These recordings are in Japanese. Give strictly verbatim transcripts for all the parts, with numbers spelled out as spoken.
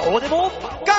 こうでもガ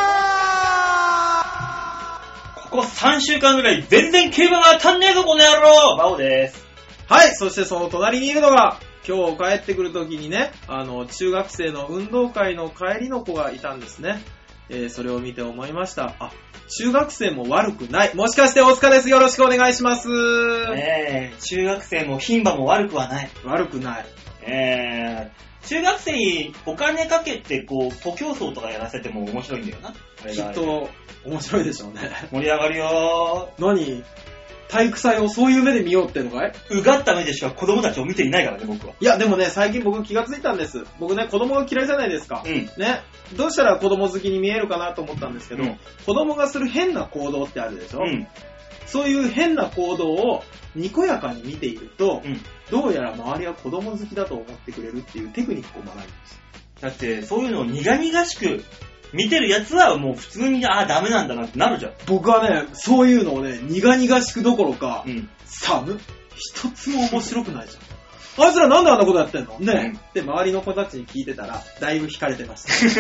ー。 ここさんしゅうかんぐらい全然競馬が当たんねえぞこの野郎。バオです。 はい、そしてその隣にいるのが、今日帰ってくるときにね、あの、中学生の運動会の帰りの子がいたんですね。えー、それを見て思いました。あ、中学生も悪くない。もしかして大塚です。よろしくお願いします。 ねえ、中学生も牝馬も悪くはない。 悪くない。 えー、中学生にお金かけてこう、徒競走とかやらせても面白いんだよな。あれがきっと、面白いでしょうね。 盛り上がるよー。何体育祭をそういう目で見ようってのかい？ うがった目でしか子供たちを見ていないからね、僕は。 いや、でもね、最近僕気がついたんです。僕ね、子供が嫌いじゃないですか。 うん。 ね。どうしたら子供好きに見えるかなと思ったんですけど、うん、子供がする変な行動ってあるでしょ？うん。そういう変な行動をにこやかに見ていると、うん、どうやら周りは子供好きだと思ってくれるっていうテクニックを学びます。 だって、そういうのを苦々しく、見てるやつはもう普通に、ああ、ダメなんだなってなるじゃん。 僕はね、そういうのをね、苦々しくどころか、うん、寒一つも面白くないじゃん。あいつらなんであんなことやってんのね、うん、で、周りの子たちに聞いてたら、だいぶ惹かれてました。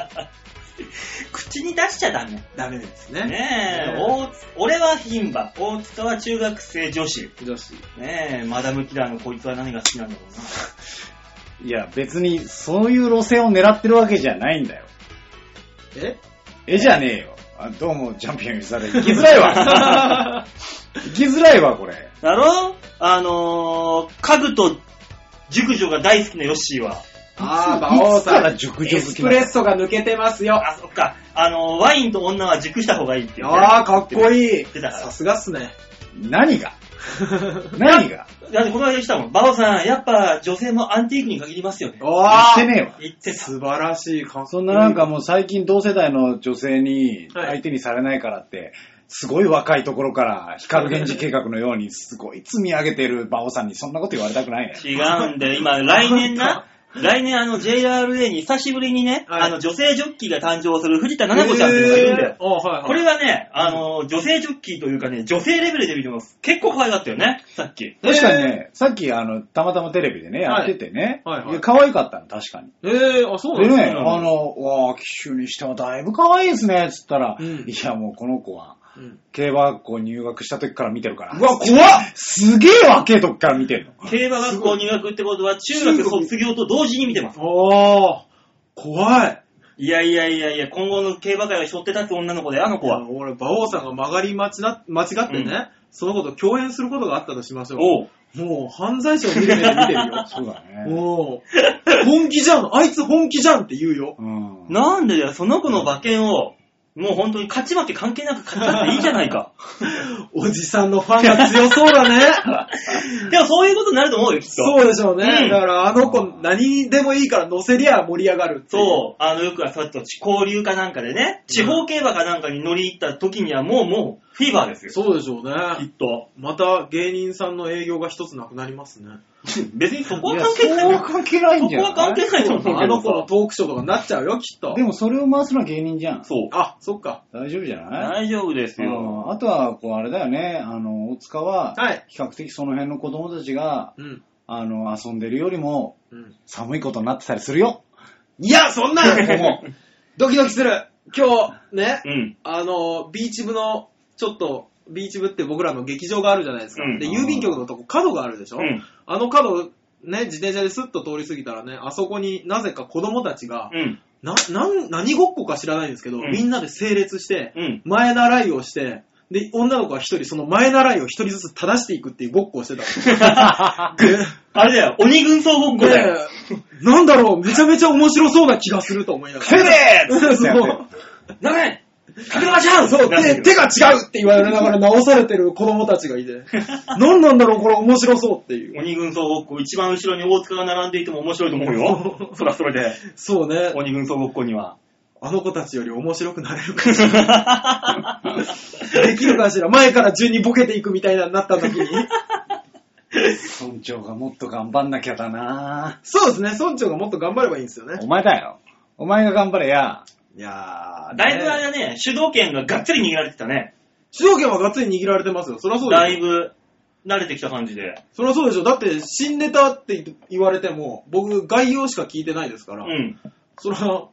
口に出しちゃダメ。 ダメですね。 ねえ、ね俺は牝馬、大塚は中学生女子。 女子。 ねえ、マダムキラーのこいつは何が好きなんだろうな。 いや、別にそういう路線を狙ってるわけじゃないんだよ。 ええじゃねえよ。あ、どうもチャンピオンにされ行きづらいわ。行きづらいわ、これ。 だろあのー、家具と熟女が大好きなヨッシーは。 あー、馬王さん。 エスプレッソが抜けてますよ。 あ、そっか。あのー、ワインと女は熟した方がいいって言って。 あー、かっこいい。さすがっすね。 何が何がだってこの間言ったもん。馬王さん、やっぱ女性もアンティークに限りますよね。 言ってねえわ。 言って素晴らしい。かっこいい。 そんななんかもう最近同世代の女性に相手にされないからって、はい、すごい若いところから光源氏計画のようにすごい積み上げてる馬王さんにそんなこと言われたくないね。 違うんだよ。今、来年な。来年あの ジェイアールエー に久しぶりにね、はい、あの女性ジョッキーが誕生する藤田七子ちゃんっていうのがいるんだよ。えーはいはい、これはね、あの女性ジョッキーというかね、女性レベルで見てます結構可愛かったよね、さっき。 確かにね、さっきあのたまたまテレビでね、やっててね、はいはいはい、可愛かったの、確かに。 えー、あ、そうなんですね。 でね、あの、わー、機種にしてはだいぶ可愛いですね、つったら、うん、いやもうこの子は、うん、競馬学校入学した時から見てるから。 うわ、怖っすげえ若え時から見てるの。 競馬学校入学ってことは中学卒業と同時に見てます。 ああ、怖い。 いやいやいやいや、今後の競馬界を背負って立つ女の子で、あの子は。 俺、馬王さんが曲がり間違ってね、うん、その子と共演することがあったとしましょう。 おうもう犯罪者を見る目で見てるよ。 そうだね。 もう本気じゃん、あいつ本気じゃんって言うよ。 うん、なんでだよ、その子の馬券を、もう本当に勝ち負け関係なく勝っちゃっていいじゃないか。 おじさんのファンが強そうだね。 でもそういうことになると思うよ、きっと。 そうでしょうね。うん、だからあの子何でもいいから乗せりゃ盛り上がるっていう。 そう。あのよくはそうやって交流かなんかでね、地方競馬かなんかに乗り入った時にはもうもうフィーバーですよ。 そうでしょうね。 きっと。 また芸人さんの営業が一つなくなりますね。 別にそこは関係ない。 そこは関係ないんじゃない？ そこは関係ないと思うけど。 あの子のトークショーとかになっちゃうよ、きっと。 でもそれを回すのは芸人じゃん。 そう。 あ、そっか。 大丈夫じゃない？ 大丈夫ですよ。 あとは、こう、あれだよね。あの、大塚は、比較的その辺の子供たちが、はい、あの、遊んでるよりも、うん、寒いことになってたりするよ。 いや、そんなもう、ドキドキする。今日、ね、 うん、 あの、ビーチ部の、ちょっと、ビーチ部って僕らの劇場があるじゃないですか。うん、で、郵便局のとこ角があるでしょ、うん、あの角、ね、自転車でスッと通り過ぎたらね、あそこになぜか子供たちが、うん、な、な、何ごっこか知らないんですけど、うん、みんなで整列して、うん、前習いをして、で、女の子は一人その前習いを一人ずつ正していくっていうごっこをしてたあれだよ、鬼軍曹ごっこだよ。 なんだろう、めちゃめちゃ面白そうな気がすると思いながら。 手でそう。ダメかけましょうそう、手、手が違うって言われながら直されてる子供たちがいて。何なんだろう、これ面白そうっていう。 鬼軍曹ごっこ、一番後ろに大塚が並んでいても面白いと思うよ。そらそれで。 そうね。 鬼軍曹ごっこには。 あの子たちより面白くなれるかしら。できるかしら。前から順にボケていくみたいなになった時に。 村長がもっと頑張んなきゃだな。 そうですね。村長がもっと頑張ればいいんですよね。 お前だよ。お前が頑張れや。 いやー、 だいぶあれだね、主導権ががっつり握られてたね。 主導権はがっつり握られてますよ。そりゃそうですよ。 だいぶ慣れてきた感じで。 そりゃそうでしょ。だって新ネタって言われても僕概要しか聞いてないですから。 うん。 そりゃ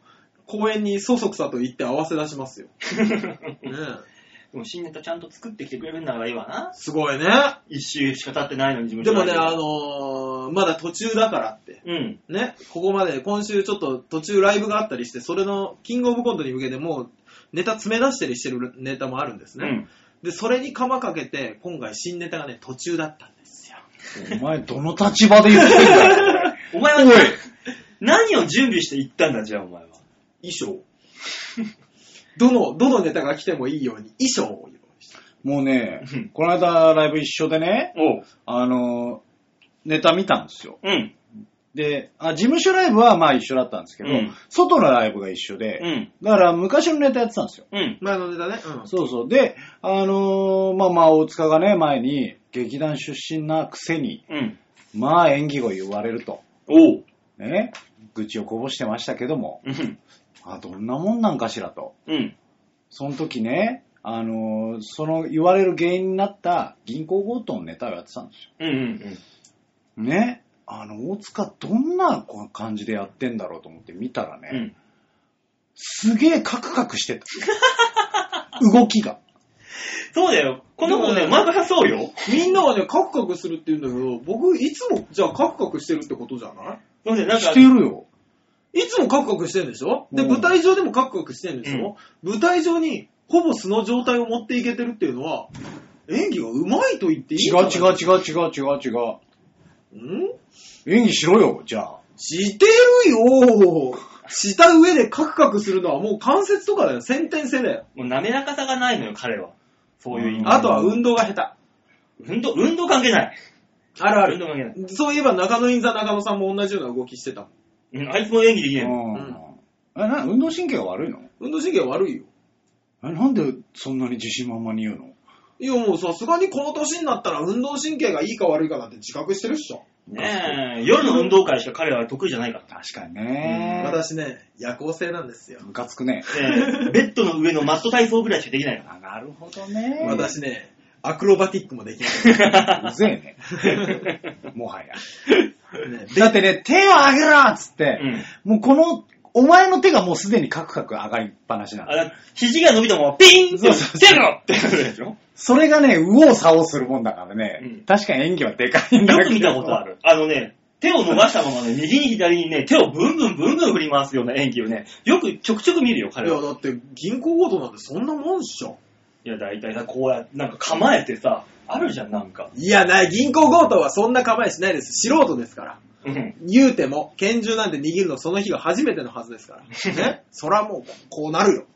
公園にそそくさと行って合わせ出しますよ。ね、 でも新ネタちゃんと作ってきてくれるんだからいいわな。 すごいね。 一周しか経ってないのに自分でもね、あのー、まだ途中だからって。 うん。 ね、ここまで今週ちょっと途中ライブがあったりして、それのキングオブコントに向けてもうネタ詰め出したりしてるネタもあるんですね。うん、で、それに鎌かけて、今回新ネタがね、途中だったんですよ。 お前どの立場で言ってんだよ。 お前は何を準備して行ったんだ、じゃあお前は。 衣装。どの、どのネタが来てもいいように衣装を用意した。 もうね、この間ライブ一緒でね、あの、ネタ見たんですよ。うん。であ、事務所ライブはまあ一緒だったんですけど、うん、外のライブが一緒で、うん、だから昔のネタやってたんですよ。 うん。前のネタね。 うん。そうそう。で、あのー、まあまあ大塚がね、前に劇団出身なくせに、うん、まあ演技を言われると。 おう。 ね。愚痴をこぼしてましたけども、うん、あ、どんなもんなんかしらと。うん。その時ね、あのー、その言われる原因になった銀行強盗のネタをやってたんですよ。うんうんうん。ね。あの、大塚どんな感じでやってんだろうと思って見たらね、うん、すげえカクカクしてた。動きが。 そうだよ。この子ね、前からそうよ。 みんなはね、カクカクするって言うんだけど、僕いつもじゃあカクカクしてるってことじゃない？ なんでなんかしてるよ。 いつもカクカクしてるんでしょ？で、舞台上でもカクカクしてるんでしょ？うん、舞台上にほぼ素の状態を持っていけてるっていうのは、演技が上手いと言っていいんじゃない？ 違う違う違う違う違う違う。 ん？ 演技しろよ、じゃあ。 してるよ。した上でカクカクするのはもう関節とかだよ。先天性だよ。 もう滑らかさがないのよ、彼は。そういう意味。 あとは運動が下手。運動、運動関係ない。 あるある。 運動関係ない。 そういえば中野インザ中野さんも同じような動きしてた。 うん、あいつも演技できないの。うん。 え、な、運動神経が悪いの？ 運動神経が悪いよ。 え、なんでそんなに自信満々に言うの？ いやもうさすがにこの年になったら運動神経がいいか悪いかなんて自覚してるっしょ。 ねえ、夜の運動会しか彼らは得意じゃないから。 確かにね、 うん、私ね、夜行性なんですよ。 ムカつくね。 ねベッドの上のマット体操ぐらいしかできないから。 なるほどね。 私ね、アクロバティックもできない。 うぜえね。もはや。ね、だってね、手を上げろっつって、うん、もうこの、お前の手がもうすでにカクカク上がりっぱなしなの。 あ、肘が伸びたままピーンって手ろってやるでしょ。 それがね、右往左往するもんだからね、うん、確かに演技はでかいんだけど。 よく見たことある。あのね、手を伸ばしたままね、右に左にね、手をブンブンブンブン振り回すような演技をね、よくちょくちょく見るよ、彼は。 いや、だって銀行強盗なんてそんなもんっしょ。 いや、だいたいさ、こうやって、なんか構えてさ、あるじゃん、なんか。 いや、ない、銀行強盗はそんな構えしないです。素人ですから。うん、言うても、拳銃なんて握るのその日が初めてのはずですから。ね。そらもう、こうなるよ。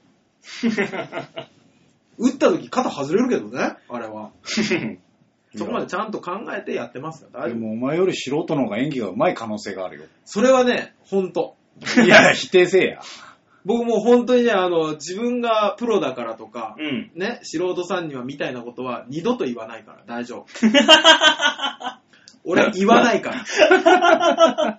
撃った時肩外れるけどね、あれは。そこまでちゃんと考えてやってますから大丈夫。 でもお前より素人の方が演技が上手い可能性があるよ。 それはね、ほんと。 いや、否定せえや。 僕もう本当にね、あの、自分がプロだからとか、うん、ね、素人さんにはみたいなことは二度と言わないから大丈夫。俺言わないから、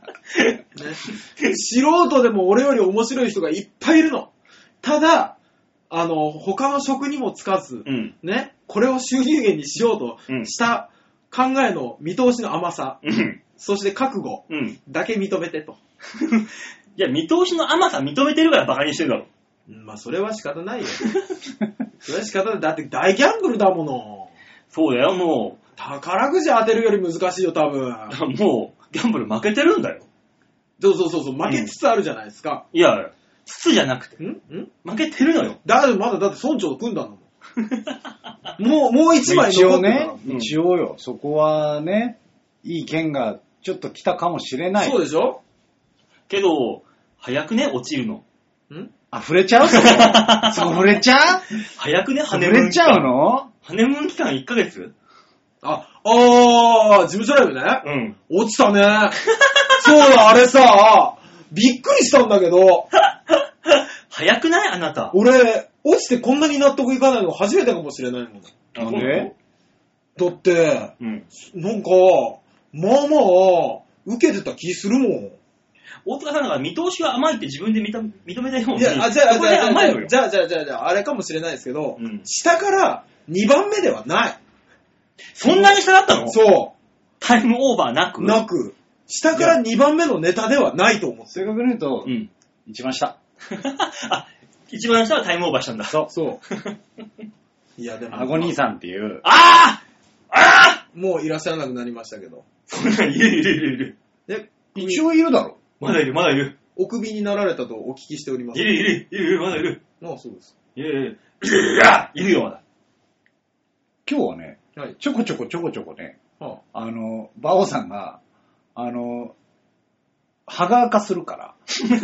ね。素人でも俺より面白い人がいっぱいいるの。ただ、あの、他の職にもつかず、うん、ね、これを収入源にしようとした考えの見通しの甘さ、うん、そして覚悟だけ認めてと。 いや、見通しの甘さ認めてるからバカにしてるだろ。 まあ、それは仕方ないよ。それは仕方ない。だって大ギャンブルだもの。 そうだよ、もう。 宝くじ当てるより難しいよ、多分。 もう、ギャンブル負けてるんだよ。 そうそうそうそう、負けつつあるじゃないですか。 うん、いや、つつじゃなくて。んん負けてるのよ。 だってまだ、だって村長と組んだんだもん。もう、もう一枚残ってるから。 一応ね、一応よ。そこはね、いい剣がちょっと来たかもしれない。 そうでしょ？ けど、早くね、落ちるの。 ん？あ、触れちゃうそこそこ触れちゃう早くね、ハネムーン。 触れちゃうの？ ハネムーン期間いっかげつ？ あ、あー、事務所ライブね。うん。落ちたね。そうだ、あれさ、びっくりしたんだけど。 早くないあなた。 俺、落ちてこんなに納得いかないの初めてかもしれないもん。 なんで？ だって、うん、なんか、まあまあ、受けてた気するもん。 大塚さんだから見通しが甘いって自分で認めたように。 いや、あ、じゃあ、じゃあ、甘いのよ。じゃあ、じゃあ、じゃあ、じゃあ、あれかもしれないですけど、うん、下からにばんめではない。 そんなに下だったの？ そう。 タイムオーバーなくなく。下からにばんめのネタではないと思って。 正確に言うと、うん、一番下。 あ、一番下はタイムオーバーしたんだ。 そう。そう。いや、でも。 アゴ兄さんっていう。 ああああもういらっしゃらなくなりましたけど。 そんなんいるいるいるいる。 え、 一応いるだろ。 まだいる、まだいる。 お首になられたとお聞きしております。 いるいる、いる、まだいる。 ああ、そうです。 いるいる。いや、いるよ、まだ。 今日はね、はい、ちょこちょこちょこちょこね、はあ、あの、馬王さんが、あの、ハガー化するから。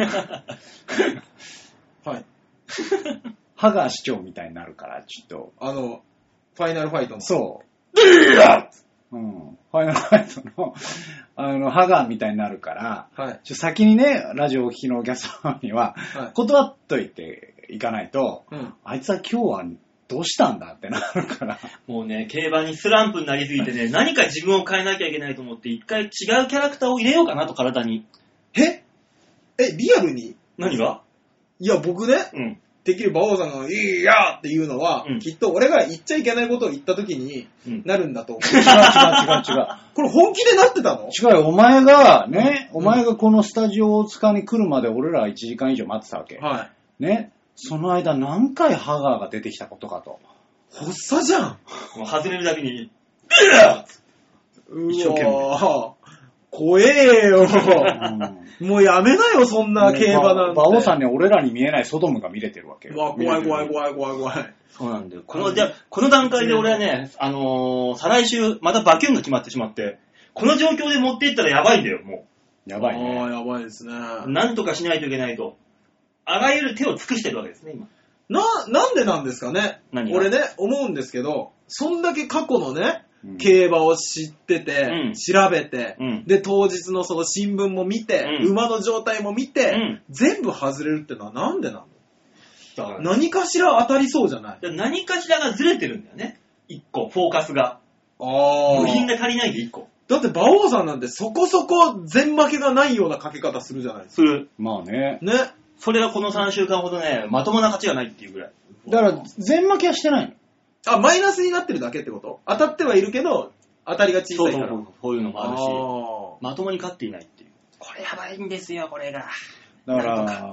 はい。 ハガー市長みたいになるから、ちょっと。 あの、ファイナルファイトの。 そう。うん。ファイナルファイトの、あの、ハガーみたいになるから、はい、ちょ先にね、ラジオをお聞きのお客様には、はい、断っといていかないと、うん、あいつは今日はどうしたんだってなるから。 もうね、競馬にスランプになりすぎてね、何か自分を変えなきゃいけないと思って、一回違うキャラクターを入れようかなと、体に。 ええ、リアルに何がいや、僕ね、うん、てっきり馬王さんが、いいやーっていうのは、うん、きっと俺が言っちゃいけないことを言った時になるんだと思う。うん、違う違う違う違う。これ本気でなってたの違うよ、お前がね、うん、お前がこのスタジオ大塚に来るまで俺らいちじかん以上待ってたわけ。はい。ね、その間何回ハガーが出てきたことかと。 発作じゃん。 もう外れるだけに、 う一生懸命。怖えよ、うん。もうやめなよ、そんな競馬なんて。 馬王さんに俺らに見えないソドムが見れてるわけよ。 わ、怖い怖い怖い怖い怖い。 そうなんだよ。この、じゃこの段階で俺はね、あのー、再来週、またバキュンが決まってしまって、この状況で持っていったらやばいんだよ、もう。やばいね。 ああ、やばいですね。 なんとかしないといけないと。あらゆる手を尽くしてるわけですね、今。 な、なんでなんですかね。俺ね、思うんですけど、そんだけ過去のね、競馬を知ってて、うん、調べて、うん、で、当日のその新聞も見て、うん、馬の状態も見て、うん、全部外れるってのはなんでなの？だから何かしら当たりそうじゃない？ 何かしらがずれてるんだよね。一個、フォーカスが。あ部品が足りないで一個。 だって馬王さんなんてそこそこ全負けがないようなかけ方するじゃないですか。する。 まあね。 ね。 それがこのさんしゅうかんほどね、まともな勝ちがないっていうぐらい。 だから、全負けはしてないの。 あ、マイナスになってるだけってこと？当たってはいるけど、当たりが小さいから。 そうそう、こういうのもあるし、まともに勝っていないっていう。これやばいんですよ、これが。 だから、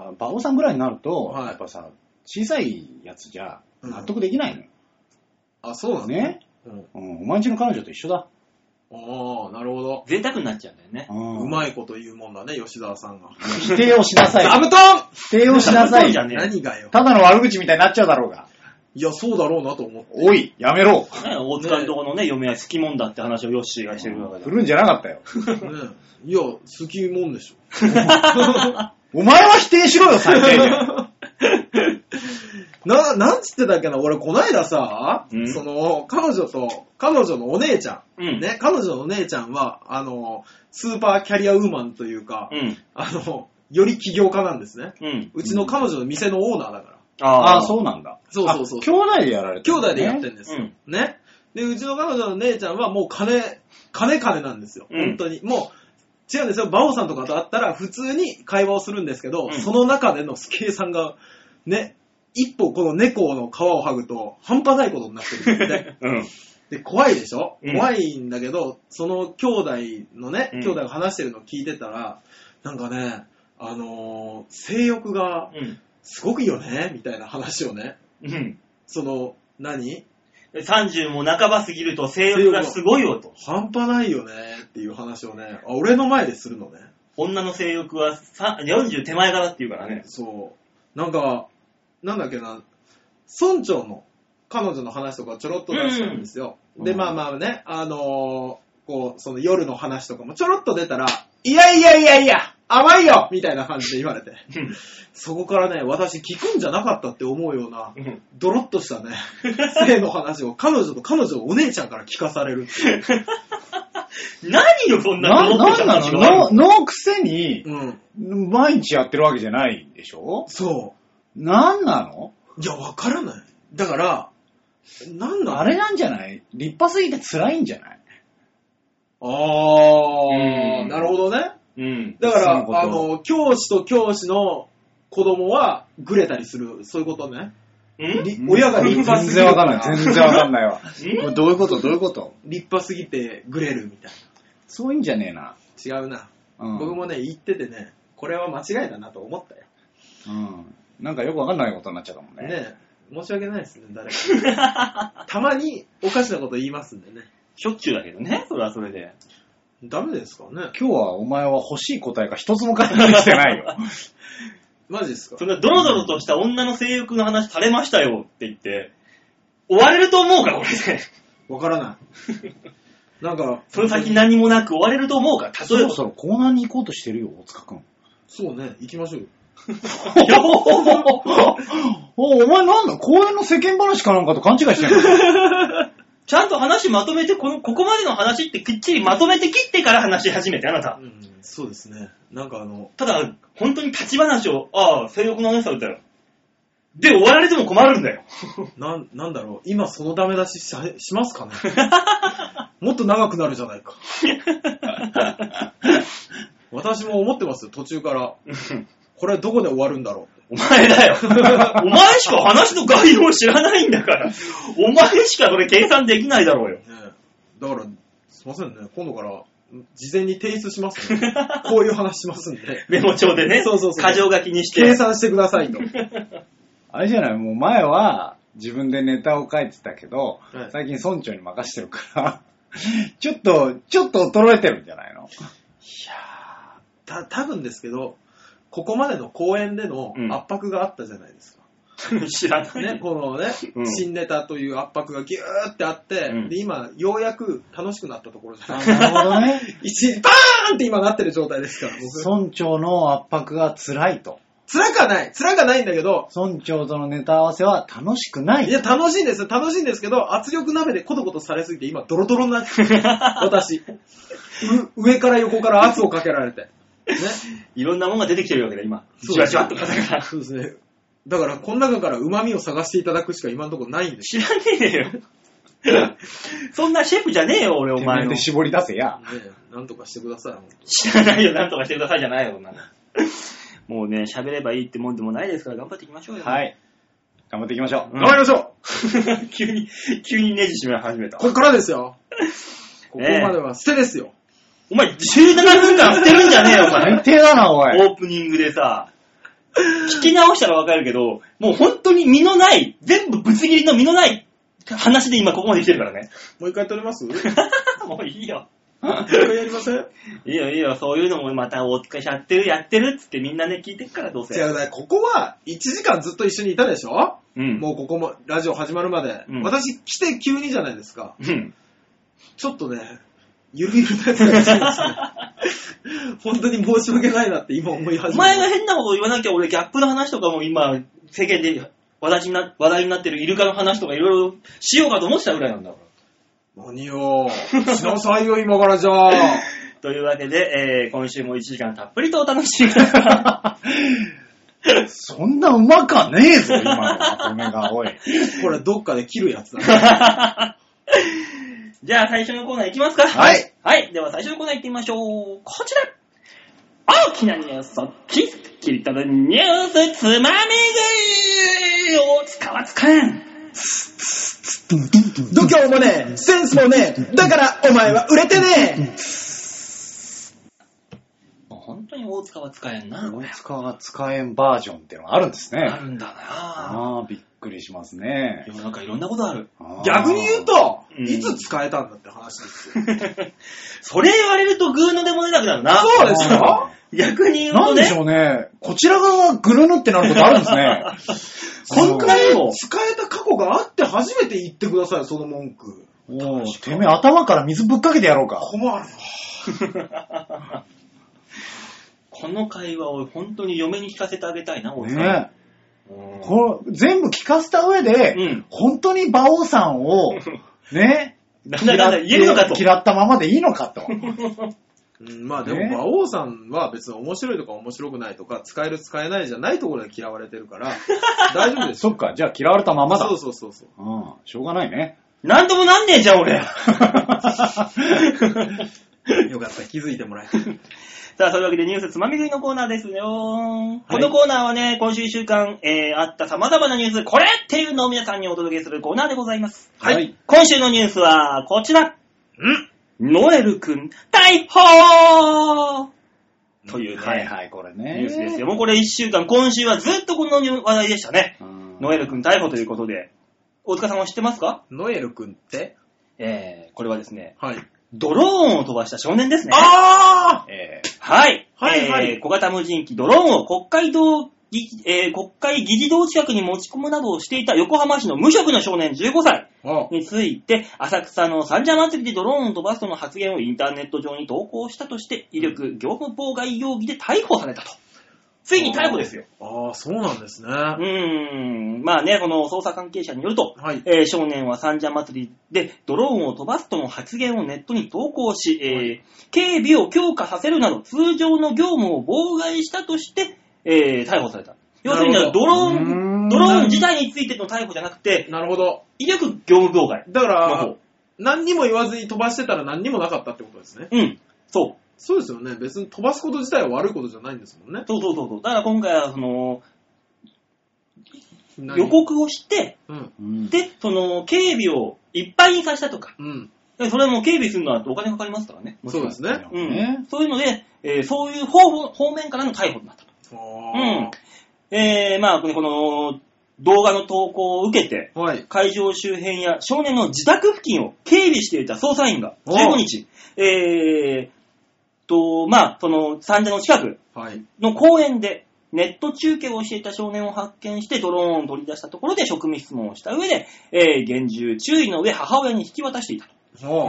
馬王さんぐらいになると、はい、やっぱさ、小さいやつじゃ納得できないのよ。 うん、あ、そうなのね、うんうん。お前んちの彼女と一緒だ。 ああ、なるほど。 贅沢になっちゃうんだよね。 うまいこと言うもんだね、吉沢さんが。 否定をしなさい。 座布団否定をしなさい。 何がよ。 ただの悪口みたいになっちゃうだろうが。 いや、そうだろうなと思って。 おい、やめろ。 ね、大塚のとこのね、嫁は好きもんだって話をヨッシーがしてるわけだ。 振るんじゃなかったよ。 ね、いや、好きもんでしょ。 お前は否定しろよ、最低限。 な、なんつってたっけな、俺こないださ、うん、その、彼女と、彼女のお姉ちゃん、うん、ね、彼女のお姉ちゃんは、あの、スーパーキャリアウーマンというか、うん、あの、より起業家なんですね。うん、うちの彼女の店のオーナーだから。 ああ、そうなんだ。 そうそうそう。 兄弟でやられてる、ね。兄弟でやってるんですよ、うん。ね。で、うちの彼女の姉ちゃんはもう金、金金なんですよ。うん、本当に。もう、違うんですよ。馬王さんとかと会ったら普通に会話をするんですけど、うん、その中でのスケさんが、ね、一歩この猫の皮を剥ぐと半端ないことになってるんですね。うん、で、怖いでしょ、うん、怖いんだけど、その兄弟のね、兄弟が話してるのを聞いてたら、なんかね、あのー、性欲が、うんすごくいいよねみたいな話をね。うん。その、何 ? さんじゅう も半ば過ぎると性欲がすごいよと。 半端ないよねっていう話をね、あ、俺の前でするのね。 女の性欲はよんじゅう手前からっていうからね。 そう。なんか、なんだっけな、村長の彼女の話とかちょろっと出したんですよ。うん、で、まあまあね、あのー、こう、その夜の話とかもちょろっと出たら、いやいやいやいや甘いよみたいな感じで言われて。そこからね、私聞くんじゃなかったって思うような、ドロッとしたね、性の話を彼女と彼女のお姉ちゃんから聞かされるっていう。 何よ、そんなドロッとした話が。 な、の、のくせに、うん、毎日やってるわけじゃないでしょそう。 なんなのいや、わからない。だから、なんなのあれなんじゃない立派すぎて辛いんじゃないあー、なるほどね。うん。だから、あの、教師と教師の子供はグレたりする、そういうことね。ん親が立派すぎる。 全然わかんない。全然わかんないわ。どういうことどういうこと立派すぎてグレるみたいな。 そういうんじゃねえな。 違うな。うん、僕もね、言っててね、これは間違いだなと思ったよ。 うん。なんかよくわかんないことになっちゃったもんね。 ねえ。申し訳ないですね、誰か。たまにおかしなこと言いますんでね。 しょっちゅうだけどね、それはそれで。 ダメですかね。 今日はお前は欲しい答えが一つも返ってきてないよ。 マジですか？ そんなドロドロとした女の性欲の話されましたよって言って、終われると思うか、これで。 わからない。なんか、 その先何もなく終われると思うか、例えば。 そろそろコーナーに行こうとしてるよ、大塚くん。 そうね、行きましょうよ。 お, お前なんだ、公園の世間話かなんかと勘違いしてるの？ ちゃんと話まとめて、この、ここまでの話ってきっちりまとめて切ってから話し始めて、あなた。 うん、そうですね。なんかあの、 ただ、本当に立ち話を、ああ、性欲の話されたよ。で、終わられても困るんだよ。 なん、なんだろう、今そのダメ出し し, しますかね？もっと長くなるじゃないか。私も思ってますよ、途中から。これどこで終わるんだろう。お前だよ。お前しか話の概要を知らないんだから。お前しかそれ計算できないだろうよ。ね、 だから、すいませんね、今度から事前に提出しますね。こういう話しますんで。 メモ帳でね。 そうそうそう。 箇条書きにして。 計算してくださいと。 あれじゃない、もう前は自分でネタを書いてたけど、はい、最近村長に任してるから、ちょっと、ちょっと衰えてるんじゃないの？いやー、た、多分ですけど、ここまでの公演での圧迫があったじゃないですか。 うん、知らない。 ね、このね、うん、新ネタという圧迫がギューってあって、うん、で、今、ようやく楽しくなったところじゃないですか。 なるほどね。 一、バーンって今なってる状態ですから、僕。 村長の圧迫が辛いと。 辛くはない。辛くはないんだけど。 村長とのネタ合わせは楽しくない。 いや、楽しいんですよ。楽しいんですけど、圧力鍋でコトコトされすぎて、今、ドロドロになってる。私。上から横から圧をかけられて。ね。 いろんなものが出てきてるわけだ、今。じわじわっと肩から。 そうですね。だから、この中から旨味を探していただくしか今のところないんです。 知らねえよ。そんなシェフじゃねえよ、俺、お前の。 で絞り出せや。 ねえ、なんとかしてください、本当に。 知らないよ、なんとかしてくださいじゃないよ、女の。もうね、喋ればいいってもんでもないですから頑張っていきましょうよ。 はい。頑張っていきましょう。 うん、頑張りましょう急に、急にネジ締め始めた。 こっからですよ。ここまでは捨てですよ。 お前、じゅうななふんかん捨てるんじゃねえよ、お前。 最低だな、おい。 オープニングでさ、聞き直したらわかるけど、もう本当に身のない、全部ぶつ切りの身のない話で今ここまで来てるからね。 もう一回撮りますもういいよ。 もう一回やりませんいいよいいよ、そういうのもまたお疲れやってるやってるっつってみんなね聞いてっからどうせ。 違うね、ここはいちじかんずっと一緒にいたでしょ、うん、もうここもラジオ始まるまで。うん、私来て急にじゃないですか。うん、ちょっとね、ゆるゆるなやつが来てますね。本当に申し訳ないなって今思い始めた。 お前が変なこと言わなきゃ俺ギャップの話とかも今世間で話題に な, 話題になってるイルカの話とかいろいろしようかと思ってたぐらいなんだから。 何よしなさいよ今からじゃあ。 というわけで、えー、今週もいちじかんたっぷりとお楽しみください。そんなうまかねえぞ今のまとめが。おい、 これどっかで切るやつだね。 じゃあ最初のコーナーいきますか。 はい。 はい。では最初のコーナー行ってみましょう。こちら。大きなニュースをキッキリとるニュースつまみ食いを使わ使えん。 度胸もねえ、センスもねえ、だからお前は売れてねえ。 本当に大塚は使えんな。 大塚が使えんバージョンっていうのがあるんですね。 あるんだなあ。びっくりしますね。 世の中いろんなことある。 あ逆に言うと、うん、いつ使えたんだって話ですよ。それ言われるとグーのでも出なくなるな。 そうですよ。 逆に言うとね。 なんでしょうね。こちら側がグルヌってなることあるんですね。 今回も使えた過去があって初めて言ってください、その文句。 おー、てめえ頭から水ぶっかけてやろうか。 困るわ。この会話を本当に嫁に聞かせてあげたいな、大塚。ねえ。これ全部聞かせた上で、うん、本当に馬王さんを、ね、 なんだなんだ言えるのかと。 嫌ったままでいいのかと。 うん、まあでも、馬王さんは別に面白いとか面白くないとか、使える使えないじゃないところで嫌われてるから、大丈夫です。 そっか、じゃあ嫌われたままだ。 そうそうそうそう。 うん、しょうがないね。 なんともなんねえじゃん、俺。よかった、気づいてもらえた。 さあ、そういうわけでニュースつまみ食いのコーナーですよ、はい。このコーナーはね、今週いっしゅうかん、えー、あった様々なニュース、これっていうのを皆さんにお届けするコーナーでございます。 はい。はい、 今週のニュースはこちら。んノエルくん、逮捕というね。 はいはい、これね。 ニュースですよ。もうこれ一週間、今週はずっとこの話題でしたね。ノエル君逮捕ということで。大塚さんは知ってますか？ ノエル君ってえー、これはですね。 はい。 ドローンを飛ばした少年ですね。 あー、 えー、はい。 はいはい。 えー、小型無人機ドローンを国会道、えー、国会議事堂近くに持ち込むなどをしていた横浜市の無職の少年じゅうごさいについて、浅草の三社祭りでドローンを飛ばすとの発言をインターネット上に投稿したとして、威力業務妨害容疑で逮捕されたと。ついに逮捕ですよ。 ああ、そうなんですね。うーん。まあね、この捜査関係者によると、 はい、 えー、少年は三社祭りでドローンを飛ばすとの発言をネットに投稿し、えーはい、警備を強化させるなど通常の業務を妨害したとして、えー、逮捕された。要するにドローン、ドローン自体についての逮捕じゃなくて、 なるほど。 威力業務妨害。 だから、何にも言わずに飛ばしてたら何にもなかったってことですね。 うん。そう。 そうですよね。別に飛ばすこと自体は悪いことじゃないんですもんね。 そうそうそう。だから今回は、その、予告をして、うん、で、その、警備をいっぱいにさせたとか、うん、それはもう警備するのはお金かかりますからね。 そうですね。 うん。そういうので、えー、そういう方方面からの逮捕になったと。うん。えー、まあ、この、動画の投稿を受けて、はい、会場周辺や少年の自宅付近を警備していた捜査員がじゅうごにち、えー、と、まあ、その、三社の近くの公園でネット中継をしていた少年を発見してドローンを取り出したところで職務質問をした上で、えー、厳重注意の上母親に引き渡していたと。うん。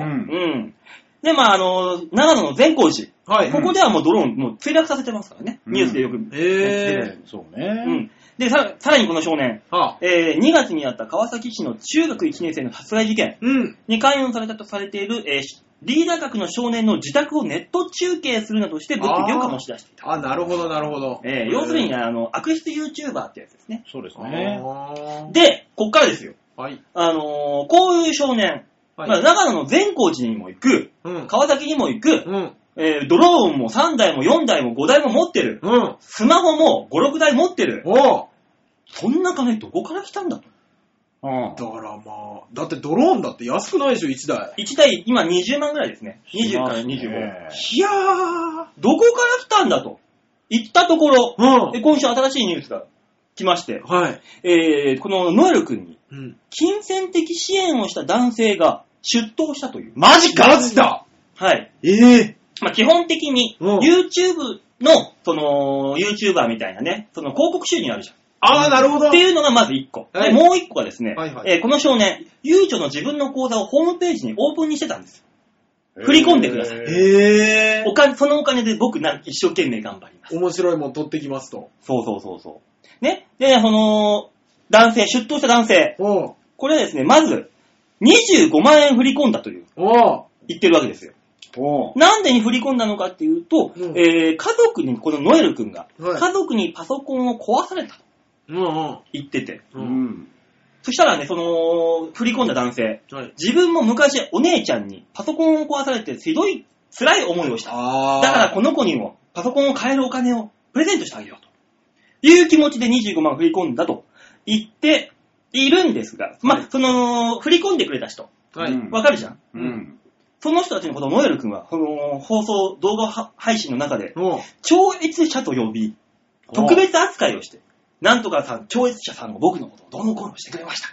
で、まあ、あの、長野の善光寺。はい。ここではもうドローン、もう墜落させてますからね。うん、ニュースでよく。 えー、そうね。 うん。で、さ, さらにこの少年、はあえー、にがつにあった川崎市の中学いちねん生の殺害事件に関与されたとされている、えー、リーダー格の少年の自宅をネット中継するなどして物議を醸し出していた。 あ、なるほど、なるほど。 えー、要するに、ね、あの、悪質 YouTuber ってやつですね。 そうですね。 で、こっからですよ。 はい。 あのー、こういう少年、はいまあ、長野の善光寺にも行く、うん、川崎にも行く、うんえー、ドローンもさんだいもよんだいもごだいも持ってる。うん。スマホもご、ろくだい持ってる。おそんな金どこから来たんだと。 うん。だからまあ、だってドローンだって安くないでしょ、いちだい。 いちだい今にじゅうまんぐらいですね。にじゅうからにじゅうご。いやー。 どこから来たんだと。言ったところ、うん、今週新しいニュースが来まして、はい。えー、このノエル君に、うん、金銭的支援をした男性が出頭したという。 マジかマジだはい。 ええー。 まあ、基本的に、YouTube の、その、YouTuber みたいなね、その広告収入あるじゃん。 ああ、なるほど。 っていうのがまずいっこ。はい、で、もういっこがですね、はいはいえー、この少年、ゆうちょの自分の口座をホームページにオープンにしてたんです。振り込んでください。 へー。 お金、そのお金で僕な、一生懸命頑張ります。 面白いもん取ってきますと。 そうそうそうそう。ね。で、その、男性、出頭した男性。これはですね、まず、にじゅうごまんえん振り込んだという、言ってるわけですよ。なんでに振り込んだのかっていうと、うんえー、家族に、このノエル君が、はい、家族にパソコンを壊されたと言ってて、うんうん、そしたらね、その、振り込んだ男性、はい、自分も昔お姉ちゃんにパソコンを壊されてひどい辛い思いをした。だからこの子にもパソコンを買えるお金をプレゼントしてあげようという気持ちでにじゅうごまん振り込んだと言っているんですが、まあ、その、振り込んでくれた人、はい、わかるじゃん、うんその人たちのことをノエル君は、この放送、動画配信の中で、超越者と呼び、特別扱いをして、なんとかさん、超越者さんが僕のことをどうのこうのしてくれました。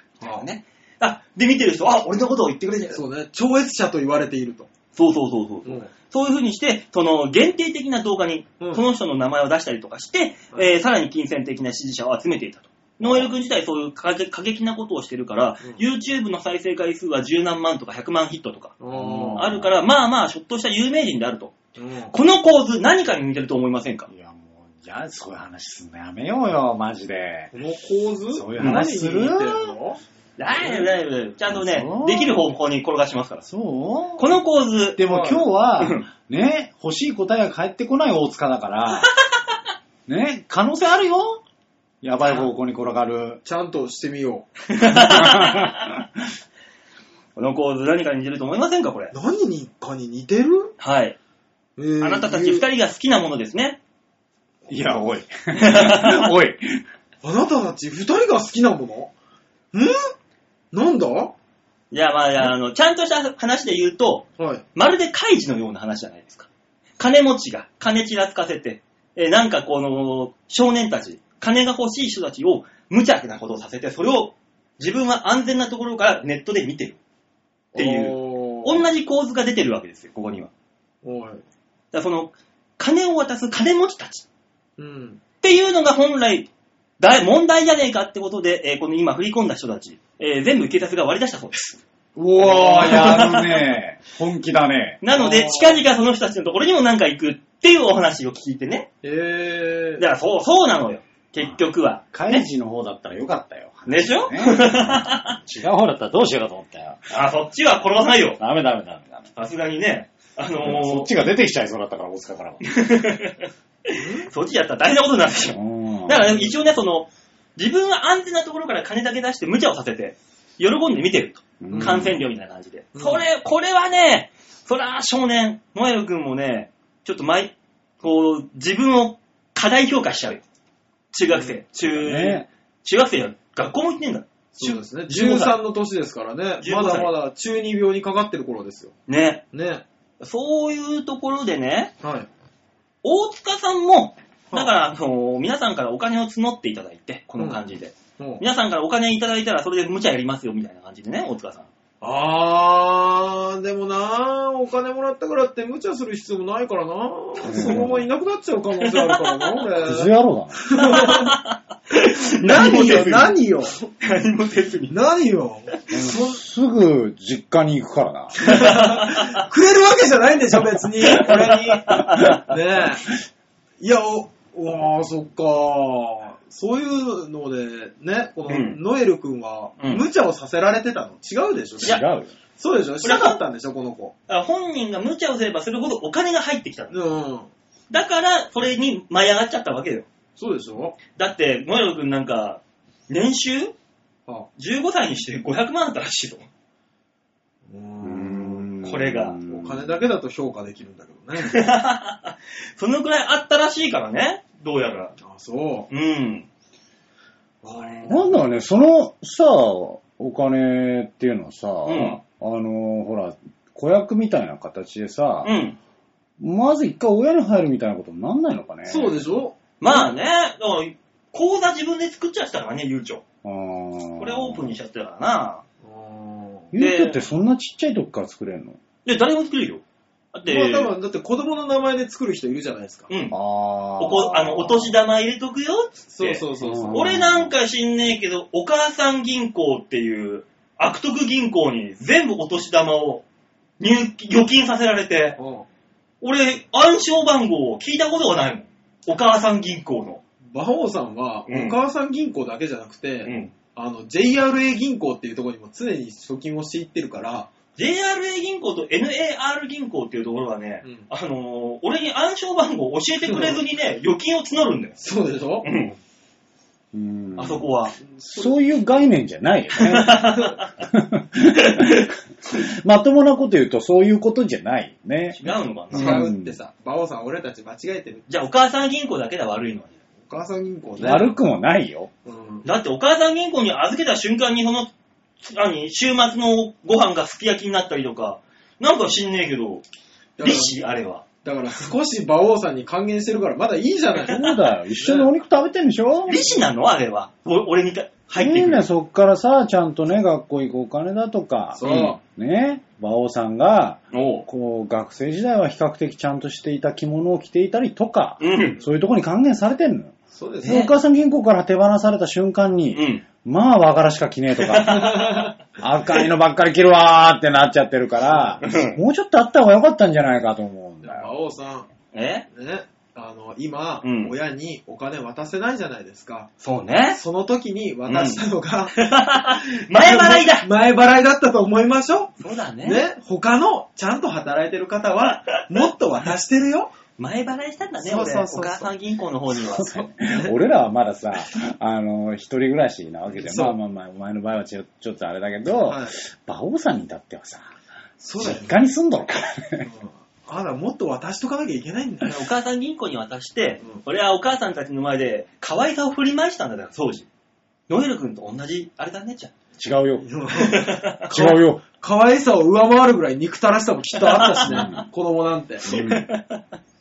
ね。あ、で、見てる人、あ、俺のことを言ってくれてる。 そうね。超越者と言われていると。 そうそうそうそう。うん、そういう風にして、その、限定的な動画に、その人の名前を出したりとかして、うんえー、さらに金銭的な支持者を集めていたと。ノエル君自体そういう過激なことをしてるから、うん、YouTube の再生回数は十何万とかひゃくまんヒットとかあるから、まあまあ、ひょっとした有名人であると。うん、この構図、何かに似てると思いませんか？ いや、もう、じゃあ、そういう話すんのやめようよ、マジで。 この構図そういう話する？ だいぶだいぶ、ちゃんとね、できる方向に転がしますから。 そうこの構図。 でも今日は、ね、欲しい答えが返ってこない大塚だから、ね、可能性あるよ。やばい方向に転がる。 ちゃんとしてみよう。 この構図何かに似てると思いませんかこれ。 何にかに似てる？ はい。えー、あなたたち二人が好きなものですね。 いや、おい。おい。 あなたたち二人が好きなもの？ん？なんだ？ いや、まあ、あの、ちゃんとした話で言うと、はい、まるでカイジのような話じゃないですか。 金持ちが金ちらつかせて、えー、なんかこの少年たち、金が欲しい人たちを無茶なことをさせて、それを自分は安全なところからネットで見てるっていう、同じ構図が出てるわけですよ、ここには。おい。だからその、金を渡す金持ちたち。うん。っていうのが本来、大問題じゃねえかってことで、えー、この今振り込んだ人たち、えー、全部警察が割り出したそうです。 うわー、やるね。本気だね。 なので、近々その人たちのところにもなんか行くっていうお話を聞いてね。へー。だからそう、そうなのよ。結局は。 カイジの方だったらよかったよ。 でしょ、ね、 違う方だったらどうしようかと思ったよ。 あ、そっちは殺さないよ。 ダメダメダメダメ。 さすがにね。あのー、 そっちが出てきちゃいそうだったから、大塚からは。 そっちやったら大変なことになるでしょ。だから一応ね、その、自分は安全なところから金だけ出して無茶をさせて、喜んで見てると。うん、感染料みたいな感じで。うん、それ、これはね、そら少年、ノエル君もね、ちょっと毎、こう、自分を過大評価しちゃうよ。中学生。中、ね、中学生は学校も行ってんだ。 そうですね。じゅうさんの年ですからね。まだまだ中二病にかかってる頃ですよ。 ね。ね。そういうところでね、はい、大塚さんも、だから、あの、皆さんからお金を募っていただいて、この感じで。うんうん、皆さんからお金いただいたらそれで無茶やりますよ、みたいな感じでね、大塚さん。 あー、でもなー、お金もらったからって無茶する必要もないからなー。そのままいなくなっちゃう可能性あるからな、俺。 クズ野郎だな。 何よ、何よ。 何もせずに。 何よ。 すぐ実家に行くからな。くれるわけじゃないんでしょ、別に。俺に。ねえ。いや、お、おー、そっかー。そういうので、ね、この、ノエル君は、無茶をさせられてたの、違うでしょ、 違う。 そうでしょ、しなかったんでしょ、この子。 本人が無茶をすればするほどお金が入ってきたの。うん。だから、それに舞い上がっちゃったわけよ。 そうでしょ。 だって、ノエル君なんか、年収、はあ、じゅうごさいにしてごひゃくまんあったらしいぞ。うーん。これが。 お金だけだと評価できるんだけどね。 そのくらいあったらしいからね。どうやら。 あ、そう。 うん。 なんだろうね、そのさ、お金っていうのはさ、うん、あの、ほら、子役みたいな形でさ、うん、まず一回親に入るみたいなことになんないのかね。 そうでしょ。 まあね、だから口座自分で作っちゃってたからね、ゆうちょ。これオープンにしちゃってたからな。 ゆうちょってそんなちっちゃい時から作れるの？ いや、誰も作れるよ。だって、 まあ、多分だって子供の名前で作る人いるじゃないですか。 うん。あおこあの、お年玉入れとくよっつって。 そうそうそうそう。 俺なんか知んねえけど、お母さん銀行っていう悪徳銀行に全部お年玉を入預金させられて、うん、俺、暗証番号を聞いたことがないもん。お母さん銀行の。 馬王さんは、お母さん銀行だけじゃなくて、うん、あの、ジェイアールエー 銀行っていうところにも常に貯金をしていってるから、 ジェイアールエー 銀行と エヌエーアール 銀行っていうところがね、うん、あのー、俺に暗証番号を教えてくれずにね、預金を募るんだよ。 そうでしょ？うん。 うんあそこは。 そういう概念じゃないよね。まともなこと言うとそういうことじゃないよね。 違うのかな？ 違うってさ、馬王さん俺たち間違えてる。 じゃあお母さん銀行だけが悪いのは。 お母さん銀行ね。悪くもないよ。 うん、だってお母さん銀行に預けた瞬間にその、何、週末のご飯がすき焼きになったりとか、なんか知んねえけど、利子あれは。 だから少し馬王さんに還元してるからまだいいじゃない。 そうだよ。一緒にお肉食べてんでしょ？ 利子なのあれは。お俺に入ってくる。いいね、そっからさ、ちゃんとね、学校行くお金だとか。 そう。 ね、馬王さんが、こう、学生時代は比較的ちゃんとしていた着物を着ていたりとか、うん、そういうとこに還元されてんのよ。 そうですね。 お母さん銀行から手放された瞬間に、うん、まあ、和柄しか着ねえとか、赤いのばっかり着るわーってなっちゃってるから、もうちょっとあった方が良かったんじゃないかと思うんだよ。 馬王さん。 えね、あの、今、うん、親にお金渡せないじゃないですか。 そうね。 その時に渡したのが、 うん、前払いだ前払いだったと思いましょう。そうだね。 ね、他の、ちゃんと働いてる方は、もっと渡してるよ。 前払いしたんだね、そうそうそうそう、俺。お母さん銀行の方には。 俺らはまださ、あの、一人暮らしなわけで、まあまあまあ、お前の場合はちょ、ちょっとあれだけど、はい、馬王さんに至ってはさ、そうだよね、実家に住んどるからね。うん、 あら、もっと渡しとかなきゃいけないんだよ。 お母さん銀行に渡して、うん、俺はお母さんたちの前で可愛さを振り回したんだから、当時。ノエル君と同じ、あれだね、じゃん。 違うよ。違うよ。 可愛さを上回るぐらい憎たらしさもきっとあったしね、子供なんて。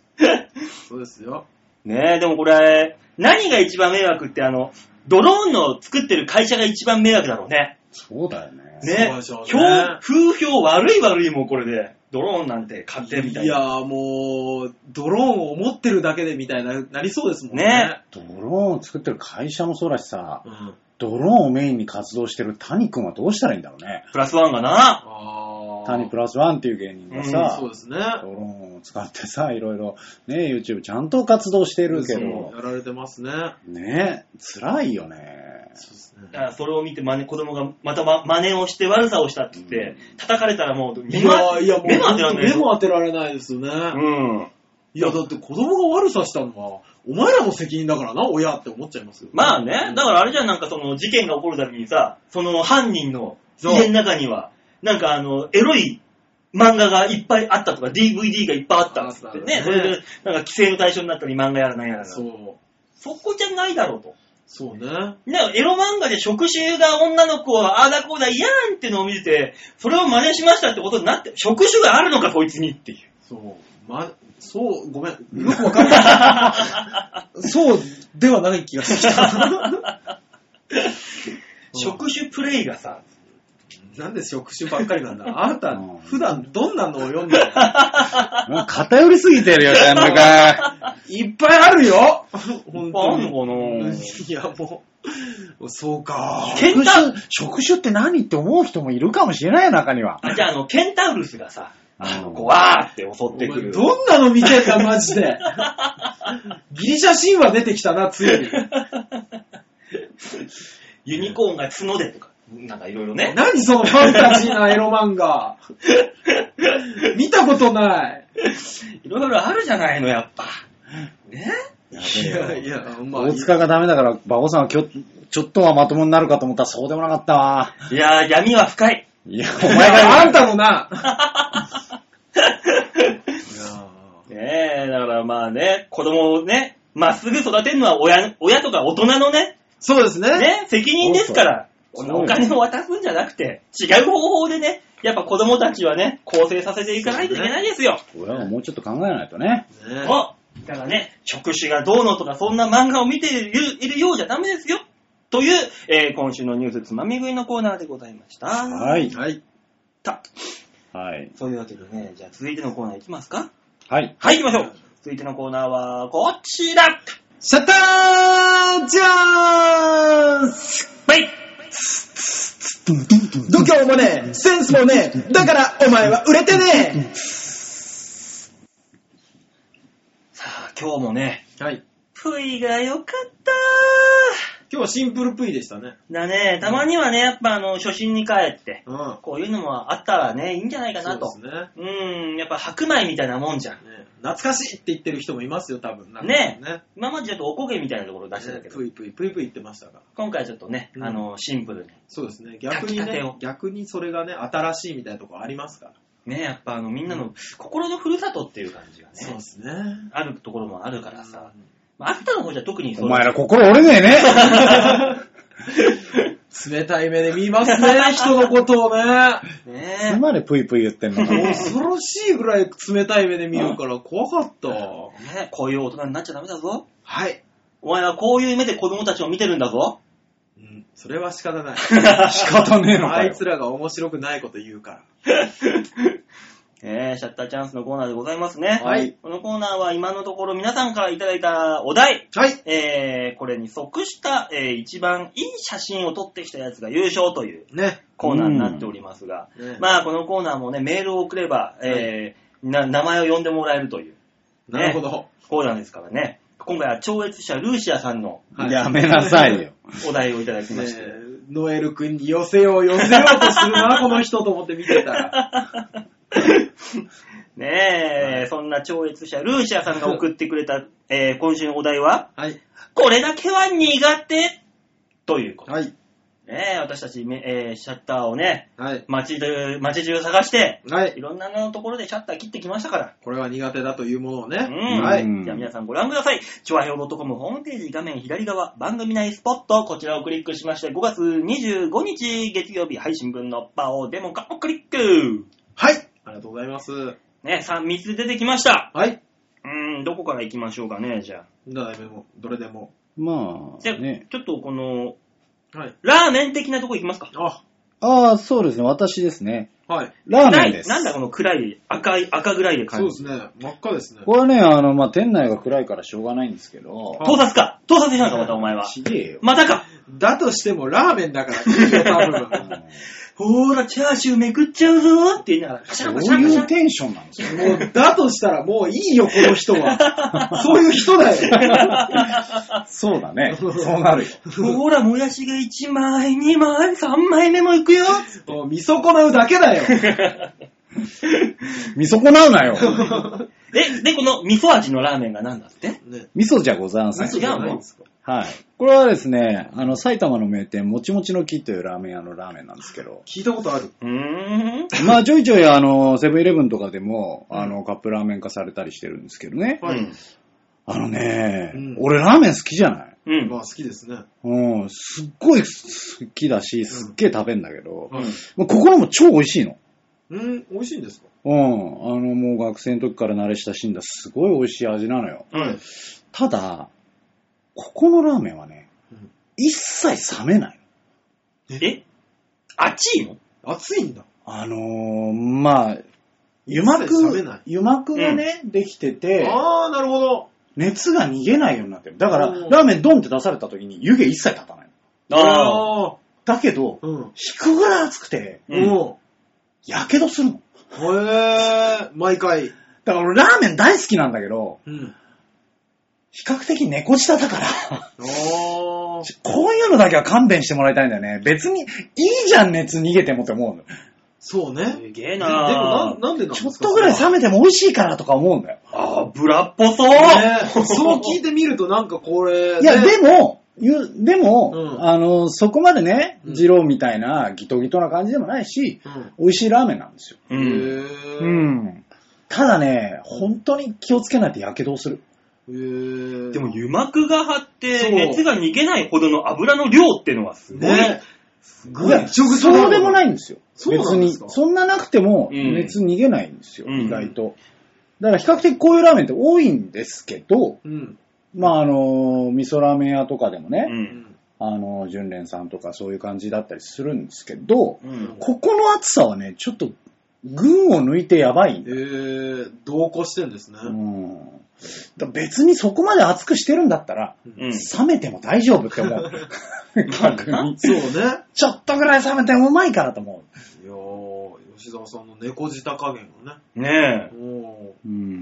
そうですよ。 ねえ、でもこれ、何が一番迷惑って、あの、ドローンの作ってる会社が一番迷惑だろうね。 そうだよね。 ね。 そうでしょうね。 風評悪い悪いもん、これで。ドローンなんて買ってみたいな。 いやーもう、ドローンを持ってるだけでみたいな、なりそうですもんね。ね。 ドローンを作ってる会社もそうだしさ、うん、ドローンをメインに活動してる谷君はどうしたらいいんだろうね。 プラスワンがな。 あ谷プラスワンっていう芸人がさ、 うん、そうですね。 ドローンを使ってさ、いろいろね、YouTube ちゃんと活動してるけど。 やられてますね。 ね、辛いよね。 そうですね。だからそれを見て真似子供がまた、ま、真似をして悪さをしたって言って、うん、叩かれたらもう目もいやいや目も当てられない。 目も当てられないですよね。うん。いやだって子供が悪さしたのはお前らの責任だからな、親って思っちゃいますよ、ね。 まあね、だからあれじゃん、なんかその事件が起こるたびにさ、その犯人の家の中にはなんかあのエロい漫画がいっぱいあったとか ディーブイディー がいっぱいあったってね、それでなんか規制の対象になったり漫画やらなんやら。 そう。 そこじゃないだろうと。 そうね。 ね、エロ漫画で触手が女の子はあーだこーだ嫌なんってのを見てて、それを真似しましたってことになって、触手があるのかこいつにっていう。 そう。ま、そう、ごめん。よくわかんない。そうではない気がしてきた。 触手プレイがさ、 なんで触手ばっかりなんだ。あなた、普段どんなのを読んでるの？ もう偏りすぎてるよ、ちゃんとか。 いっぱいあるよ。 本当に。あんのかな？ いや、もう、そうか。 触手、触手って何って思う人もいるかもしれないよ、中には。 あ、じゃあ、あの、ケンタウルスがさ、あの、こう、わーって襲ってくる。 どんなの見てんだ、マジで。ギリシャ神話出てきたな、ついに。 ユニコーンが角でとか。なんかいろいろね。 何そのファンタジーなエロ漫画。見たことない。 いろいろあるじゃないの、やっぱ。ね？ いやいや、まあ、大塚がダメだから、馬場さんはきょちょっとはまともになるかと思ったらそうでもなかったわ。 いやー、闇は深い。 いや、お前があんたのな。 ねえ、だからまあね、子供をね、まっすぐ育てるのは親、親とか大人のね、 そうですね。 ね、責任ですから。お金を渡すんじゃなくて、違う方法でね、やっぱ子供たちはね、構成させていかないといけないですよ。 親はもうちょっと考えないとね。 ねおだからね、触手がどうのとかそんな漫画を見ている、いるようじゃダメですよ。という、えー、今週のニュースつまみ食いのコーナーでございました。 はい。 はい。 た。 はい。 そういうわけでね、じゃあ続いてのコーナーいきますか？ はい。 はい、行きましょう。続いてのコーナーは、こちら！ シャッターチャンス！ はい！ 度胸もねえ、センスもねえ、だからお前は売れてねえ。 さあ、今日もね、 はい。 プイが良かったー。 今日はシンプルプイでしたね。 だね、たまにはね、やっぱあの、初心に帰って、 うん、 こういうのもあったらね、いいんじゃないかなと。 そうですね。 うん、やっぱ白米みたいなもんじゃん。 ね、懐かしいって言ってる人もいますよ、多分。なんかねね。今までちょっとおこげみたいなところ出してたけど。 プイプイ、プイプイ言ってましたが。 今回ちょっとね、 うん、 あの、シンプルに。 そうですね。逆にね、逆にそれがね、新しいみたいなところありますから。 ね、やっぱあの、みんなの心のふるさとっていう感じがね。 そうですね。 あるところもあるからさ。うん、あったの方じゃ特にそう。 お前ら心折れねえね。 冷たい目で見ますね、人のことをね。 ねえ。つまりプイプイ言ってんのかな。 恐ろしいぐらい冷たい目で見るから怖かった。 ね、こういう大人になっちゃダメだぞ。 はい。 お前はこういう目で子供たちを見てるんだぞ。 うん、それは仕方ない。 仕方ねえのかよ。 あいつらが面白くないこと言うから。 えー、シャッターチャンスのコーナーでございますね。 はい。 このコーナーは今のところ皆さんからいただいたお題。 はい。 えー、これに即した、えー、一番いい写真を撮ってきたやつが優勝というねコーナーになっておりますが、ね、まあこのコーナーもね、メールを送れば、えーな、名前を呼んでもらえるという、 ね。なるほど。 コーナーですからね。今回は超越者ルーシアさんの、 はい、やめなさいよ。 お題をいただきまして。ね、 ノエル君に寄せよう寄せようとするな、この人と思って見てたら。 ねえ、はい、そんな超越者ルーシアさんが送ってくれた、えー、今週のお題は、 はい、 これだけは苦手ということ。 はい。 ねえ、私たち、えー、シャッターをね、 はい、 街で、街中探して、 はい、 いろんなのところでシャッター切ってきましたから。 これは苦手だというものをね。 うん。はい。じゃあ皆さんご覧ください。チョアヘオ .com ホームページ画面左側、番組内スポット、こちらをクリックしまして、ごがつにじゅうごにち月曜日配信分のパオデモ化をクリック。 はい。ありがとうございます。 ね、さん、みっつ出てきました。 はい。 うーん、どこから行きましょうかね、じゃあ。 どれでも、どれでも。 まあ、 じゃあ、 ね。 ちょっとこの、 はい。 ラーメン的なとこ行きますか。 あ、 ああ、そうですね。私ですね。 はい。 ラーメンです。 なんだこの暗い、赤い、赤ぐらいで感じ。 そうですね。真っ赤ですね。 これはね、あの、まあ、店内が暗いからしょうがないんですけど。 盗撮か盗撮したのか、またお前は。 ちげえよ。 またかだとしてもラーメンだから、多分。 ほーら、チャーシューめくっちゃうぞーって言いながら、カシャカシャどうカシャいうテンションなんですか。 もう、だとしたらもういいよ、この人は。そういう人だよ。 そうだね。そうなるよ。 ほら、もやしがいちまい、にまい、さんまいめもいくよ。 もう見損なうだけだよ。 見損なうなよ。 え、で、この味噌味のラーメンが何だって、 ね、 味噌じゃございません。 違うの？ はい。これはですね、あの、埼玉の名店、もちもちの木というラーメン屋のラーメンなんですけど。 聞いたことある。 うーん。 まあ、ちょいちょい、あの、セブンイレブンとかでも、あの、カップラーメン化されたりしてるんですけどね。 はい。 あのね、 うん、 俺ラーメン好きじゃない？ うん。 まあ好きですね。 うん、すっごい好きだし、すっげえ食べんだけど、 うん、 まあ、ここのも超美味しいの。 うん、美味しいんですか？ うん。あの、もう学生の時から慣れ親しんだすごい美味しい味なのよ。 うん。 ただ、ここのラーメンはね、うん、一切冷めない。 え？熱いの？ 熱いんだ。 あのー、まあ、油膜、油膜がね、うん、できてて、 あー、なるほど。 熱が逃げないようになってる。だから、ラーメンドンって出された時に湯気一切立たない。 ああ。 だけど、うん、引くぐらい熱くて、うん、やけどするの。 へー、毎回。 だから俺ラーメン大好きなんだけど、 うん、 比較的猫舌だからこういうのだけは勘弁してもらいたいんだよね。別にいいじゃん、熱逃げてもって思うの。 そうね。 すげえなぁ。でもな、なんでなんですか？ ちょっとぐらい冷めても美味しいからとか思うんだよ。 ああ、油っぽそう、 ね、そう聞いてみるとなんかこれ、ね。 いや、でも、でも、うん、あの、そこまでね、 うん、 二郎みたいなギトギトな感じでもないし、うん、美味しいラーメンなんですよ。 うん。 うん。ただね、本当に気をつけないとやけどをする。 へー。 でも油膜が張って熱が逃げないほどの油の量ってのはすごい。ね、 すごい。いや、そうでもないんですよ。 そうなんですか？ 別に。そんななくても熱逃げないんですよ、うん、意外と。だから比較的こういうラーメンって多いんですけど、うん、まああの、味噌ラーメン屋とかでもね、うん、あの、純連さんとかそういう感じだったりするんですけど、うん、ここの暑さはね、ちょっと群を抜いてやばいんだ。 へー、同行してんですね。 うん。だ別にそこまで熱くしてるんだったら、うん、冷めても大丈夫って思う。逆に。 そうね。 ちょっとぐらい冷めてもうまいからと思う。いやー、吉沢さんの猫舌加減がね。 ねえ。 うん、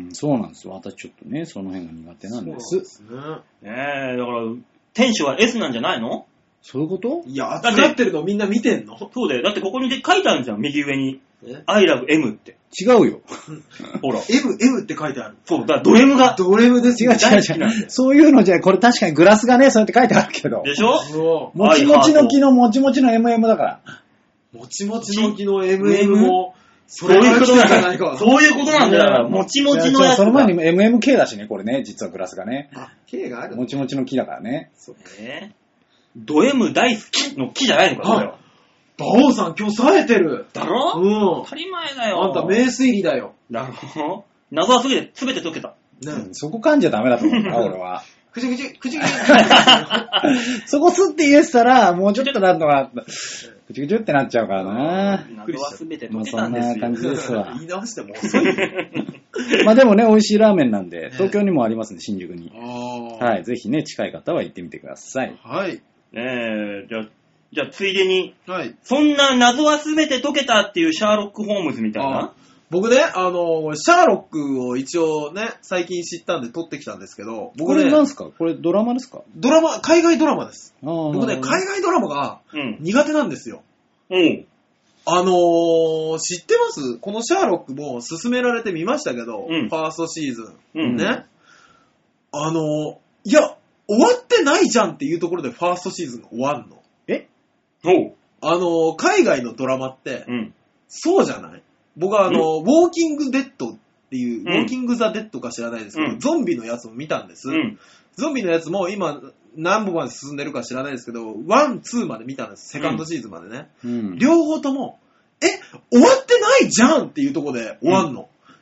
そうなんですよ。私ちょっとね、その辺が苦手なんです。そうですね。ねえ、だから、店主は S なんじゃないの？ そういうこと？ いや、熱がってるのみんな見てんの？ そうだよ。だってここに書いてあるじゃん、右上に。I love M って。 違うよ。 ほら。 M、M って書いてある。 そう、だからド M が。 ド M ですよ。 違う違う違う。そういうのじゃ、これ確かにグラスがね、そうやって書いてあるけど。 でしょ？ もちもちの木のもちもちの エムエム だから。 もちもちの木の エムエム も、 そういうことなんだよ。そういうことなんだよ。もちもちのやつ。 その前に エムエムケー だしね、これね、実はグラスがね。 あ、K がある？ もちもちの木だからね。 そうね。ド M 大好きの木じゃないのか、これは。 馬王さん今日冴えてる。 だろ？ うん。 当たり前だよ。 あんた名推理だよ。 なるほど。謎はすべて、すべて解けた。 ね、うん、そこ噛んじゃダメだと思うな、俺は。 くじくじ、くじくじ。 そこすって言えてたら、もうちょっとなんとか、くじくじってなっちゃうからな。 謎はすべて解けたんですよ。 まあ、そんな感じですわ。 言い直しても遅い。 まあでもね、美味しいラーメンなんで、東京にもありますね、新宿に。はい、ぜひね、近い方は行ってみてください。 はい。 ねえ、じゃあ、じゃあ、ついでに、 はい、 そんな謎はすべて解けたっていうシャーロック・ホームズみたいな。 僕ね、あの、シャーロックを一応ね、最近知ったんで撮ってきたんですけど、僕ね、 これ何すか？これドラマですか？ ドラマ、海外ドラマです。僕ね、海外ドラマが苦手なんですよ。 うん。 あのー、知ってます？このシャーロックも勧められてみましたけど、うん、ファーストシーズン。うん、ね。あのー、いや、終わってないじゃんっていうところでファーストシーズンが終わんの。 え？おう。 あのー、海外のドラマって、うん、そうじゃない？僕はあのー、ウォーキングデッドっていう、うん、ウォーキングザデッドか知らないですけど、うん、ゾンビのやつも見たんです。うん、ゾンビのやつも今何本まで進んでるか知らないですけど、ワン、ツーまで見たんです。セカンドシーズンまでね。うん、両方とも、え、終わってないじゃんっていうところで終わんの。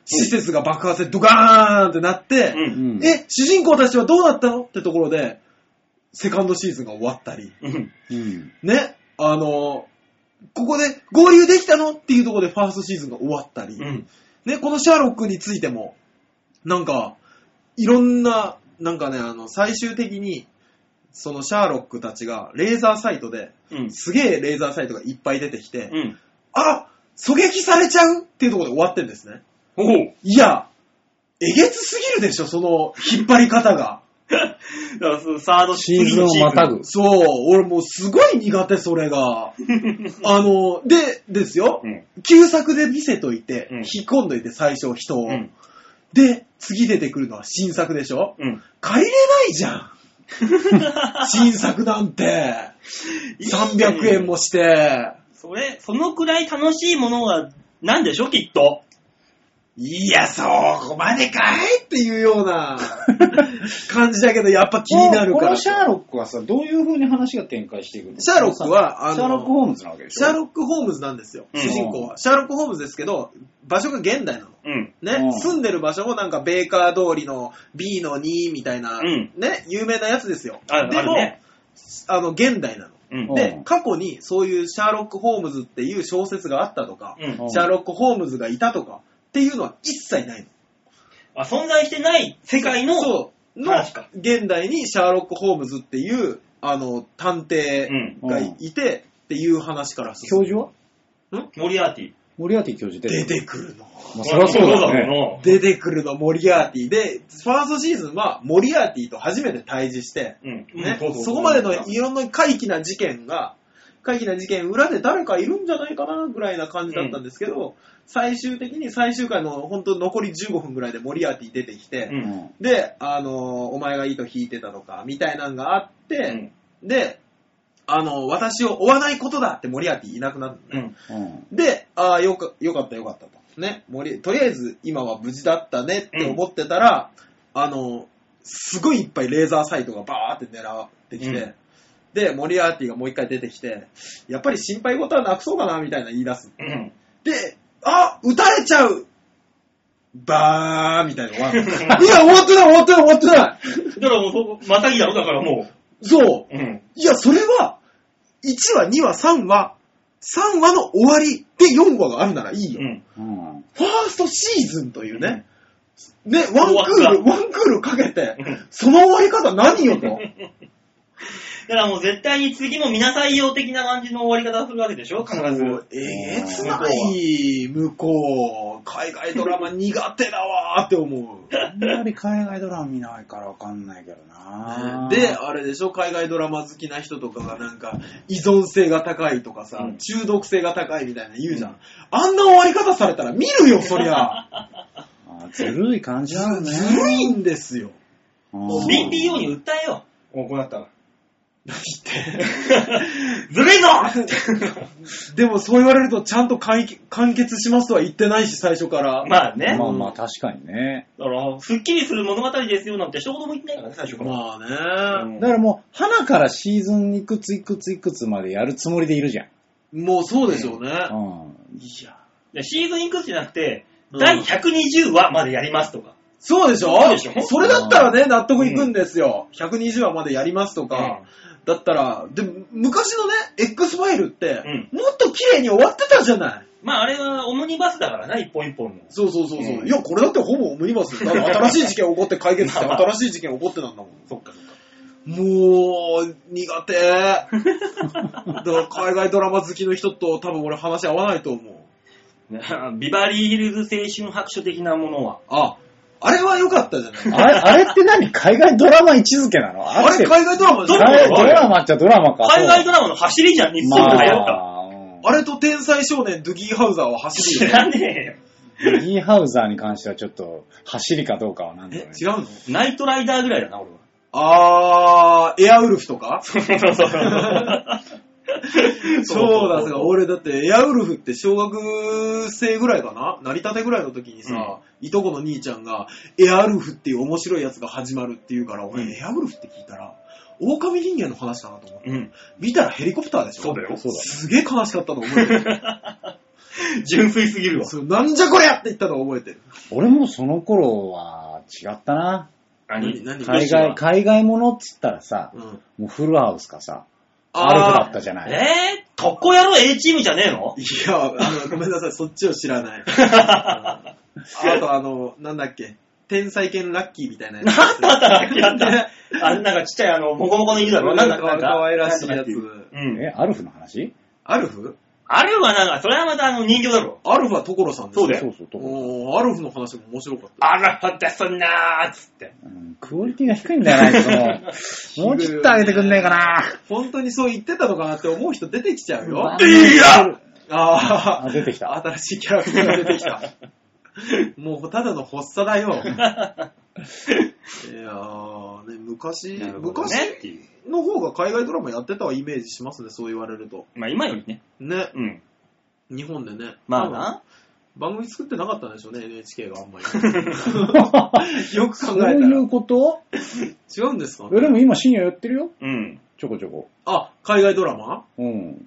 施設が爆発でドガーンってなって、うん、え、主人公たちはどうなったのってところで、セカンドシーズンが終わったり、うん、ね、あの、ここで合流できたのっていうところでファーストシーズンが終わったり、うん、ね、このシャーロックについても、なんか、いろんな、なんかね、あの、最終的に、そのシャーロックたちがレーザーサイトで、うん、すげえレーザーサイトがいっぱい出てきて、うん、あ、狙撃されちゃうっていうところで終わってるんですね。おいや、えげつすぎるでしょ、その引っ張り方が。 だからそのサードシーズンをまたぐ。 そう、俺もうすごい苦手、それが。あの、で、ですよ、うん、旧作で見せといて、うん、引っ込んどいて最初人を、うん。で、次出てくるのは新作でしょ、うん、借りれないじゃん。新作なんて。さんびゃくえんもして。 それ、そのくらい楽しいものは、なんでしょ、きっと。 いや、そこまでかいっていうような感じだけど、やっぱ気になるから。このシャーロックはさ、どういう風に話が展開していくの？ シャーロックは、 あの、シャーロック・ホームズなわけでしょ？ シャーロック・ホームズなんですよ、主人公は。シャーロック・ホームズですけど、場所が現代なの。うん、ね、うん、住んでる場所もなんかベーカー通りの ビーのにみたいな、うん、ね、有名なやつですよ。 あでも、 ね、 あの、現代なの。うん、で、過去にそういうシャーロック・ホームズっていう小説があったとか、うん、シャーロック・ホームズがいたとかっていうのは一切ないの。 あ、存在してない世界のそうの現代にシャーロック・ホームズっていうあの探偵がいてっていう話から進む。教授は？ん？モリアーティ。 モリアーティ教授出てくるの。 まあ、そりゃそうだね。 出てくるの、モリアーティで、ファーストシーズンはモリアーティと初めて対峙して、うんね、うん、そこまでのいろんな怪奇な事件が、怪奇な事件裏で誰かいるんじゃないかなぐらいな感じだったんですけど、うん、最終的に最終回の本当残りじゅうごふんぐらいでモリアーティ出てきて、うん、で、あの、お前が糸引いてたとか、みたいなのがあって、うん、で、あの、私を追わないことだってモリアーティいなくなるのね。うん、で、ああ、よか、よかったよかったと。ね、モリ、とりあえず今は無事だったねって思ってたら、うん、あの、すごいいっぱいレーザーサイトがバーって狙ってきて、うん、で、モリアーティがもう一回出てきて、やっぱり心配事はなくそうかなみたいな言い出す。うん、で、あ、撃たれちゃうバーみたいな終わる。いや、終わってない終わってない終わってない。だからもう、またぎだろだからもう。そう。うん、いや、それは、いちわ、にわ、さんわ、さんわの終わりでよんわがあるならいいよ。うんうん、ファーストシーズンというね、うん、ね、ワンクール、ワンクールかけて、その終わり方何よと。 だからもう絶対に次も見なさいよ的な感じの終わり方するわけでしょ必ず。 えげつない、向こう。海外ドラマ苦手だわーって思う。 あんまり海外ドラマ見ないからわかんないけどな、 ね、で、あれでしょ海外ドラマ好きな人とかがなんか依存性が高いとかさ、うん、中毒性が高いみたいな言うじゃん。うん、あんな終わり方されたら見るよ、そりゃ。あずるい感じなのね。 ずるいんですよ。 ビーピーオー に訴えよう。こうなったら。 何言ってずるいのでもそう言われるとちゃんと完結しますとは言ってないし最初から。 まあね。 まあまあ確かにね。 だからすっきりする物語ですよなんて一言も言ってないからね最初から。 まあね、 うん、だからもう花からシーズンいくついくついくつまでやるつもりでいるじゃん。もうそうでしょうね。 うん、いやシーズンいくつじゃなくて、うん、だいひゃくにじゅうわまでやりますとか。 そうでしょ？そうでしょ？それだったらね納得いくんですよ。うん、ひゃくにじゅうわまでやりますとか。うんだったら、で、昔のね、X ファイルって、うん、もっと綺麗に終わってたじゃない。 まああれはオムニバスだからな、一本一本の。 そうそうそうそう、うん。いや、これだってほぼオムニバス。だから新しい事件起こって解決して、新しい事件起こってなんだもん。 そっかそっか。 もう、苦手。だから海外ドラマ好きの人と多分俺話合わないと思う。ビバリーヒルズ青春白書的なものは。 あ、あれは良かったじゃないあれ、あれって何海外ドラマ位置づけなのあれ、あれ海外ドラマじゃないドラマっちゃドラマか。 海外ドラマの走りじゃん、日本で流行った。 まあ、あれと天才少年ドゥギーハウザーは走り。 知らねえよ。ドゥギーハウザーに関してはちょっと走りかどうかはなんだろうね。 え、違うのナイトライダーぐらいだな、俺は。 あー、エアウルフとかそうそうそう。そうだ、俺だってエアウルフって小学生ぐらいかな成り立てぐらいの時にさ、うん、いとこの兄ちゃんがエアウルフっていう面白いやつが始まるって言うから、俺、うん、エアウルフって聞いたら狼人間の話かなと思って、うん、見たらヘリコプターでしょ。 そうだよ、そうだ。 すげえ悲しかったの覚えてる。 純粋すぎるわ。 そう、なんじゃこりゃって言ったのを覚えてる。 俺もその頃は違ったな。 何何海外、海外ものっつったらさ、うん、もうフルハウスかさ、アルフだったじゃない。 えー、特攻野郎 A チームじゃねえの？ いや、あの、ごめんなさい、そっちを知らない。あとあの、なんだっけ、天才犬ラッキーみたいなやつ。 なんだったラッキーだった。あんなんかちっちゃいあの、もこもこの犬だろ。なんだかかわいらしいやつ。 うん。え、アルフの話？ アルフ？ アルフはなんか、それはまたあの人形だろ。 アルフは所さんですよ。 そうだよ。 そうそう、所さん。 おー、アルフの話も面白かった。 アルフですんなーっつって。 うん、クオリティが低いんだよな、いつも。もうちょっと上げてくんねえかな。 本当にそう言ってたのかなって思う人出てきちゃうよ。 いやああ、出てきた。 新しいキャラクターが出てきた。もうただの発作だよ。いやー、ね、昔、ね、昔の方が海外ドラマやってたイメージしますね、そう言われると。 まあ今よりね。 ね。 うん。 日本でね。 まあな。 番組作ってなかったんでしょうね、エヌエイチケー があんまり。よく考えたら。 そういうこと？ 違うんですかね。 え、でも今深夜やってるよ。 うん。 ちょこちょこ。 あ、海外ドラマ？ うん。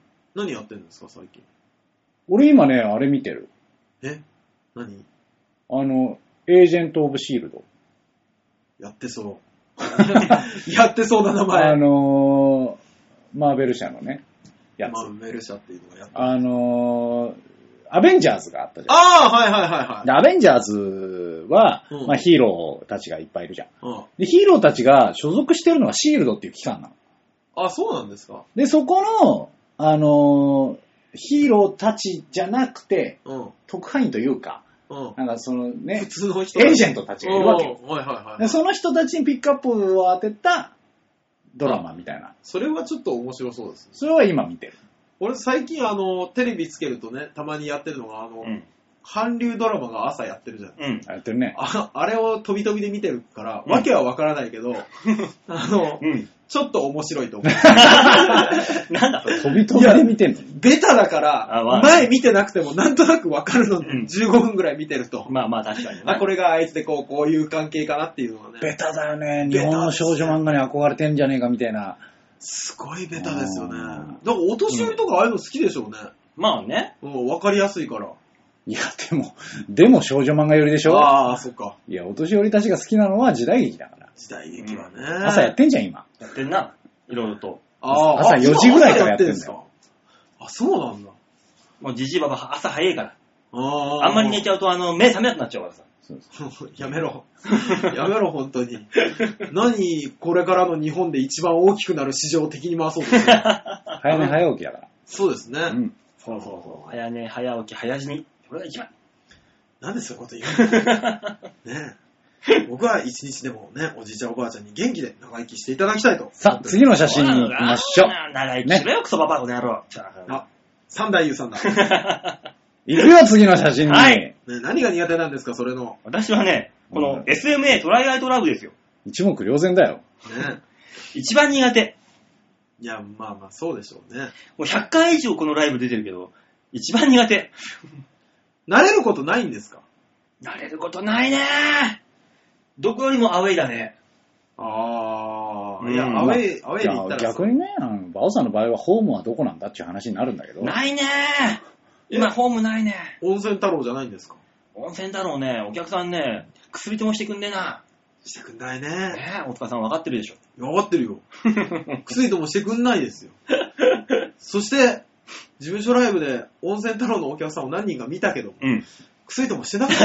何やってんですか、最近。 俺今ね、あれ見てる。 え？何？ あの、エージェント・オブ・シールド。 やってそう。やってそうな名前。 あのー、マーベル社のね、やつ。 マーベル社っていうのがやってあのー、アベンジャーズがあったじゃん。 ああ、はいはいはいはい。 でアベンジャーズは、うん、まあ、ヒーローたちがいっぱいいるじゃん、うん。で、ヒーローたちが所属してるのがシールドっていう機関なの。 あ、そうなんですか。 で、そこの、あのー、ヒーローたちじゃなくて、うん、特派員というか、うん、なんかそのね、 普通の人エージェントたちがいるわけよ。 はいはいはい、 でその人たちにピックアップを当てたドラマみたいな。 それはちょっと面白そうです、ね。 それは今見てる。 俺最近あの、テレビつけるとね、たまにやってるのが、あの、うん、韓流ドラマが朝やってるじゃん。 うん。 やってるね。 あ, あれを飛び飛びで見てるから、うん、わけはわからないけど、あの、うん、ちょっと面白いと思う。 なんだ飛び飛びで見てんの？ ベタだから、前見てなくてもなんとなくわかるので、うん、じゅうごふんぐらい見てると。 まあまあ確かに、ね。 あ、これがあいつでこう、こういう関係かなっていうのはね。 ベタだよね。日本の少女漫画に憧れてんじゃねえかみたいな。 すごいベタですよね。だからお年寄りとかああいうの好きでしょうね。 うん、まあね。 うん、わかりやすいから。 いや、でも、でも少女漫画寄りでしょ？ ああ、そっか。 いや、お年寄りたちが好きなのは時代劇だから。 時代劇はね、うん。 朝やってんじゃん、今。 やってんな。いろいろと。 あ朝よじぐらいからやってんだよ。 あ、そうなんだ。 もうじじいばば朝早いから。 ああんまり寝ちゃうとあの目覚めなくなっちゃうからさ。 そうそうやめろ。やめろ、本当に。何、これからの日本で一番大きくなる市場を敵に回そうとしてる。 早寝早起きだから。 そうですね。うん。 そうそうそう。早寝早起き早死に。これが一番。 なんでそういうこと言うのねえ。僕は一日でもね、おじいちゃんおばあちゃんに元気で長生きしていただきたいと。 さあ、次の写真に行きましょう。 長生きしろよ、クソババアこの野郎。 あ、三代優さんだ。 行くよ、次の写真に。 はい。 ね、何が苦手なんですか、それの。 私はね、この エスエムエー トライアイトラブですよ。 一目瞭然だよ。 ね。 一番苦手。 いや、まあまあ、そうでしょうね。 もうひゃっかい以上このライブ出てるけど、一番苦手。 慣れることないんですか？ 慣れることないねー。どこよりもアウェイだね。 あー。いや、アウェイ、アウェイで言ったら。 逆にね、あの、バオさんの場合はホームはどこなんだっていう話になるんだけど。 ないねー。今、ホームないね。 温泉太郎じゃないんですか？ 温泉太郎ね、お客さんね、薬ともしてくんねえな。 してくんないね。 ねえ、大塚さん分かってるでしょ。 分かってるよ。薬ともしてくんないですよ。そして、事務所ライブで温泉太郎のお客さんを何人か見たけど、うん、薬ともしてなかった。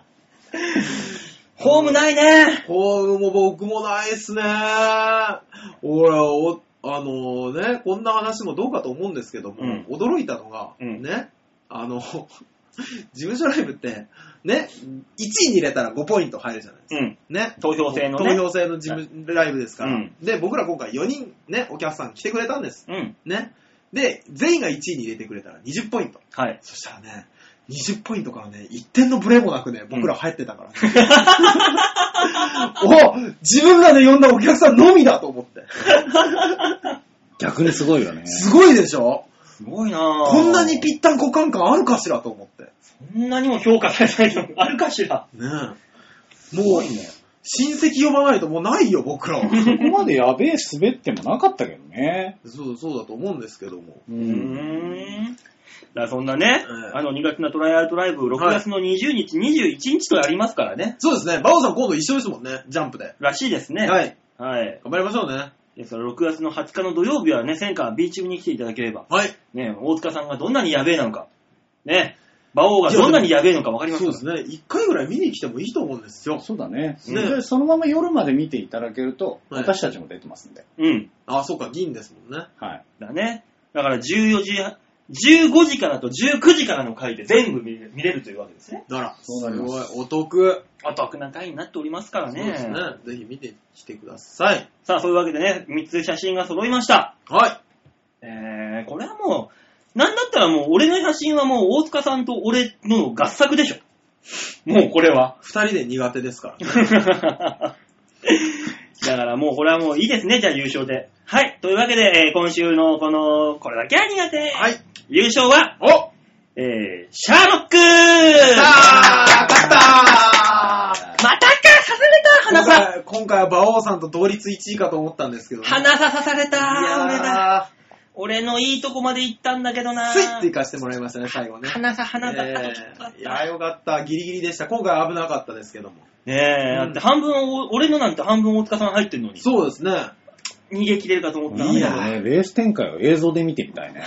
ホームないね。 ホームも僕もないっすね。俺はお、あのね、こんな話もどうかと思うんですけども、うん、驚いたのが、うん、ね、あの、事務所ライブって、ね、いちいに入れたらごポイント入るじゃないですか。うん、ね。 投票制のね。 投票制の事務ライブですから、うん。で、僕ら今回よにんね、お客さん来てくれたんです。うん、ね。で、全員がいちいに入れてくれたらにじゅうポイント。はい。そしたらね、にじゅうポイントからね、いってんのブレもなくね、僕ら入ってたからね。うん、お自分らで呼んだお客さんのみだと思って。 逆にすごいよね。 すごいでしょ？ すごいなぁ。 こんなにぴったんこカンカンあるかしらと思って。 そんなにも評価されないのあるかしら。 ねえ。もう、ね、親戚呼ばないともうないよ、僕らは。 そこまでやべえ滑ってもなかったけどね。 そう、そうだと思うんですけども。 うーん。 だからそんなね、えー、あのにがつのトライアウトライブ、ろくがつのにじゅうにち、はい、にじゅういちにちとやりますからね。 そうですね。バオさん今度一緒ですもんね、ジャンプで。 らしいですね。 はい。 はい。 頑張りましょうね。 でそのろくがつのはつかの土曜日はね、戦艦 B チームに来ていただければ。 はい。 ね、大塚さんがどんなにやべえなのか。ね。馬王がどんなにやべえのか分かりますか？ そうですね。一回ぐらい見に来てもいいと思うんですよ。 そうだね。ねでそのまま夜まで見ていただけると、はい、私たちも出てますんで。 うん。 あ、そうか、銀ですもんね。 はい。 だね。だからじゅうよじ、じゅうごじからとじゅうくじからの回で全部見れ、見れるというわけですね。 だから、そうなります。すごい、お得。 お得な回になっておりますからね。 そうですね。ぜひ見てきてください。 さあ、そういうわけでね、みっつ写真が揃いました。 はい。 えー、これはもう、なんだったらもう俺の写真はもう大塚さんと俺の合作でしょ。もうこれは。 二人で苦手ですから、 ね。だからもうこれはもういいですね、じゃあ優勝で。はい。というわけで、えー、今週のこの、これだけは苦手。 はい。 優勝は、 おえー、シャーロックーやったー勝ったーまたか刺された花さ今回は馬王さんと同率いちいかと思ったんですけど、ね、 花さ刺されたーいやー俺だ。俺のいいとこまで行ったんだけどなぁ。 スイッて行かしてもらいましたね、最後ね。 花さ、花さ。 えー、いやーよかった。ギリギリでした。今回は危なかったですけども。 ねえ、うん、だって半分、俺のなんて半分大塚さん入ってんのに。 そうですね。 逃げ切れるかと思ったら。 いいよね。レース展開を映像で見てみたいね。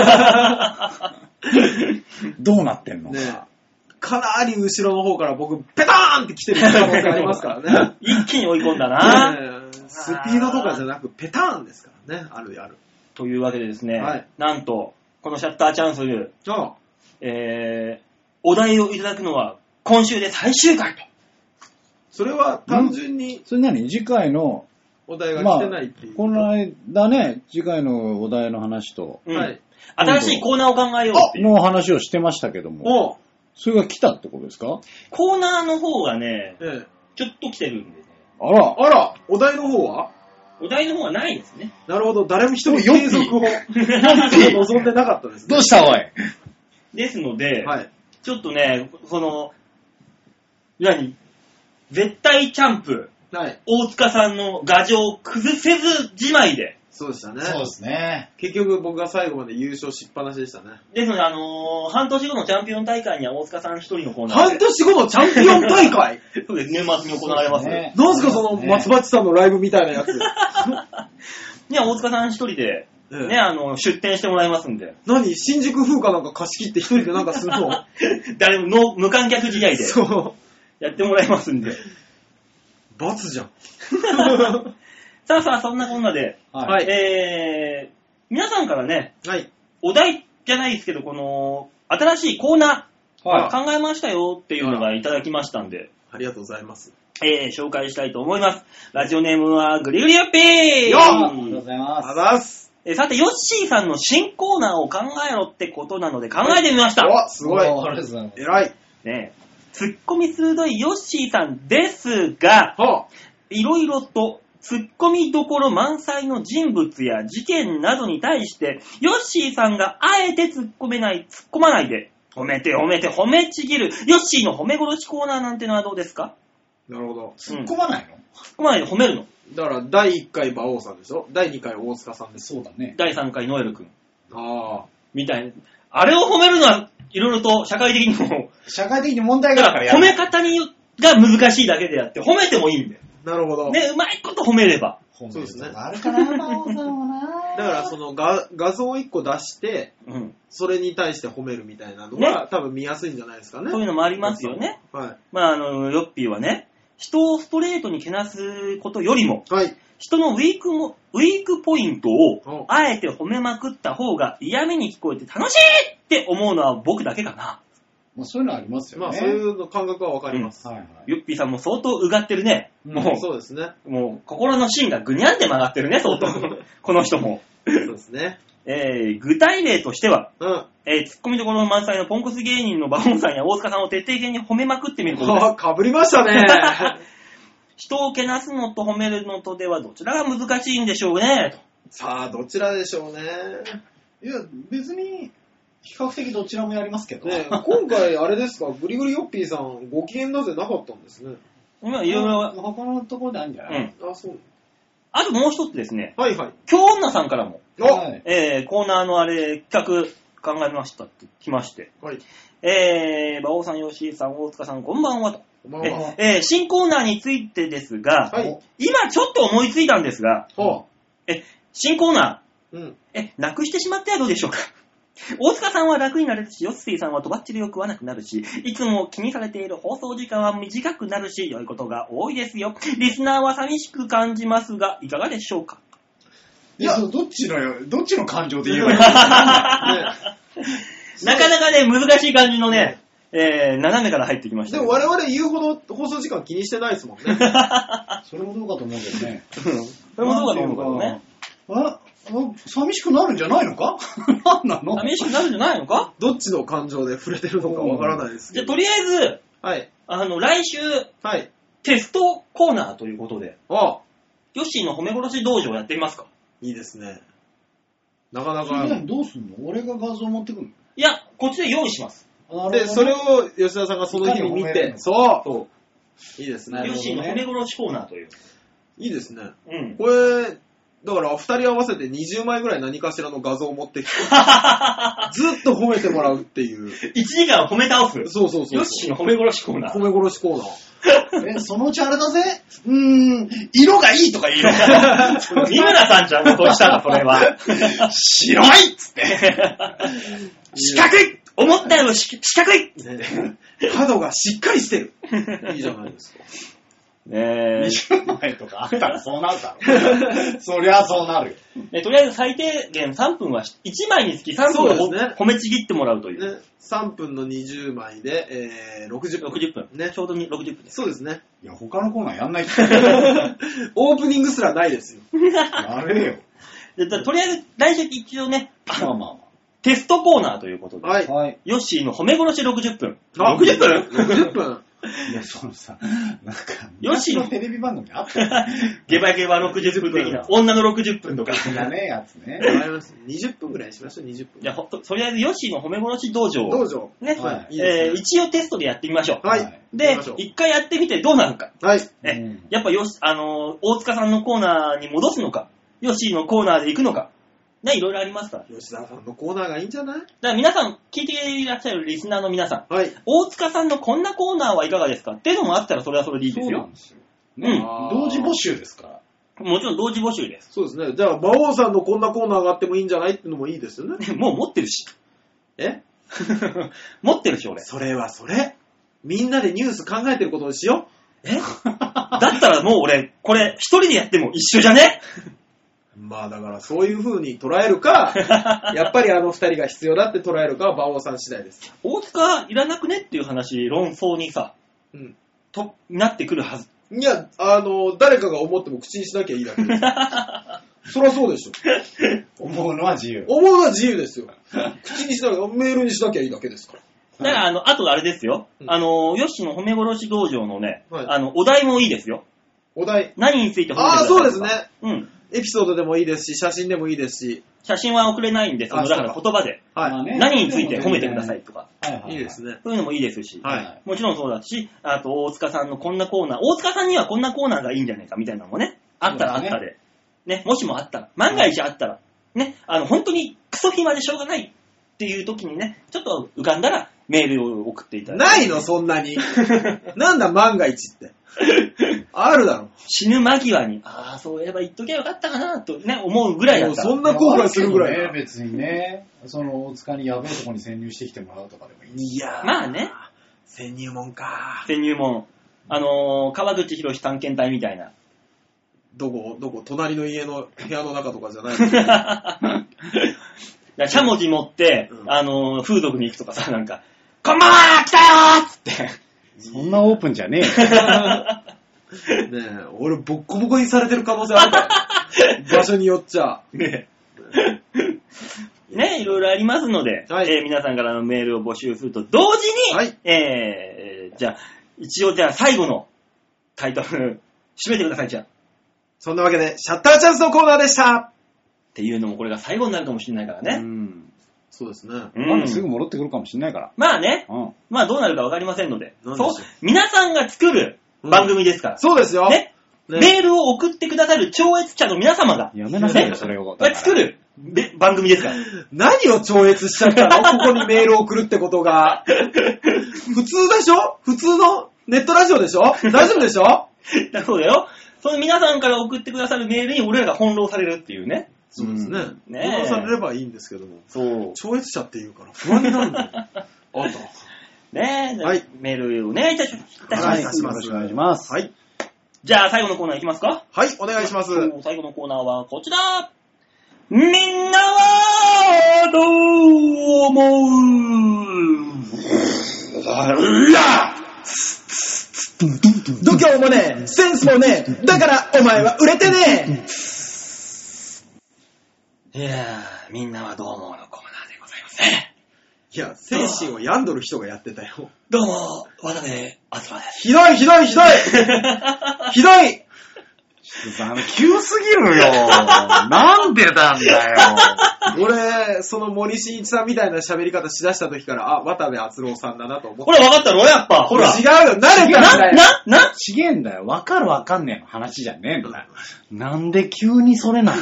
どうなってんのか。ね、 かなり後ろの方から僕、ペターンって来てる可能性ありますからね。 一気に追い込んだな、 ね、スピードとかじゃなくペターンですからね。あるある。 というわけでですね、 はい、 なんと、このシャッターチャンス、 ああえー、お題をいただくのは今週で最終回と。 それは単純に、 それ何次回のお題が来てないっていう、 まあ、この間ね、次回のお題の話と、 うん、はい、新しいコーナーを考えようっていうの話をしてましたけども、それが来たってことですか？ コーナーの方がね、ええ、ちょっと来てるんでね。 あら、 あら、お題の方はお題の方はないですね。 なるほど、誰も一人継続を望んでなかったですね。 どうしたおい。 ですので、 はい、 ちょっとね、その、何絶対チャンプ、はい、大塚さんの牙城を崩せずじまいで。 そうでしたね。 そうですね。 結局僕が最後まで優勝しっぱなしでしたね。 ですので、あのー、半年後のチャンピオン大会には大塚さん一人のコーナーで。半年後のチャンピオン大会そうです、年末に行われます。ね、 なんすかその松鉢さんのライブみたいなやつ。いや、大塚さん一人で、ね、ええ、あの、出店してもらいますんで。 何新宿風花なんか貸し切って一人でなんかするの誰もの無観客試合で。そう。やってもらいますんで。 罰じゃん。 さあさあ、そんなこんなで、はい、えー、皆さんからね、はい、お題じゃないですけど、この、新しいコーナー、はい、考えましたよっていうのがいただきましたんで、 ありがとうございます。 えー、紹介したいと思います。ラジオネームはグリグリヨッピーよーありがとうございます。ありがとうございます。 えー、さて、ヨッシーさんの新コーナーを考えろってことなので考えてみました。 お、すごい。ありがとうございます。偉い。 ね、ツッコミ鋭いヨッシーさんですが、いろいろとツッコミどころ満載の人物や事件などに対して、ヨッシーさんがあえて突っ込めない、突っ込まないで、褒めて褒めて褒めちぎる、ヨッシーの褒め殺しコーナーなんてのはどうですか？ なるほど。 突っ込まないの？ 突っ込まないで褒めるの。 だからだいいっかい馬王さんでしょ？だいにかい大塚さんです。 そうだね。 だいさんかいノエル君。 ああ。 みたいな。あれを褒めるのはいろいろと社会的にも。 社会的に問題があるからやる。 褒め方にが難しいだけであって、褒めてもいいんだよ。 なるほど。 ね、うまいこと褒めれば。 そうですね。 あるかな、馬王さんはな。 だからその画画像をいっこ出して、うん、それに対して褒めるみたいなのが、ね、多分見やすいんじゃないですかね。 そういうのもありますよね。はい。まああの、ヨッピーはね、人をストレートにけなすことよりも、はい、人のウィークも、ウィークポイントを、あえて褒めまくった方が嫌味に聞こえて楽しいって思うのは僕だけかな。 まあそういうのありますよね。 まあそういう感覚はわかります。 うんはいはい、ヨッピーさんも相当うがってるね。 うん、もうそうですね。 もう心の芯がぐにゃんって曲がってるね、相当。この人も。 そうですね。 えー、具体例としては、 うんえー、ツッコミどころ満載のポンコツ芸人のバモンさんや大塚さんを徹底的に褒めまくってみることです。 あ、かぶりましたね。 人をけなすのと褒めるのとではどちらが難しいんでしょうね。とさあ、どちらでしょうね。 いや、別に、比較的どちらもやりますけど。 ね、今回、あれですか、グリグリヨッピーさん、ご機嫌なぜなかったんですね。 まあ、いろいろ。 他のところであるんじゃない、 うん、あ、そう。 あともう一つですね。 はいはい。 京女さんからも。 はい、 えー、コーナーのあれ、企画考えましたって来まして。 はい。 えー、馬王さん、吉井さん、大塚さん、こんばんはと。 こんばんは。 えー、新コーナーについてですが、 はい、 今ちょっと思いついたんですが、 はあ、 え、新コーナー、うん、 え、なくしてしまってはどうでしょうか。大塚さんは楽になれるし、ヨッシーさんはとばっちりを食わなくなるし、いつも気にされている放送時間は短くなるし、良いことが多いですよ。リスナーは寂しく感じますが、いかがでしょうか。 いや、どっちの、どっちの感情で言えばいいのか、 ね、なかなかね、難しい感じのね、えー、斜めから入ってきました。 でも我々言うほど放送時間気にしてないですもんね。 それもどうかと思うけどね。 それもどうかと思うけどね。 あ、寂しくなるんじゃないのか何なの？ 寂しくなるんじゃないのか？ どっちの感情で触れてるのかわからないですけど。 じゃあとりあえず、 はい。 あの、来週、 はい。 テストコーナーということで、 ああ。 ヨッシーの褒め殺し道場やってみますか？ いいですね。なかなか。 どうすんの？俺が画像持ってくるの？ いや、こっちで用意します。 で、それを吉田さんがその日に見て、そう。そう。いいですね。 ヨッシーの褒め殺しコーナーという。 いいですね。 うん。 これ、だから二人合わせてにじゅうまいぐらい何かしらの画像を持ってきて、ずっと褒めてもらうっていう。 いちじかん褒め倒す。 そうそうそう。 ヨッシーの褒め殺しコーナー。 褒め殺しコーナー。え、そのうちあれだぜ。うーん、色がいいとか言うよ。 三村さんじゃん、もうそうしたらそれは。 白いっつって。 四角い思ったより四角い、 ね、角がしっかりしてる。いいじゃないですか。 ねえ。 にじゅうまいとかあったらそうなるだろ。そりゃそうなるよ。 えとりあえず最低限さんぷんはいちまいにつきさんぷんを、ね、褒めちぎってもらうという、 ね。さんぷんのにじゅうまいで、えー、ろくじゅっぷん。 ろくじゅっぷん。ね、ちょうどにろくじゅっぷんです。 そうですね。 いや、他のコーナーやんないって。 オープニングすらないですよ。 やれよ。 でとりあえず来週一応ね、 まあまあまあ。 テストコーナーということで、 はい、 ヨッシーの褒め殺しろくじゅっぷん。 ろくじゅっぷん ?ろくじゅっぷんいや、そのさ、なんか、 ヨッシーのテレビ番組あったよ。 ゲバゲバろくじゅっぷん的な、女のろくじゅっぷんとか。 いらねえやつね。 わかります。にじゅっぷんぐらいにしましょう、にじゅっぷん。 じゃあ、とりあえずヨッシーの褒め殺し道場を。 道場。 ね。 はい。 えー、一応テストでやってみましょう。 はい。 で、一回やってみてどうなるか。 はい。 え、やっぱよし、あのー、大塚さんのコーナーに戻すのか、ヨッシーのコーナーで行くのか。ね、いろいろありますから。 吉田さんのコーナーがいいんじゃない？だから皆さん、聞いていらっしゃるリスナーの皆さん。はい。 大塚さんのこんなコーナーはいかがですかっていうのもあったらそれはそれでいいですよ。そうなんですよ。 ね、うん。同時募集ですから。 もちろん同時募集です。 そうですね。じゃあ、馬王さんのこんなコーナーがあってもいいんじゃないっていうのもいいですよね。 もう持ってるし。 え持ってるし、俺。 それはそれ。みんなでニュース考えてることにしよう。えだったらもう俺、これ一人でやっても一緒じゃねまあだからそういう風に捉えるか、やっぱりあの二人が必要だって捉えるかは馬王さん次第です。 大塚いらなくねっていう話、論争にさ、 うん、 と、なってくるはず。 いや、あの、誰かが思っても口にしなきゃいいだけです。そりゃそうでしょ。 思うのは自由。 思うのは自由ですよ。口にしなきゃ、メールにしなきゃいいだけですから。 だから、あの、あとあれですよ。うん、あの、ヨッシーの褒め殺し道場のね、はい、あの、お題もいいですよ。 お題何について褒めてください。 ああ、そうですね。 うん。 エピソードでもいいですし、写真でもいいですし。 写真は送れないんで、そのだから言葉で、はい、何について褒めてくださいとか、 いいですね。 そういうのもいいですし、 はい、 もちろんそうだし、あと大塚さんのこんなコーナー、大塚さんにはこんなコーナーがいいんじゃないかみたいなのもね、あったらあったで、ね、もしもあったら、万が一あったら、ね、あの本当にクソ暇でしょうがないっていう時にね、ちょっと浮かんだらメールを送っていただいて。 ないのそんなに。なんだ万が一って。あるだろ。 死ぬ間際に、ああ、そういえば言っときゃよかったかなとね、思うぐらいだったら。 そんな後悔するぐらいね、別にね、その大塚にやべえとこに潜入してきてもらうとかでもいい。 いやー。 まあね。 潜入門か。 潜入門。あのー、川口博探検隊みたいな。 どこ、どこ、隣の家の部屋の中とかじゃないしゃもじ持って、うん、あのー、風俗に行くとかさ、なんか、こんばんは来たよーっつって。 そんなオープンじゃねえよ。 ねえ、俺ボッコボコにされてる可能性あるから場所によっちゃ。 ねえ。ねえ、いろいろありますので、はい、えー、皆さんからのメールを募集すると同時に、 はい、 えー、じゃあ、一応じゃあ最後のタイトル、締めてください、じゃあ。 そんなわけで、シャッターチャンスのコーナーでしたっていうのもこれが最後になるかもしれないからね。 うん。そうですね。 うん。すぐ戻ってくるかもしれないから。 まあね。 うん。 まあどうなるかわかりませんので。そう。皆さんが作る番組ですから。 うん、そうですよ。 ね。 メールを送ってくださる超越者の皆様が、 やめなさいよ、それを。 作る番組ですから。 何を超越しちゃったのここにメールを送るってことが。普通でしょ普通のネットラジオでしょ大丈夫でしょそうだよ。その皆さんから送ってくださるメールに俺らが翻弄されるっていうね。 そうですね。 ね翻弄されればいいんですけども。 そう。 超越者って言うから不安になるんだよ。あった。 ねえ、 はい。 メールお願いいたします。 はい、 よろしくお願いします。 はい。 じゃあ最後のコーナーいきますか？ はい、お願いします。 最後のコーナーはこちら。みんなはどう思う？うわ度胸もねえ、センスもねえ、だからお前は売れてねえ。いやー、みんなはどう思うのコーナーでございますね。 いや、精神を病んどる人がやってたよ。 どうも、渡辺あずまです。 ひどいひどいひどいひどいあの、急すぎるよ。なんでなんだよ。 俺、その森進一さんみたいな喋り方しだした時から、あ、渡部篤郎さんだなと思って。 ほら、分かったろやっぱ。ほら。 違うよ、慣れたんだよ。 な、な、なちげえんだよ。わかるわかんねえの話じゃねえんだよ。なんで急にそれなの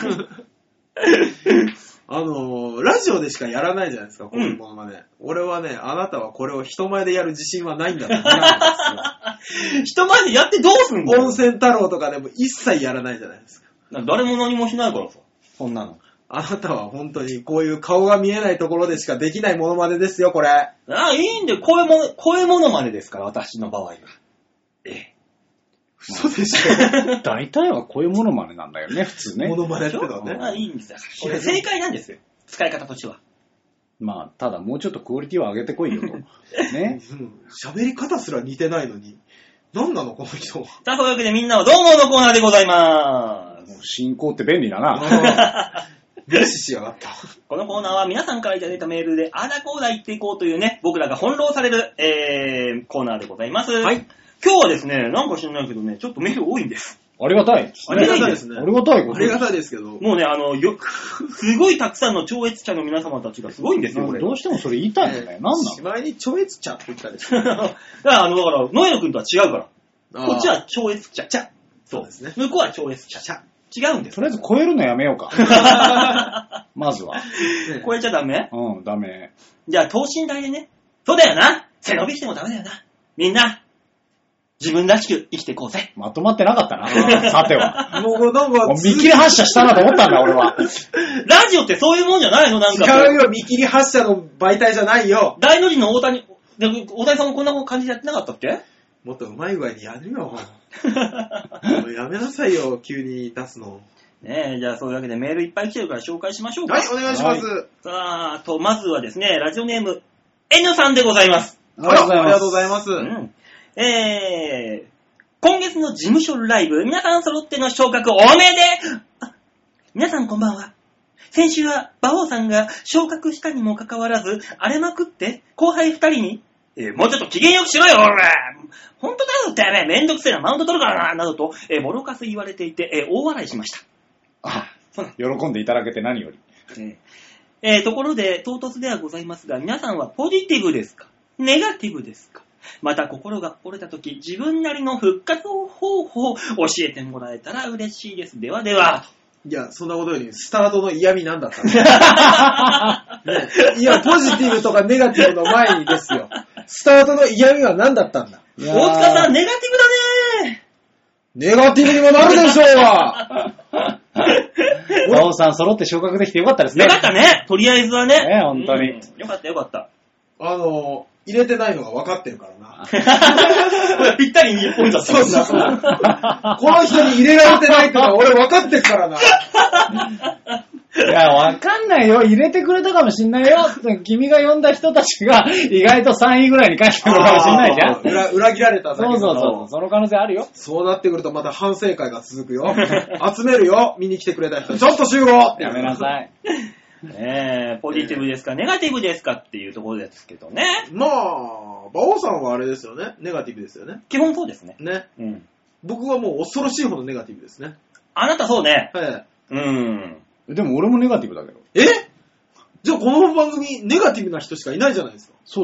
あのー、ラジオでしかやらないじゃないですか、こういうものまで、うん。俺はね、あなたはこれを人前でやる自信はないんだって言うんですよ。 人前でやってどうすんの？ 温泉太郎とかでも一切やらないじゃないですか。 誰も何もしないからさ。そんなの。 あなたは本当にこういう顔が見えないところでしかできないモノマネですよ、これ。ああ、いいんで、声も、声モノマネですから、私の場合は。ええ。 嘘でしょ。 大体はこういうモノマネなんだよね、普通ね。 モノマネってのはね。 ああ、いいんですよ。これ正解なんですよ。使い方としては。 まあ、ただもうちょっとクオリティを上げてこいよと。ね。 喋、うん、り方すら似てないのに。何なの、この人は。 さあ、そういうわけでみんなはどう思うのコーナーでございます。 進行って便利だな。 無視しやがった。 このコーナーは皆さんからいただいたメールで、あーだこーだ言っていこうというね、僕らが翻弄される、えー、コーナーでございます。はい。今日はですね、なんか知らないけどね、ちょっとメール多いんです。 ありがたい。 ありがたいですね。 ありがたいこと。 ありがたいですけど。 もうね、あの、よ、すごいたくさんの超越者の皆様たちがすごいんですよ、これ。 どうしてもそれ言いたいんだよ。なんなの？ しまいに超越者って言ったでしょ。 だから、あの、だから、ノエル君とは違うから。こっちは超越者。ちゃ。 そうですね。 向こうは超越者。ちゃ。違うんです。 とりあえず超えるのやめようか。まずは。 超えちゃダメ？ うん、ダメ。 じゃあ、等身大でね。そうだよな。背伸びしてもダメだよな。みんな。自分らしく生きていこうぜ。 まとまってなかったな。さては。 もうなんか、 見切り発車したなと思ったんだ、俺は。 ラジオってそういうもんじゃないの？なんか。 違うよ、見切り発車の媒体じゃないよ。 大の字の大谷、大谷さんもこんな感じでやってなかったっけ？ もっと上手い具合にやるよ。もうやめなさいよ、急に出すの。 ねえ、じゃあそういうわけでメールいっぱい来てるから紹介しましょうか。 はい、お願いします。 さあ、と、まずはですね、ラジオネーム、N さんでございます。 ありがとうございます。 うん、えー、今月の事務所ライブ、皆さん揃っての昇格おめであ皆さんこんばんは。先週は馬王さんが昇格したにもかかわらず、荒れまくって後輩二人に、えー、もうちょっと機嫌よくしろよ、俺本当だよってめめんどくせえな、マウント取るからな、などと、えー、ボロカス言われていて、えー、大笑いしました。 あ、喜んでいただけて何より。 えーえー、ところで、唐突ではございますが、皆さんはポジティブですか？ネガティブですか？また心が折れたとき、自分なりの復活方法を教えてもらえたら嬉しいです。ではでは。 いや、そんなことより、スタートの嫌味なんだったの、ね、いや、ポジティブとかネガティブの前にですよ。スタートの嫌味は何だったんだ？ 大塚さん、ネガティブだねー。ネガティブにもなるでしょうが馬王さん揃って昇格できてよかったですね。 よかったね。とりあえずはね。 ね、本当に、うん。 よかったよかった。 あの、入れてないのが分かってるからな。 ぴったりにポイントだった。 そうそうそう。この人に入れられてないってのは俺分かってるからな。 いや、わかんないよ。入れてくれたかもしんないよ。君が呼んだ人たちが意外とさんいぐらいに返してくるかもしんないじゃん。 裏, 裏切られたんだけど。 そうそうそう。その可能性あるよ。 そうなってくるとまた反省会が続くよ。集めるよ。見に来てくれた人。ちょっと集合ってやめなさい。 ねえ、ポジティブですか、ネガティブですかっていうところですけどね。 まあ、馬王さんはあれですよね。ネガティブですよね。 基本そうですね。 ね。 うん。 僕はもう恐ろしいほどネガティブですね。 あなたそうね。 はい。 うん。 でも俺もネガティブだけど。 え？じゃあこの番組ネガティブな人しかいないじゃないですか。 そうだよ。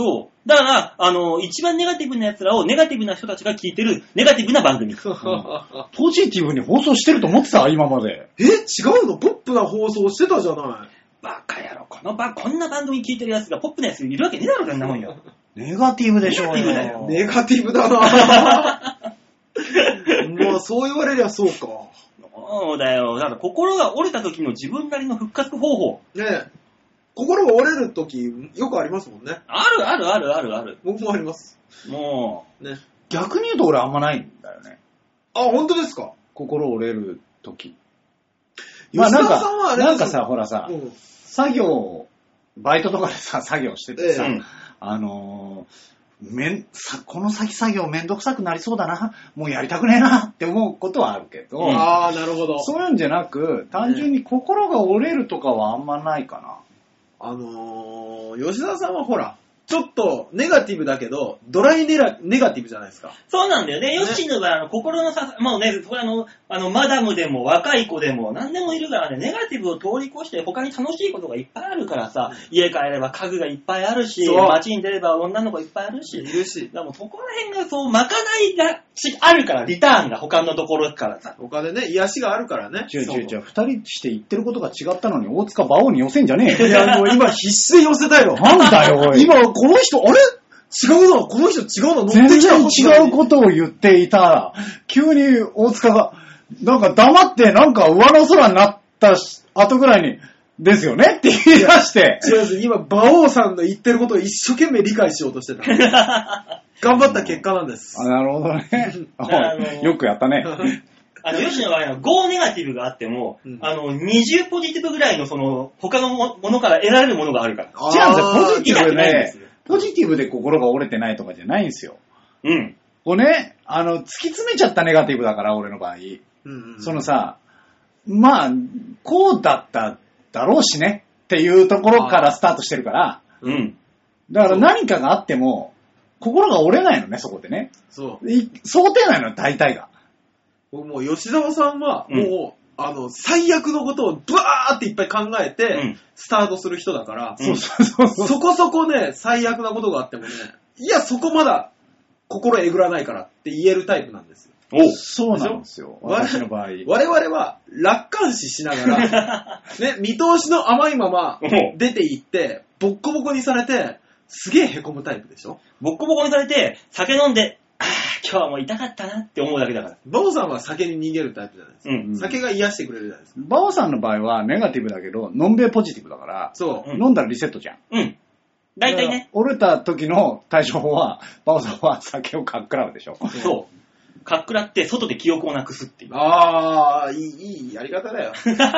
そう。だから、あの、一番ネガティブな奴らをネガティブな人たちが聞いてるネガティブな番組。うん、 ポジティブに放送してると思ってた今まで。 え、違うの？ポップな放送してたじゃない。 バカ野郎。このば、こんな番組聞いてる奴がポップな奴いるわけねえだろ、こんなもんよ。 ネガティブでしょうよ。 ネガティブだよ。 ネガティブだなまあ、そう言われりゃそうか。 そうだよ。だから心が折れた時の自分なりの復活方法。 ねえ。心が折れる時、よくありますもんね。 あるあるあるあるある。 僕もあります。 もう。ね。 逆に言うと俺あんまないんだよね。 あ、本当ですか？ 心折れる時。まあなんか、なんかさ、ほらさ、うん、作業、バイトとかでさ、作業しててさ、ええ、あのー、めんさ、この先作業めんどくさくなりそうだな、もうやりたくねえなって思うことはあるけど、うん、 ああ、なるほど。 そういうんじゃなく、単純に心が折れるとかはあんまないかな。 あのー、吉田さんはほら、ちょっとネガティブだけど、ドライネラネガティブじゃないですか。 そうなんだよね。ヨッシーの場合、あの心のさ、もうね、あの、あの、マダムでも若い子でも何でもいるからね、ネガティブを通り越して他に楽しいことがいっぱいあるからさ、家帰れば家具がいっぱいあるし、街に出れば女の子いっぱいあるし、 いるし。 だからもうそこら辺がそう、まかないがあるから、リターンが他のところからさ。 他でね、癒しがあるからね。 違う違う違う、二人して言ってることが違ったのに、大塚馬王に寄せんじゃねえよ。 いや、もう今必死で寄せたよ。 なんだよ、おい。 今、この人、あれ違うな、この人違うな、乗ってきた。全然違うことを言っていたら、急に大塚が、なんか黙って、なんか上の空になった後ぐらいに、ですよねって言い出して。 違うです、今、馬王さんの言ってることを一生懸命理解しようとしてた。頑張った結果なんです。 あ、なるほどね。あのー、よくやったね。 あの、ヨシの場合はごネガティブがあっても、うん、あの、にじゅうポジティブぐらいのその、他のものから得られるものがあるから。 違うんですよ、ポジティブで、ポジティブで心が折れてないとかじゃないんですよ。 うん。 これね、あの、突き詰めちゃったネガティブだから、俺の場合。うんうん、そのさ、まあ、こうだっただろうしねっていうところからスタートしてるから、 うん。 だから何かがあっても、心が折れないのね、そこでね。 そう。 想定内の大体が。 もう吉沢さんは、もう、うん、あの、最悪のことをブワーっていっぱい考えて、うん、スタートする人だから、 そうそうそうそう、 そこそこね、最悪なことがあってもね、いや、そこまだ心えぐらないからって言えるタイプなんですよ。 おそうなんですよ。私の場合。 我々は楽観視しながら、ね、見通しの甘いまま出ていって、ボッコボコにされて、すげえ凹むタイプでしょ？ ボッコボコにされて、酒飲んで、ああ、今日はもう痛かったなって思うだけだから。 バオさんは酒に逃げるタイプじゃないですか。うん、酒が癒してくれるじゃないですか。 バオさんの場合はネガティブだけど、のんべえポジティブだから、 そう。 飲んだらリセットじゃん。 うん。大体ね。 折れた時の対処法は、バオさんは酒をかっくらうでしょ。 そう。かっくらって外で記憶をなくすっていう。 ああ、いい、いいやり方だよ。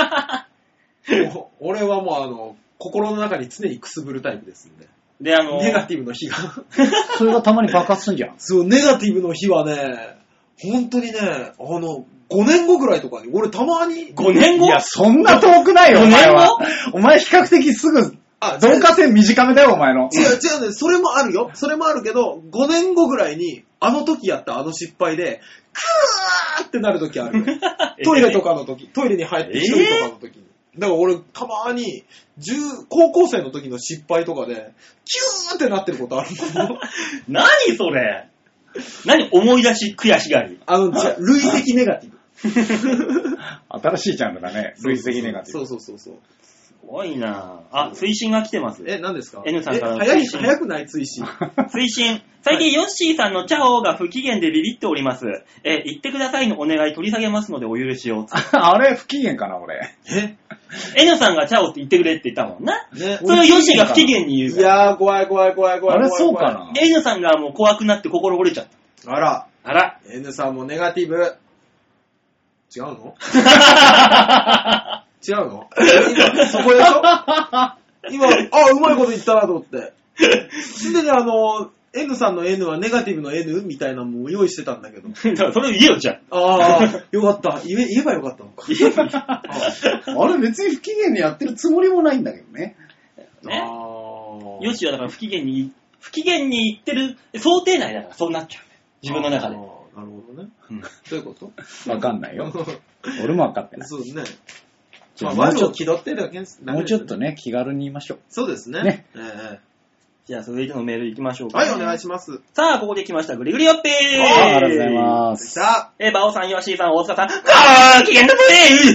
俺はもうあの、心の中に常にくすぶるタイプですんで。 で、あのー、 ネガティブの日が。 それがたまに爆発するんじゃん。 そう、ネガティブの日はね、本当にね、あの、ごねんごぐらいとかに、俺たまに。 ごねんご？ いや、そんな遠くないよ、お前は。お前比較的すぐ、あ、導火線短めだよ、お前の。 違う違うね、それもあるよ。それもあるけど、ごねんごぐらいに、あの時やったあの失敗で、クーってなる時ある。トイレとかの時、トイレに入って一人とかの時に。だから俺、たまーに、高校生の時の失敗とかで、キューってなってることあるもん。 何それ何思い出し悔しがり。 あの、じゃ累積ネガティブ。 新しいジャンルだね。累積ネガティブ。そうそうそうそう。 すごいなぁ。あ、推進が来てます。 え、何ですか？ N さんからの早い、早くない推進。 推進。最近、ヨッシーさんのチャオが不機嫌でビビっております。え、言ってくださいのお願い取り下げますのでお許しを。 あれ、不機嫌かな、俺。 え ?N さんがチャオって言ってくれって言ったもんな。ね。それをヨッシーが不機嫌に言うから。 いやー、怖い怖い怖い怖い。 あれ、そうかな。 N さんがもう怖くなって心折れちゃった。 あら。 あら。 N さんもネガティブ。違うの違うの今、そこでしょ今、あ、うまいこと言ったなと思って。すでにあの、N さんの N はネガティブの N みたいなのも用意してたんだけど。 だからそれを言えよ、じゃあ。ああ、よかった。言え、言えばよかったのか。言えばあれ別に不機嫌にやってるつもりもないんだけどね。 ね。ヨッシーはだから不機嫌に、不機嫌に言ってる、想定内だからそうなっちゃう。自分の中で。 なるほどね。うん、どういうこと？ わかんないよ。俺もわかってない。 そうね。 じゃあ、 まあ、もうちょっと気取ってるだけです。 もうちょっとね、気軽に言いましょう。 そうですね。 ね。 えーじゃあ続いてのメール行きましょうか、 ね。はい、お願いします。 さあ、ここで来ました。グリグリよっぺー。 ありがとうございます。 えー、バオさん、ヨッシーさん、大塚さん、ガー危険だぜ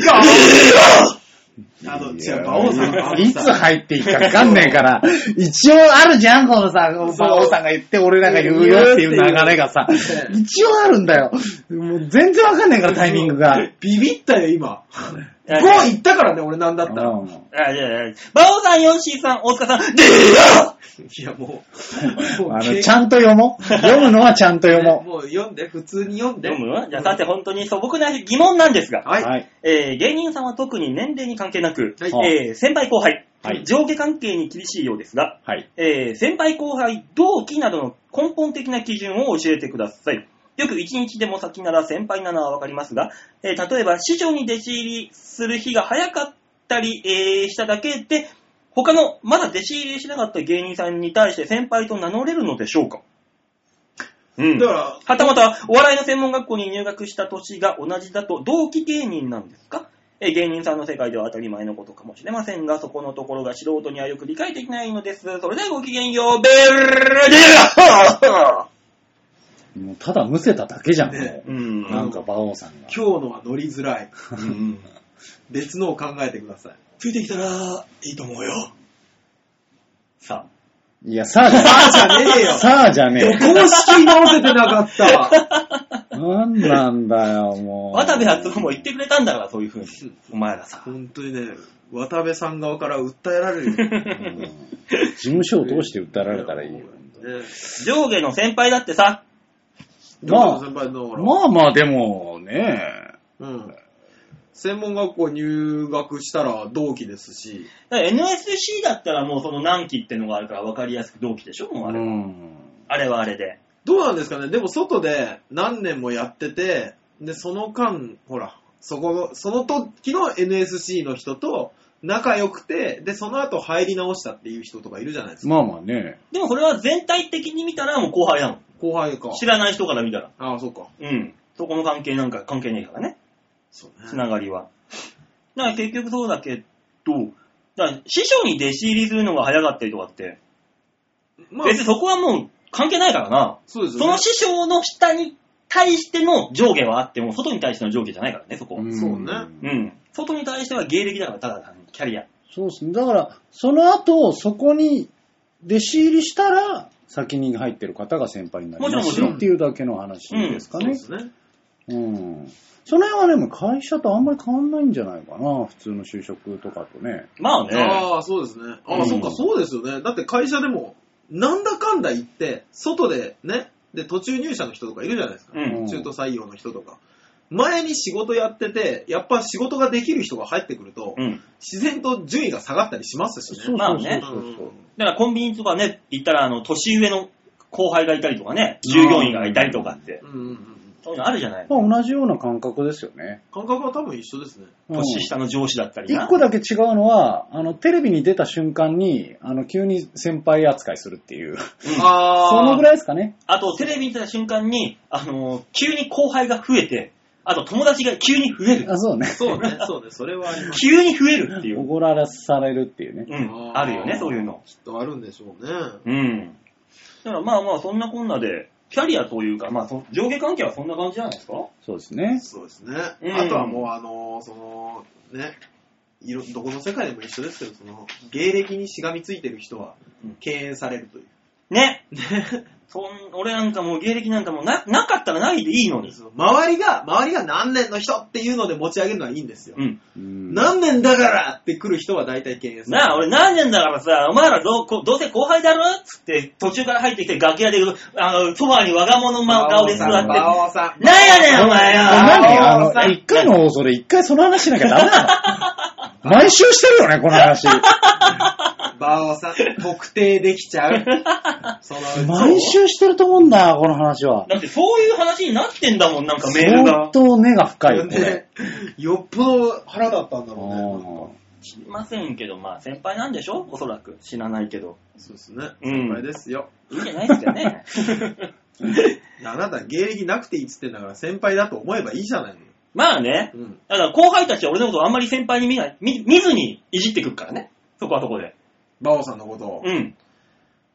ーあの、違う、バオさん。 いつ入っていいかわかんねえから、一応あるじゃん、このさ、バオさんが言って、俺らが言うよっていう流れがさ、一応あるんだよ。もう全然わかんねえから、タイミングが。 ビビったよ、今。ご行ったからね、俺なんだったら。うん、 あいやいやバオさん、ヨッシーさん、大塚さん、でいや、もう。あの、ちゃんと読もう。読むのはちゃんと読もう。 もう読んで、普通に読んで。 読むわじゃあ、さて本当に素朴な疑問なんですが、 はい。 えー、芸人さんは特に年齢に関係なく、 はいえー、先輩後輩、 はい、 上下関係に厳しいようですが、 はい、 えー、先輩後輩、同期などの根本的な基準を教えてください。よく一日でも先なら先輩なのはわかりますが、えー、例えば師匠に弟子入りする日が早かったり、えー、しただけで、他のまだ弟子入りしなかった芸人さんに対して先輩と名乗れるのでしょうか。うん。だから、はたまたお笑いの専門学校に入学した年が同じだと同期芸人なんですか。えー、芸人さんの世界では当たり前のことかもしれませんが、そこのところが素人にはよく理解できないのです。それではごきげんよう、ベルディもうただむせただけじゃん、 ね、うん、 なんか馬王さんが。 今日のは乗りづらい。うん、別のを考えてください。 ついてきたらいいと思うよ。さあ。 いや、さあじゃねえ。 さあじゃねえよ。 さあじゃねえよ。 公式に直せてなかった。 なんなんだよ、もう。 渡部篤郎も言ってくれたんだから、そういう風に。お前らさ。 本当にね、渡部さん側から訴えられるよ。うん、 事務所を通して訴えられたらいいよ。 上下の先輩だってさ。 まあ、まあまあでもね、 うん、専門学校入学したら同期ですし、 だから エヌエスシー だったらもうその何期ってのがあるから分かりやすく同期でしょ、もうあれは、うん、あれはあれで。 どうなんですかね。でも外で何年もやってて、でその間ほらそこのその時の エヌエスシー の人と仲良くて、でその後入り直したっていう人とかいるじゃないですか。 まあまあね。 でもこれは全体的に見たらもう後輩なの。 後輩か。 知らない人から見たら。 ああ、そうか。 うん。そこの関係なんか関係ねえからね。 そうね。 つながりは。だから結局そうだけど、だから師匠に弟子入りするのが早かったりとかって、まあ、別にそこはもう関係ないからな。 そうですよね。 その師匠の下に対しての上下はあっても、外に対しての上下じゃないからね、そこは。 うん、そうね。 うん。外に対しては芸歴だから、ただ単にキャリア。 そうですね。だから、その後、そこに弟子入りしたら、先に入ってる方が先輩になりますもちろんもちろんっていうだけの話ですかね。 うん、そうですね。 うん。その辺はでも会社とあんまり変わんないんじゃないかな。普通の就職とかとね。 まあね。 ああ、そうですね。ああ、うん、そうか、そうですよね。だって会社でも、なんだかんだ言って、外でね、で、途中入社の人とかいるじゃないですか。うん、中途採用の人とか。前に仕事やってて、やっぱ仕事ができる人が入ってくると、うん、自然と順位が下がったりしますしね。 そうそうそうそう。まあね。うん、だからコンビニとかね、行ったら、あの、年上の後輩がいたりとかね、従業員がいたりとかって、うんうんうん、そういうのあるじゃない。 まあ同じような感覚ですよね。 感覚は多分一緒ですね。 年下の上司だったりな。 一個だけ違うのは、あの、テレビに出た瞬間に、あの、急に先輩扱いするっていう。うん、あそのぐらいですかね。 あと、テレビに出た瞬間に、あの、急に後輩が増えて、あと友達が急に増える。 あ、そうね。 そうね、そうね、それはあります。 急に増えるっていう。 おごらされるっていうね。 うん、あるよね、そういうの。 きっとあるんでしょうね。 うん。だからまあまあ、そんなこんなで、キャリアというか、まあ、上下関係はそんな感じじゃないですか？ そうですね。 そうですね。うん、あとはもう、あの、その、ね、いろ、どこの世界でも一緒ですけど、その、芸歴にしがみついてる人は、敬遠されるという。 ね。そん俺なんかもう芸歴なんかもう な, なかったらないでいいのに。 周りが、周りが何年の人っていうので持ち上げるのはいいんですよ。うん。何年だからって来る人は大体敬遠する。 なあ、俺何年だからさ、お前らど う, どうせ後輩だろっつって、途中から入ってきて楽屋で、あの、そばに我が物顔で座って。 バオさん。 なんやねん、お前よ。 何あの、一回の放送で一回その話しなきゃダメなの毎週してるよね、この話。 バオさん、特定できちゃう。 その毎週してると思うんだ、この話は。 だってそういう話になってんだもん、なんかメールが。 相当根が深いよね。 よっぽど腹だったんだろうね。 知りませんけど、まあ先輩なんでしょ？おそらく。知らないけど。 そうですね。先輩ですよ。 いいんじゃないですかね。 あなた芸歴なくていいっつってんだから先輩だと思えばいいじゃないの。 まあね。うん、だから後輩たちは俺のことをあんまり先輩に見ない、見、見ずにいじってくるからね。そこはそこで。 バオさんのことを。 うん。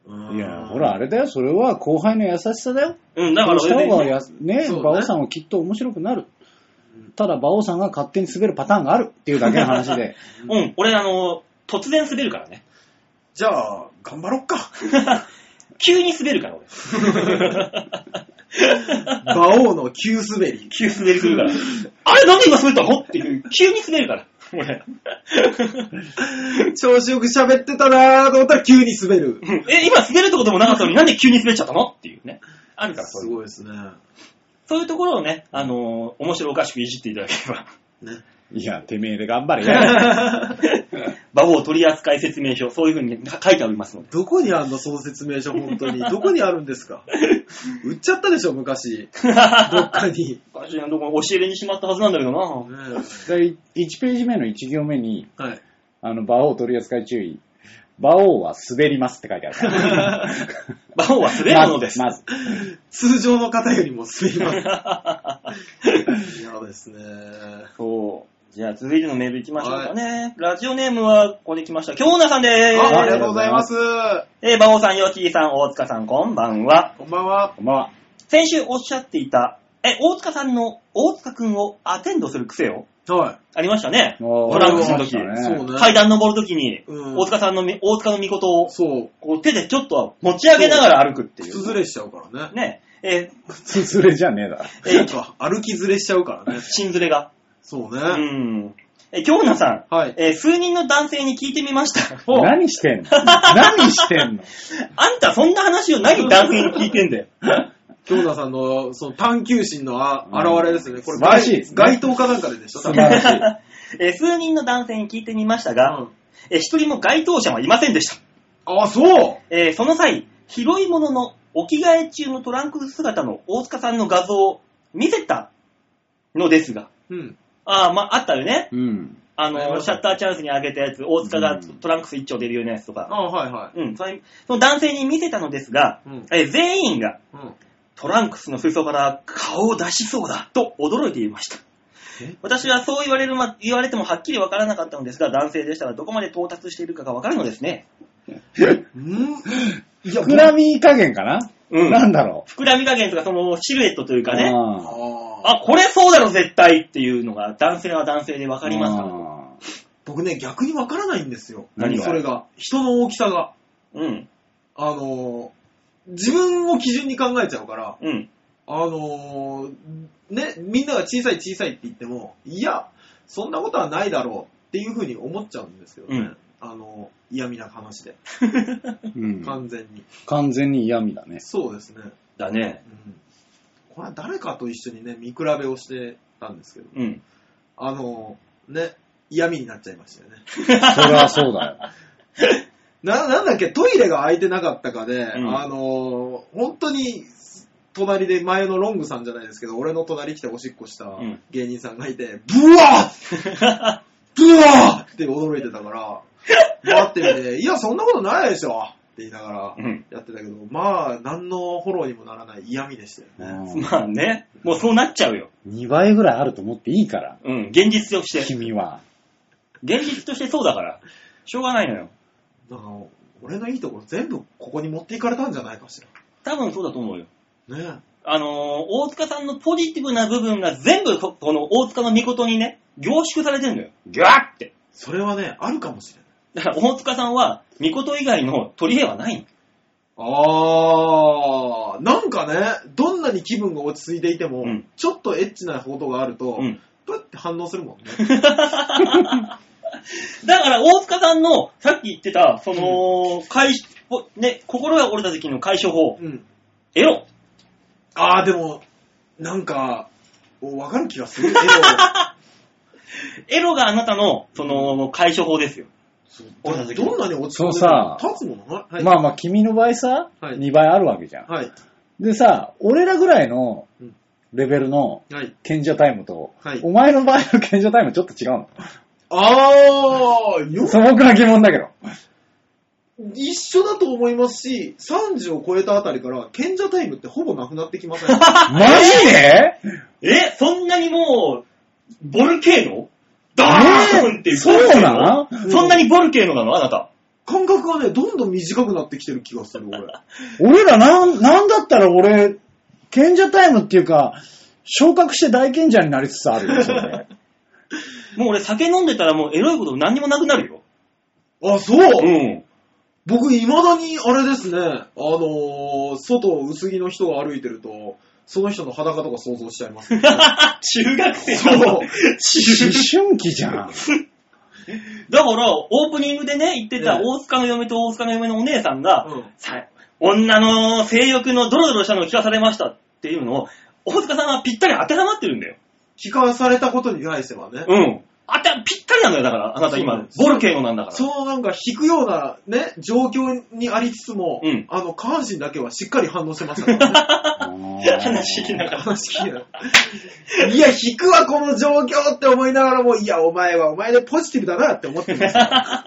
いや、ほら、あれだよ、それは後輩の優しさだよ。 うん、だからした方がや、ね、馬王さんはきっと面白くなる。ただ、馬王さんが勝手に滑るパターンがあるっていうだけの話で。 うん、俺、あの、突然滑るからね。 じゃあ、頑張ろっか。 急に滑るから、 俺。馬王の急滑り。 急滑りするから。あれ、なんで今滑ったのっていう、急に滑るから。俺。 調子よく喋ってたなーと思ったら急に滑る。 え、今滑るってこともなかったのになんで急に滑っちゃったのっていうね。あるから、 すごいですね。 そういうところをね、あのー、面白おかしくいじっていただければ。 ね。いや、てめえで頑張れや。 馬王取扱説明書、そういう風に書いてありますので。 どこにあんの、その説明書、本当に。どこにあるんですか。売っちゃったでしょ、昔。どっかに。 昔のところ押し入れにしまったはずなんだけどな。 ね、いちページ目のいち行目に、はい、あの、馬王取扱注意。馬王は滑りますって書いてあるから。 馬王は滑るものです。 まず。まず通常の方よりも滑ります。嫌ですね。 そう。じゃあ続いてのメールいきましょうかね。はい、ラジオネームはここで来ました。京奈さんでーす。 あ、ありがとうございます。 えー、馬王さん、よっちーさん、大塚さん、こんばんは。 こんばんは。 こんばんは。 先週おっしゃっていた、え、大塚さんの大塚くんをアテンドする癖を。 はい。 ありましたね。トランクスの時、ね、そうね、階段登る時に、うん、大塚さんの、大塚の御事を、そう。こう手でちょっと持ち上げながら歩くっていう。 靴ずれしちゃうからね。 ね。えー、靴ずれじゃねえだ。 えー、歩きずれしちゃうからね。 新ずれが。 そうね。 うん。え、京奈さん。はい。えー、数人の男性に聞いてみました。 何してんの何してんのあんたそんな話を何男性に聞いてんだよ。 京奈さんのその探求心のあ、うん、現れですね。これ素晴らしいですね。 街頭かなんかででしょ。 素晴らしい。 えー、数人の男性に聞いてみましたが、うん、えー、一人も該当者はいませんでした。 あ、そう、 えー、その際、広いもののお着替え中のトランクス姿の大塚さんの画像を見せたのですが、うん、ああ、まあ、あったよね。うん。あの、シャッターチャンスに上げたやつ、大塚がトランクス一丁出るようなやつとか。 あ、はいはい。 うん。それ、その男性に見せたのですが、うん、え全員が、うん、トランクスの裾から顔を出しそうだと驚いていました。私はそう言われる、ま、言われてもはっきりわからなかったのですが、男性でしたらどこまで到達しているかがわかるのですね。 んいや、膨らみ加減かな、うん、なんだろう。 膨らみ加減とか、そのシルエットというかね。あ, あ、これそうだろ絶対っていうのが男性は男性でわかりますから。 僕ね、逆にわからないんですよ。何それが。人の大きさが。うん。あの、自分を基準に考えちゃうから、うん。あのね、みんなが小さい小さいって言っても、いや、そんなことはないだろうっていうふうに思っちゃうんですよね。うん、あの、嫌味な話で。うん、完全に。 完全に嫌味だね。 そうですね。 だね。 うん、これは誰かと一緒にね、見比べをしてたんですけど、うん、あの、ね、嫌味になっちゃいましたよね。 それはそうだよ。 な、なんだっけ、トイレが空いてなかったかで、うん、あの、本当に、隣で前のロングさんじゃないですけど、俺の隣来ておしっこした芸人さんがいて、ブワーブワーって驚いてたから、待ってみて、いや、そんなことないでしょって言いながらやってたけど、うん、まあ、何のフォローにもならない嫌味でしたよね。 まあね、もうそうなっちゃうよ。 にばいぐらいあると思っていいから。 うん、現実として。 君は。 現実としてそうだから、しょうがないのよ。 だから、俺のいいところ全部ここに持っていかれたんじゃないかしら。 多分そうだと思うよ。 ね、 あのー、大塚さんのポジティブな部分が全部この大塚の御事にね、凝縮されてるのよ。ギャーって。 それはね、あるかもしれない。だから大塚さんは御事以外の取り柄はないの。あー、なんかね、どんなに気分が落ち着いていても、うん、ちょっとエッチなことがあると、うん、プッて反応するもんね。だから大塚さんのさっき言ってた、その、うん、解ね、心が折れた時の解消法、うん、エロ。 あー、でも、なんか、わかる気がする。エロ。 エロがあなたの、その、解消法ですよ。 どんなに落ち込んでも立つもの、 はい、まあまあ、君の場合さ、はい、にばいあるわけじゃん。はい。でさ、俺らぐらいのレベルの賢者タイムと、はい、お前の場合の賢者タイムちょっと違うの。 あー、よ素朴な疑問だけど。 一緒だと思いますし、さんじを超えたあたりから賢者タイムってほぼなくなってきません。 マジで？ え、そんなにもう、ボルケーノダーンっていう。 そうなの？ そんなにボルケーノなのあなた。 感覚がね、どんどん短くなってきてる気がする、俺。 俺らなん、なんだったら俺、賢者タイムっていうか、昇格して大賢者になりつつあるよ、それ。 もう俺酒飲んでたらもうエロいこと何にもなくなるよ。 あ、そう、 うん。 僕、未だに、あれですね、あのー、外、薄着の人が歩いてると、その人の裸とか想像しちゃいます、ね。 中学生そう。 思春期じゃん。 だから、オープニングでね、言ってた大塚の嫁と大塚の嫁のお姉さんが、うん、さ女の性欲のドロドロしたのを聞かされましたっていうのを、大塚さんはぴったり当てはまってるんだよ。 聞かされたことに対してはね。 うん。あて、ぴったりなんだよ、だから。あなた今、ボルケーノなんだから。 そのなんか引くようなね、状況にありつつも、うん、あの、下半身だけはしっかり反応してましたからね。 話聞きながら。 話聞きながら。いや、引くわ、この状況って思いながらも、いや、お前はお前でポジティブだなって思ってます。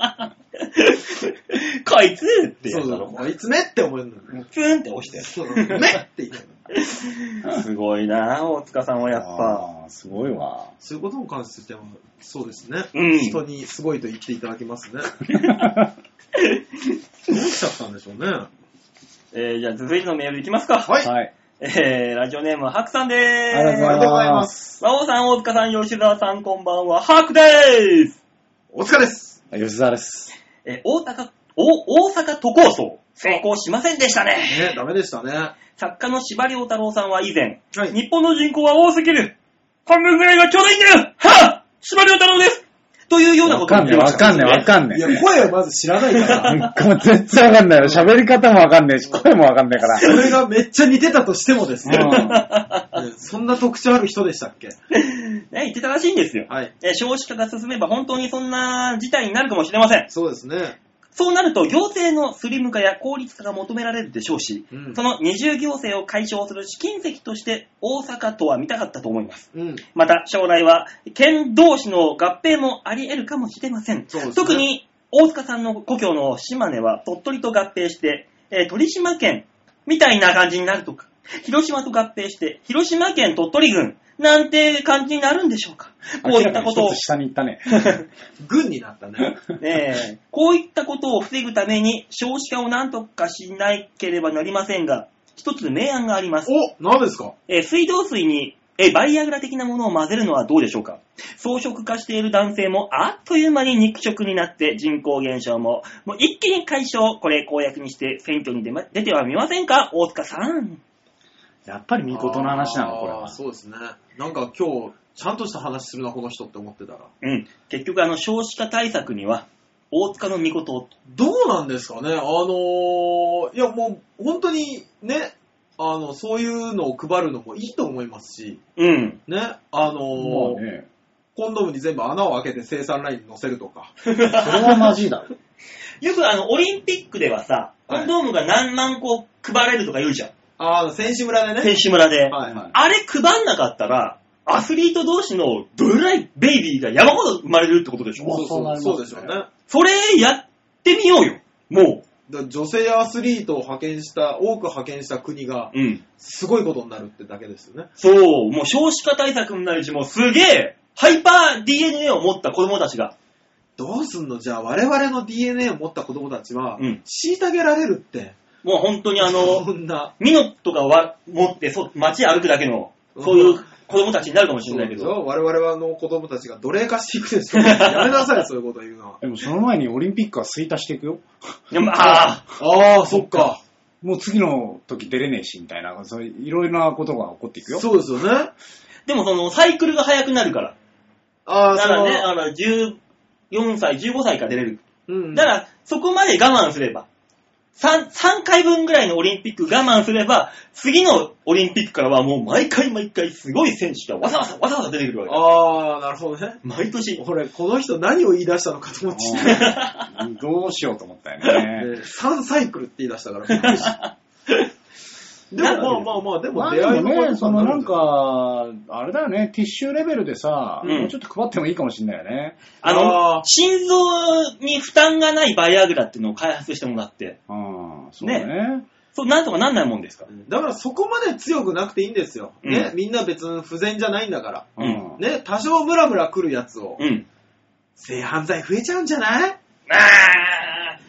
こいつってやつだろ。 そうそう、こいつめって思うの。 プーンって押して。 そうめって言うの。すごいなぁ、大塚さんはやっぱ。 あすごいわ。 そういうことに関しては、そうですね、 うん。 人にすごいと言っていただきますね。どうしちゃったんでしょうね。 えー、じゃあ続いてのメールいきますか。 はい。 はい、 えー、ラジオネーム、ハクさんでーす。 ありがとうございます。 馬王さん、大塚さん、吉沢さん、こんばんは。ハクでーす。 大塚です。 吉沢です。 えー、大阪、大阪都構想、成功しませんでしたね。 ね、ダメでしたね。 作家の司馬遼太郎さんは以前、 はい、 日本の人口は多すぎる。半分ぐらいがちょうどいいんだよ。はぁ、司馬遼太郎です。というようなことを言ってました。 わかんねえ、わかんねえ、わかんねえ。 いや、声をまず知らないから。 全然わかんないよ。喋り方もわかんねえし、声もわかんねえから。 それがめっちゃ似てたとしてもですね。うん、そんな特徴ある人でしたっけ？ ね、言ってたらしいんですよ。 はい。 え、少子化が進めば本当にそんな事態になるかもしれません。 そうですね。 そうなると行政のスリム化や効率化が求められるでしょうし、うん、その二重行政を解消する試金石として大阪都は見たかったと思います。 うん、 また将来は県同士の合併もあり得るかもしれません。 そうですね、 特に大塚さんの故郷の島根は鳥取と合併して、えー、鳥島県みたいな感じになるとか、広島と合併して広島県鳥取郡なんて感じになるんでしょうか。こういったことを。 下に行ったね。 軍になったね。 ねえ。こういったことを防ぐために少子化を何とかしなければなりませんが、一つ明暗があります。 お、何ですか？ えー、水道水にえー、バイアグラ的なものを混ぜるのはどうでしょうか。草食化している男性もあっという間に肉食になって人口減少ももう一気に解消。これ公約にして選挙に出、ま、出てはみませんか、大塚さん。 やっぱり見事な話なの、これは。 そうですね。なんか今日、ちゃんとした話するな、この人って思ってたら。 うん。結局、あの、少子化対策には、大塚の見事。 どうなんですかね。あのー、いやもう、本当にね、あの、そういうのを配るのもいいと思いますし、 うん。 ね、あのー、まあね、コンドームに全部穴を開けて生産ラインに乗せるとか。 それはマジだろ。 よくあの、オリンピックではさ、コンドームが何万個配れるとか言うじゃん。 ああ、選手村でね。 選手村で。 はいはい、 あれ配んなかったら、アスリート同士のドライベイビーが山ほど生まれるってことでしょ。 そうそう、そうでしょうね。 それやってみようよ、もう。 だ女性アスリートを派遣した、多く派遣した国が、うん、すごいことになるってだけですよね。 そう、もう少子化対策になるし、もうすげえ、ハイパー ディーエヌエー を持った子供たちが。 どうすんの？じゃあ我々の ディーエヌエー を持った子供たちは、うん、虐げられるって。 もう本当にあの、ミノとかは持ってそ街歩くだけの、そういう子供たちになるかもしれないけど。 そう我々はの子供たちが奴隷化していくでしょ。やめなさい、そういうこと言うのは。 でもその前にオリンピックは衰退していくよ。 でもああ、ああ、そっか。 もう次の時出れねえし、みたいな、そういういろいろなことが起こっていくよ。 そうですよね。 でもその、サイクルが早くなるから。 ああ、 だからね、あの、じゅうよんさい、じゅうごさいから出れる。 うん。 だから、そこまで我慢すれば。3, 3回分ぐらいのオリンピック我慢すれば、次のオリンピックからはもう毎回毎回すごい選手がわざわざわざわざ出てくるわけだ。 ああ、なるほどね。 毎年。 俺、この人何を言い出したのかと思ってどうしようと思ったよね。 さんサイクルって言い出したからびっくりした。でもまあまあまあ、でも出会いのね、そのなんか、あれだよね、ティッシュレベルでさ、うん、もうちょっと配ってもいいかもしれないよね。 あの、心臓に負担がないバイアグラっていうのを開発してもらって。 ああ、そうね。ね、 そう、なんとかなんないもんですか。 だからそこまで強くなくていいんですよ。うん、ね、みんな別に不全じゃないんだから。 うん、 ね、多少ムラムラ来るやつを。 うん、 性犯罪増えちゃうんじゃない？ あー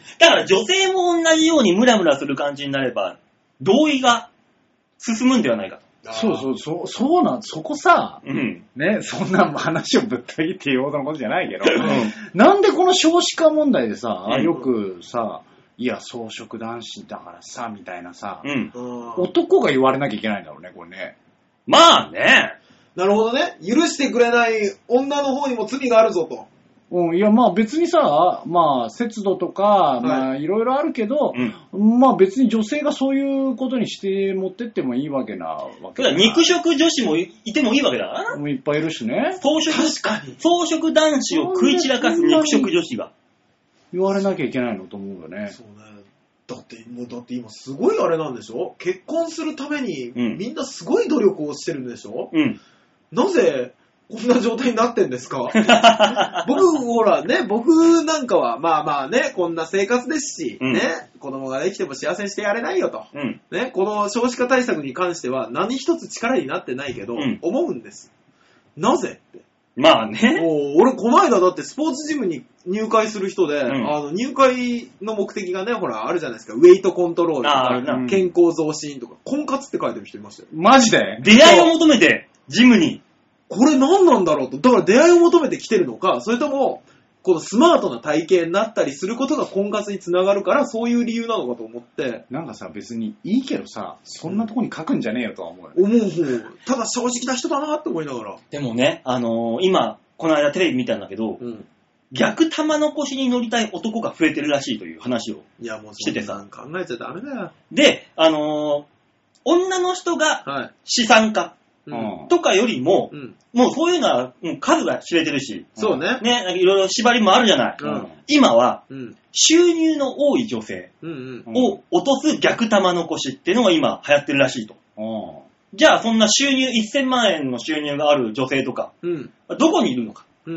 だから女性も同じようにムラムラする感じになれば、同意が進むんではないかと。 そうそうそう、そうなん、そこさ、うん、ね、そんな話をぶった切って言うほどのことじゃないけど、うん、なんでこの少子化問題でさ、うん、よくさ、いや、草食男子だからさ、みたいなさ、うん、男が言われなきゃいけないんだろうね、これね。 まあね。 なるほどね。許してくれない女の方にも罪があるぞと。 うん、いや、まあ別にさ、まあ節度とか、はい、まあいろいろあるけど、うん、まあ別に女性がそういうことにして持ってってもいいわけなわけだ。 肉食女子も い, いてもいいわけだからな。いっぱいいるしね。 草食、確かに。草食男子を食い散らかす肉食女子が。 言われなきゃいけないのと思うよね。 そうね。だって、もうだって今すごいあれなんでしょ？結婚するために、うん、みんなすごい努力をしてるんでしょ？うん。なぜ、こんな状態になってんですか僕、ほらね、僕なんかは、まあまあね、こんな生活ですし、うん、ね、子供ができても幸せにしてやれないよと。うん、ね、この少子化対策に関しては何一つ力になってないけど、うん、思うんです。なぜって。 まあね。 もう俺、この間だってスポーツジムに入会する人で、うん、あの入会の目的がね、ほら、あるじゃないですか。ウェイトコントロールとか、健康増進とか、婚活って書いてる人いましたよ。 マジで？ 出会いを求めて、ジムに。 これ何なんだろうと。だから出会いを求めて来てるのか、それとも、このスマートな体型になったりすることが婚活につながるから、そういう理由なのかと思って。 なんかさ、別にいいけどさ、そんなとこに書くんじゃねえよとは思うよ、 ね。思う方。ただ正直な人だなって思いながら。 でもね、あのー、今、この間テレビ見たんだけど、うん、逆玉の腰に乗りたい男が増えてるらしいという話をしててさ。 考えちゃダメだよ。 で、あのー、女の人が資産家。はいうん、とかよりも、うん、もうそういうのはもう数が知れてるし、 そうね。 ね、いろいろ縛りもあるじゃない。うん、今は、うん、収入の多い女性を落とす逆玉の腰っていうのが今流行ってるらしいと。うん、じゃあそんな収入せんまん円の収入がある女性とか、うん、どこにいるのか、うん。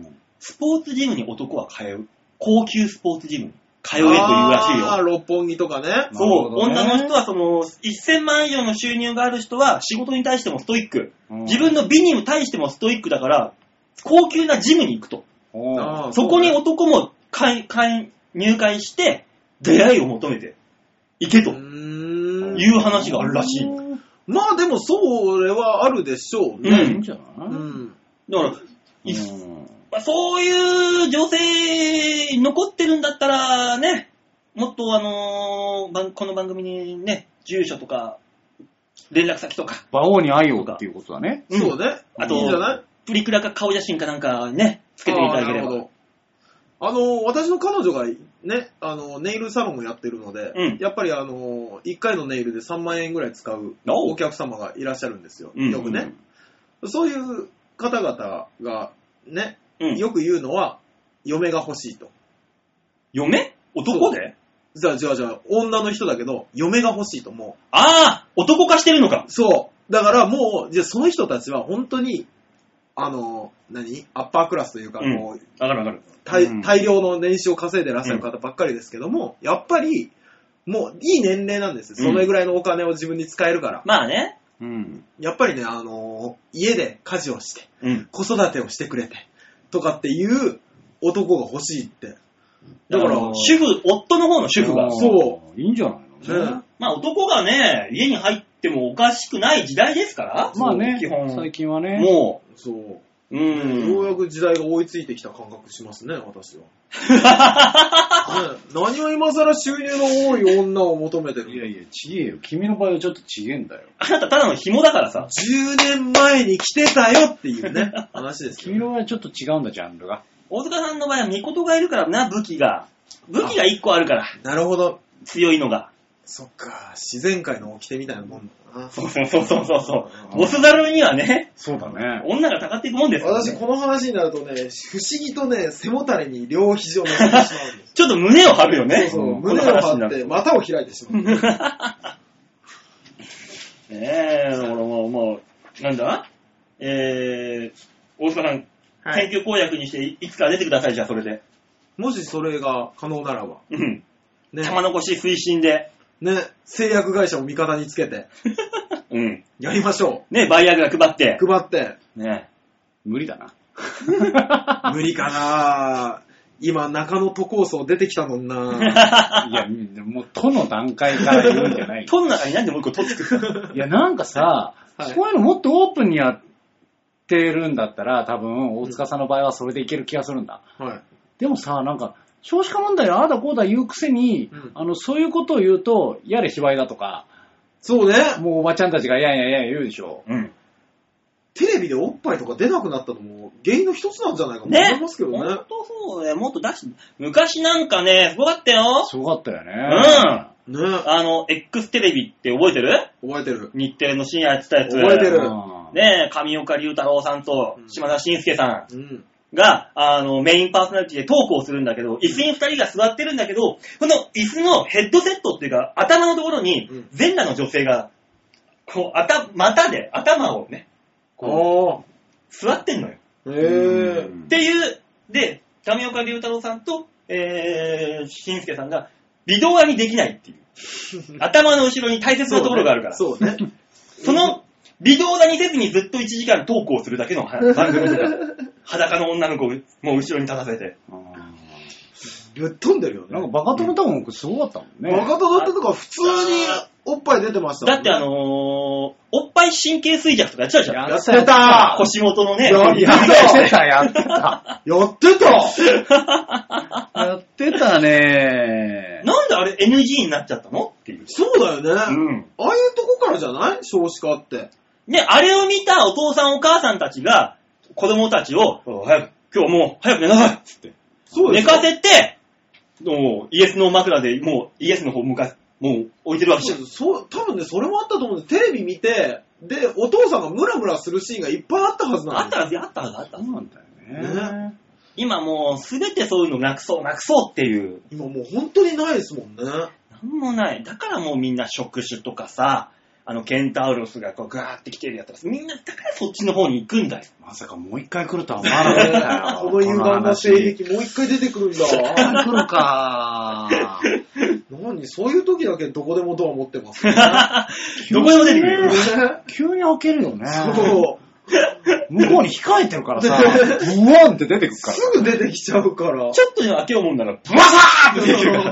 スポーツジムに男は通う。高級スポーツジムに。通えというらしいよ。 ああ、六本木とかね。 そう、ね、女の人はその、せんまん以上の収入がある人は仕事に対してもストイック。うん、自分の美に対してもストイックだから、高級なジムに行くと。そこに男も会会入会して、出会いを求めて行けと。いう話があるらしい。 まあでも、それはあるでしょうね。うん。いいんじゃない？うん。 だから、そういう女性残ってるんだったらね、もっとあのー、この番組にね、住所とか、連絡先とか。 馬王に愛をっていうことだね。 うん、そうね。 あと、いいんじゃない？プリクラか顔写真かなんかね、つけていただければ。 あ、なるほど。あのー、私の彼女がね、あのー、ネイルサロンをやってるので、うん、やっぱりあのー、いっかいのネイルでさんまんえんぐらい使うお客様がいらっしゃるんですよ。よくね、うん。そういう方々がね、うん、よく言うのは、嫁が欲しいと。 嫁？男で？ じゃあ、じゃあ、じゃあ、女の人だけど、嫁が欲しいともう。 ああ！男化してるのか。 そう。だからもう、じゃあその人たちは本当に、あの、何？アッパークラスというか、うん、もう、 わかるわかる。 大、大量の年収を稼いでらっしゃる方ばっかりですけども、うん、やっぱり、もう、いい年齢なんですよ。それぐらいのお金を自分に使えるから。 まあね。 うん。やっぱりね、あの、家で家事をして、うん、子育てをしてくれて、とかっていう男が欲しいって。 だから、主婦、夫の方の主婦が。 そう。 いいんじゃないのね。 まあ男がね、家に入ってもおかしくない時代ですから。 まあね、基本。最近はね。 もう。そう。うん。ようやく時代が追いついてきた感覚しますね、私は。ね、何を今更収入の多い女を求めてるの？ いやいや、ちげえよ。君の場合はちょっとちげえんだよ。 あなたただの紐だからさ。 じゅうねんまえに来てたよっていうね、話ですよ、 ね。君の場合はちょっと違うんだ、ジャンルが。 大塚さんの場合は、ミコトがいるからな、武器が。武器がいっこあるから。 なるほど。 強いのが。 そっか、自然界の掟みたいなもんだな。 そうそうそうそうそう。ボスザルにはね、 そうだね。 女がたかっていくもんですからね。私、この話になるとね、不思議とね、背もたれに両肘を乗せてしまうんです。 ちょっと胸を張るよね。 そうそう、胸を張って、股を開いてしまう。ねえ、だからもう、もう、なんだえー、大塚さん、はい、研究公約にして、いつか出てください、じゃあ、それで。 もしそれが可能ならば。 うん。ね。玉残し推進で。 ね。製薬会社を味方につけて。 うん。 やりましょう。ね、バイアグラ配って。 配って。 ね。 無理だな。 無理かな。 今、中野都構想出てきたもんな。 いや、もう、都の段階から言うんじゃない。 都の中になんでもう一個都作ったいや、なんかさ、はい、そういうのもっとオープンにやってるんだったら、多分、大塚さんの場合はそれでいける気がするんだ。はい。でもさ、なんか、少子化問題ああだこうだ言うくせに、うん、あの、そういうことを言うと、やれ芝居だとか。 そうね。 もうおばちゃんたちがいやいやいや言うでしょ。うん。 テレビでおっぱいとか出なくなったのも原因の一つなんじゃないかと思いますけどね。 ほんとそうね。もっと出し、昔なんかね、すごかったよ。 すごかったよね。 うん。ね。あの、X テレビって覚えてる？ 覚えてる。 日テレの深夜やってたやつ。 覚えてる。 ねえ、上岡龍太郎さんと島田紳介さん。うん。が、あの、メインパーソナリティでトークをするんだけど、椅子に二人が座ってるんだけど、この椅子のヘッドセットっていうか、頭のところに、全裸の女性が、こう、頭、股で頭をね、こう、座ってんのよ。へー。っていう、で、上岡龍太郎さんと、えー、しんすけさんが、微動画にできないっていう。頭の後ろに大切なところがあるから。 そうね。そうねその、微動画にせずにずっといちじかんトークをするだけの番組とか、裸の女の子をもう後ろに立たせて。 ぶっ飛んでるよね。 なんかバカ殿タウンすごかったもんね。 バカ殿ってとか普通におっぱい出てましたもんね。だってあのー、おっぱい神経衰弱とかやってたじゃん。 やってた腰元のね。 やってた、やってた。 やってたやってたねなんであれ エヌジー になっちゃったのっていう。 そうだよね。うん。ああいうとこからじゃない少子化って。 で、あれを見たお父さんお母さんたちが、子供たちを、早く、今日もう早く寝なさいっつって。そうです。寝かせて、もうイエスの枕でもうイエスの方向かもう置いてるわけじゃん。 そう、多分ね、それもあったと思うんで、テレビ見て、で、お父さんがムラムラするシーンがいっぱいあったはずなんだよ。あったはず、あったはず、あったはず。 そうなんだよね。ね今もうすべてそういうのなくそう、なくそうっていう。 今もう本当にないですもんね。 なんもない。だからもうみんな触手とかさ、あのケンタウロスがこうガーって来てるやつら、みんなだからそっちの方に行くんだよ。 まさかもう一回来るとは思わなかったよ。 この歪んだ性癖もう一回出てくるんだ。 来るか何そういう時だけどこでもドア持ってますね。 どこでも出てくる。 急に開けるよね。 そう。 向こうに控えてるからさ、ブワンって出てくるから。 すぐ出てきちゃうから。 ちょっとでも開けようもんなら、ブワサーって出てくるから。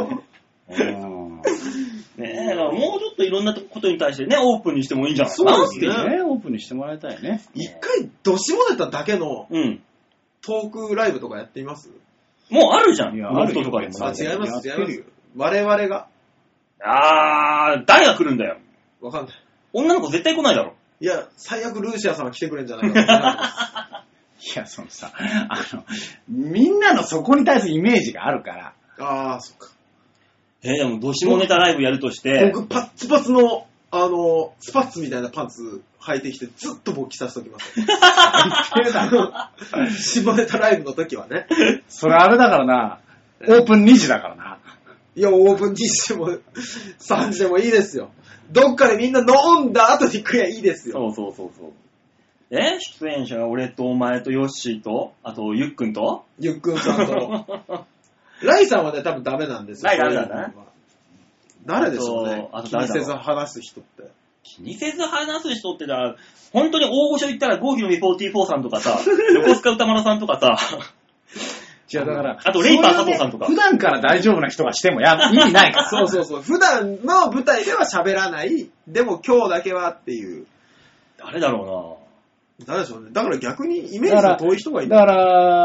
ねえ、もうちょっといろんなことに対してね、オープンにしてもいいんじゃないかな。 そうですね。オープンにしてもらいたいね。 一回、どしもネタだけの、トークライブとかやってみます？ もうあるじゃん。 いや、あるとかでも。あ、違います、違います。我々が。 あー、誰が来るんだよ。 わかんない。 女の子絶対来ないだろ。 いや、最悪ルーシアさんは来てくれんじゃないかな。 いや、そのさ、あの、みんなのそこに対するイメージがあるから。 あー、そっか。 えー、でも、どしもネタライブやるとして。 僕、パッツパツの、あの、スパッツみたいなパンツ履いてきて、ずっと勃起させときます。最低だな。下ネタライブの時はね。 それあれだからな、オープンにじだからな。 いや、オープンにじでも、さんじでもいいですよ。どっかでみんな飲んだ後に食えばいいですよ。 そうそうそうそう。え出演者が俺とお前とヨッシーと、あとゆっくんとゆっくんさんと。ライさんはね、多分ダメなんですよ。 ライダメなんだね。 誰でしょうね。あと気にせず話す人って。 気にせず話す人ってだ、本当に大御所言ったら郷ひろみよんじゅうよんさんとかさ、横須賀歌丸さんとかさ、 違うだから、 あとレイパー佐藤さんとか。 普段から大丈夫な人がしてもや意味ないから。 そうそうそう。普段の舞台では喋らない。でも今日だけはっていう。 誰だろうな。誰でしょうね。だから逆にイメージの遠い人がいる。 だから、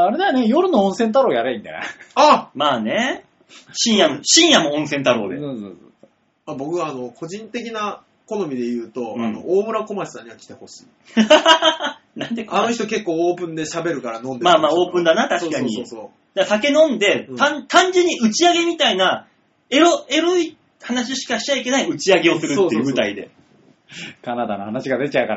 あれだよね、夜の温泉太郎やればいいんだよね。 あまあね。深夜も、深夜も温泉太郎で。そうそうそうあ僕はあの、個人的な好みで言うと、うん、あの、大村小町さんには来てほしい。なんであの人結構オープンで喋るから飲んでる。 まあまあオープンだな、確かに。そうそうそうそう。だから酒飲んで、うん、単, 単純に打ち上げみたいな、エロ、エロい話しかしちゃいけない打ち上げをするっていう舞台で。 そうそうそうカナダの話が出ちゃうから。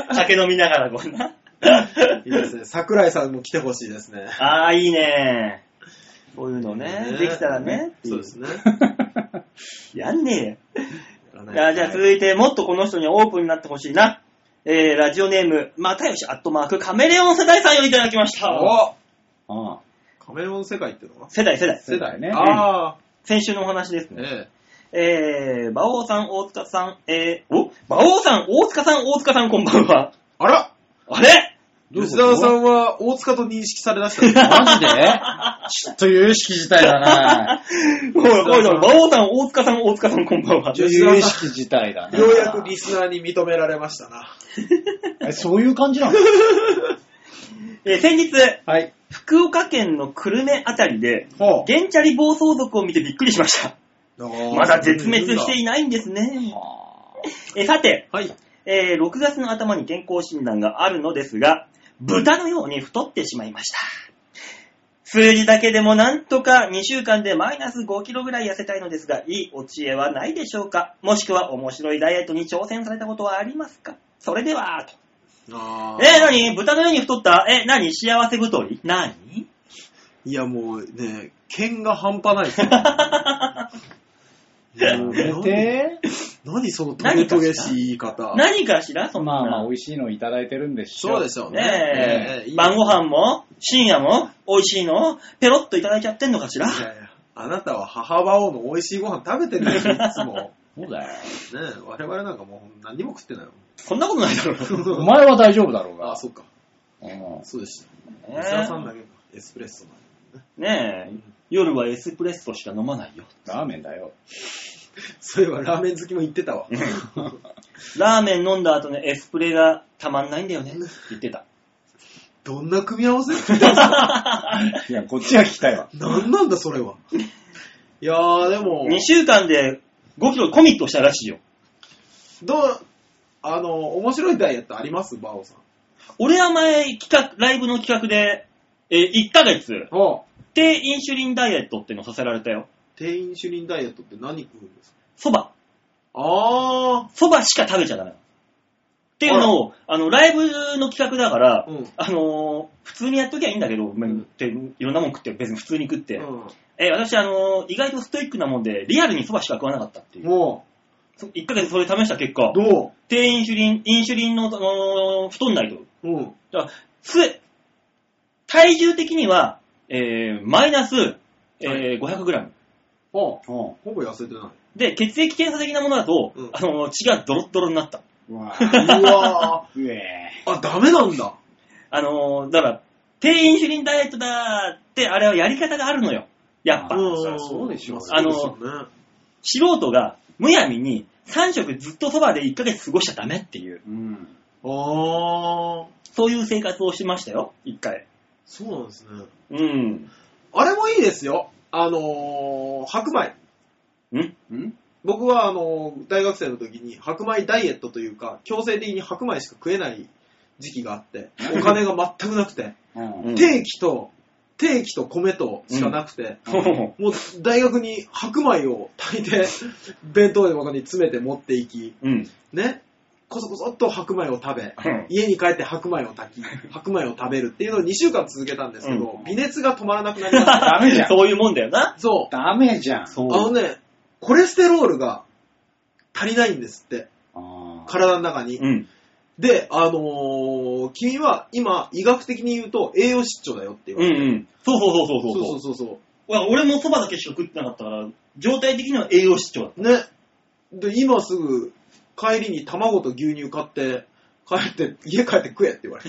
酒飲みながらこんな。 いいですね。桜井さんも来てほしいですね。 ああ、いいね。そういうのね。ねできたらね。 そうですね。 やんねえよ。じゃあ、じゃあ続いて、もっとこの人にオープンになってほしいな。えー、ラジオネーム、またよし、アットマーク、カメレオン世代さんよりいただきました。 おああカメレオン世界ってのは世代、世代。 世代ね。 ああ。先週のお話ですね。えー、えー、馬王さん、大塚さん、えー、お馬王さん、大塚さん、大塚さん、こんばんは。 あらあれ吉沢さんは大塚と認識されだしたんですマジでちょっと有識事態だなおいおい、馬王さん、大塚さん、大塚さん、こんばんは。 有識事態だな。 ようやくリスナーに認められましたな。 え、そういう感じなのえー、先日、 はい、 福岡県の久留米あたりで、ゲンチャリ暴走族を見てびっくりしました。まだ絶滅していないんですね。えー、さて、はい、えー、ろくがつの頭に健康診断があるのですが、豚のように太ってしまいました。数字だけでもなんとかにしゅうかんでマイナスごキロぐらい痩せたいのですが、いいお知恵はないでしょうか。もしくは面白いダイエットに挑戦されたことはありますか。それでは、と。あえー、何豚のように太ったえ、何幸せ太り何いやもうね、剣が半端ないですよ。 やめて何そのトゲトゲしい言い方。 何かしらそんな。 まあまあ美味しいのいただいてるんでしょう。そうでしょうね。 ねえー、晩ご飯も深夜も美味しいのペロッといただいちゃってんのかしら。いやいや、 あなたは母馬王の美味しいご飯食べてるんですよ、いつも。 そうだよ。 ねえ、我々なんかもう何にも食ってないよ。 そんなことないだろう。 お前は大丈夫だろうが。 あ、そうか。うん、そうでした。 えー、 吉田さんだけか。エスプレッソなんねえ、うん、夜はエスプレッソしか飲まないよ。 ラーメンだよ。 そういえばラーメン好きも言ってたわ。 ラーメン飲んだ後ね、エスプレがたまんないんだよねって言ってた。 どんな組み合わせいや、こっちは聞きたいわ。 なんなんだそれは。いやーでも。 にしゅうかんでごキロコミットしたらしいよ。 どう、あの、面白いダイエットありますバオさん。 俺は前、企画、ライブの企画で、えー、いっかげつ、低インシュリンダイエットってのさせられたよ。 低インシュリンダイエットって何食うんですか？ 蕎麦。 あー。 蕎麦しか食べちゃダメ。っていうのを、あの、ライブの企画だから、うん、あのー、普通にやっときゃいいんだけど、うん、っていろんなもん食って別に普通に食って、うん、えー、私、あのー、意外とストイックなもんで、リアルに蕎麦しか食わなかったっていう。もういっかげつそれ試した結果、 どう低インシュリン、インシュリンの、あのー、太んないと。うん。だから、す、体重的には、えー、マイナス、えー、ごひゃくグラム。 ああ、ほぼ痩せてない。 で、血液検査的なものだと、うん、あのー、血がドロッドロになった。 うわー。うわー。うえー。あ、ダメなんだ。 あのー、だから、低インシュリンダイエットだって、あれはやり方があるのよ。やっぱ。 そうでしょう。 あのー、素人がむやみにさん食ずっとそばでいっかげつ過ごしちゃダメっていう。うん。あー。そういう生活をしましたよ、一回。 そうなんですね。 うん。 あれもいいですよ。あのー、白米。 んん僕はあのー、大学生の時に白米ダイエットというか、強制的に白米しか食えない時期があって、お金が全くなくて、うん、定期と、定期と米としかなくて、うん、もう大学に白米を炊いて、弁当の中に詰めて持っていき、うん、ね、こそこそっと白米を食べ、うん、家に帰って白米を炊き、白米を食べるっていうのをにしゅうかん続けたんですけど、うん、微熱が止まらなくなりました。 ダメじゃん。そういうもんだよな。 そう。 ダメじゃん。 そう。あのね、コレステロールが足りないんですって。あ体の中に。うん、で、あのー、君は今、医学的に言うと栄養失調だよって言われて。うんうん。 そうそうそうそうそう。 そうそうそうそう。 俺も蕎麦だけしか食ってなかったから、状態的には栄養失調だった。 ね。で、今すぐ帰りに卵と牛乳買って、帰って、家帰って食えって言われて。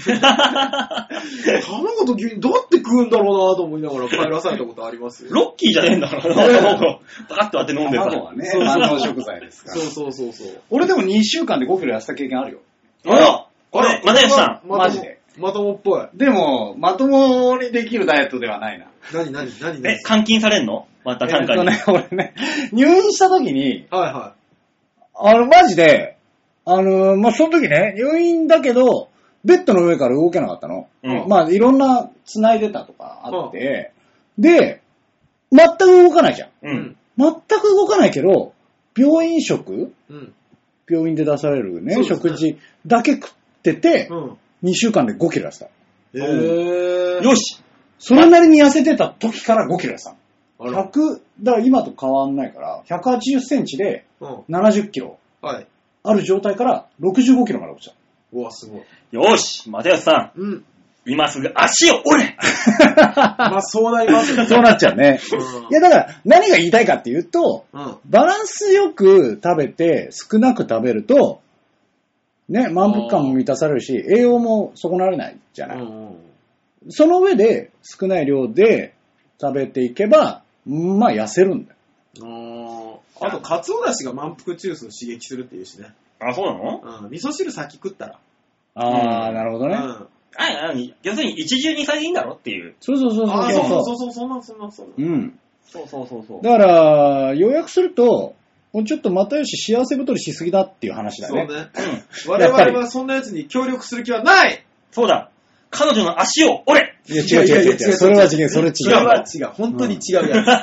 卵と牛乳どうやって食うんだろうなと思いながら帰らされたことありますよ。 ロッキーじゃねえんだからな。パカッと当て飲んでるから。 卵はね、万能食材ですから。 そうそうそうそう。 俺でもにしゅうかんでごキロ痩せた経験あるよ。 あらこれ、またやさん。マジで。まともっぽい。 でも、まともにできるダイエットではないな。 何何何何え、監禁されんのまた単価に。 えっとね、俺ね、入院した時に、 はいはい。 あの、マジで、あのー、まあ、その時ね、入院だけど、ベッドの上から動けなかったの。うん、まあ、いろんな繋いでたとかあって、うん、で、全く動かないじゃん。うん、全く動かないけど、病院食、うん、病院で出されるね、食事だけ食ってて、うん、にしゅうかんでごキロ痩せた。 へー。 よし。 それなりに痩せてた時からごキロ痩せた。ひゃく、だから今と変わんないから、ひゃくはちじゅっセンチでななじゅっキロ。 はい。 ある状態からろくじゅうごキロまで落ちた。 うわ、すごい。 よし、又吉さん。うん。今すぐ足を折れまあ、そうなりますね。 そうなっちゃうね。うん、いや、だから、何が言いたいかっていうと、うん、バランスよく食べて、少なく食べると、 ね、満腹感も満たされるし、栄養も損なわれないじゃない。うんうん、その上で少ない量で食べていけば、まあ痩せるんだよ。あ, あと、カツオだしが満腹中枢を刺激するっていうしね。 あ、そうなの？ うん。味噌汁先食ったら。 ああ、うん、なるほどね。うん。 ああ、要するに一汁二菜でいいんだろっていう。 そうそうそうそう。 あそうそうそう、そんなそんなそんな。 うん。 そうそうそうそう。 だから、要約すると、もうちょっと又吉幸せ太りしすぎだっていう話だね。 そうね。うん。我々はそんな奴に協力する気はない。 そうだ。彼女の足を折れ。 いや違う違う違う違う。それは違う、それ違う。 それは違う。本当に違うや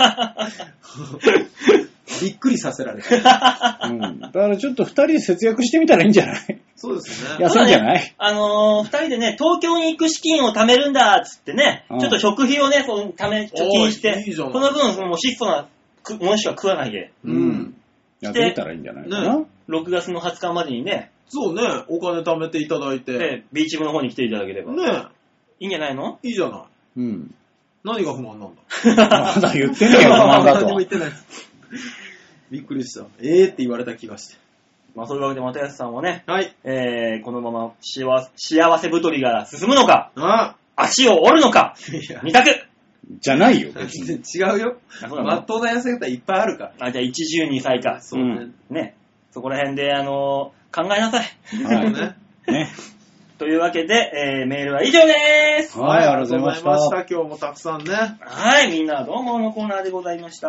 つ。びっくりさせられた。 うん。だからちょっと二人で節約してみたらいいんじゃない？ そうですね。 安いんじゃない？ね、 あのー、二人でね、東京に行く資金を貯めるんだっつってね、うん、ちょっと食費をね、その貯め、貯金して、いいその分、その質素なものしか食わないで。 うん。やってみたらいいんじゃないかな。ね、 ろくがつのはつかまでにね。 そうね、お金貯めていただいて。 で、ビーチ部の方に来ていただければ。ねいいんじゃないの？ いいじゃない。 うん。 何が不満なんだ？ まだ言ってねえよ、不満だと。 何も言ってない。びっくりした。えーって言われた気がして。 まあそういうわけで、又安さんはね、 はい。 えー、このまま幸せ、幸せ太りが進むのか、 あ足を折るのか、二択じゃないよ。 別に違うよ。まっとうな痩せ方いっぱいあるから。 あ、じゃあ一汁二菜か。 そうね。 うん、ね。そこら辺で、あのー、考えなさい。 はいね。 ね。 というわけで、えー、メールは以上でーす。 はい、ありがとうございました。今日もたくさんね。 はい、みんなどうものコーナーでございました。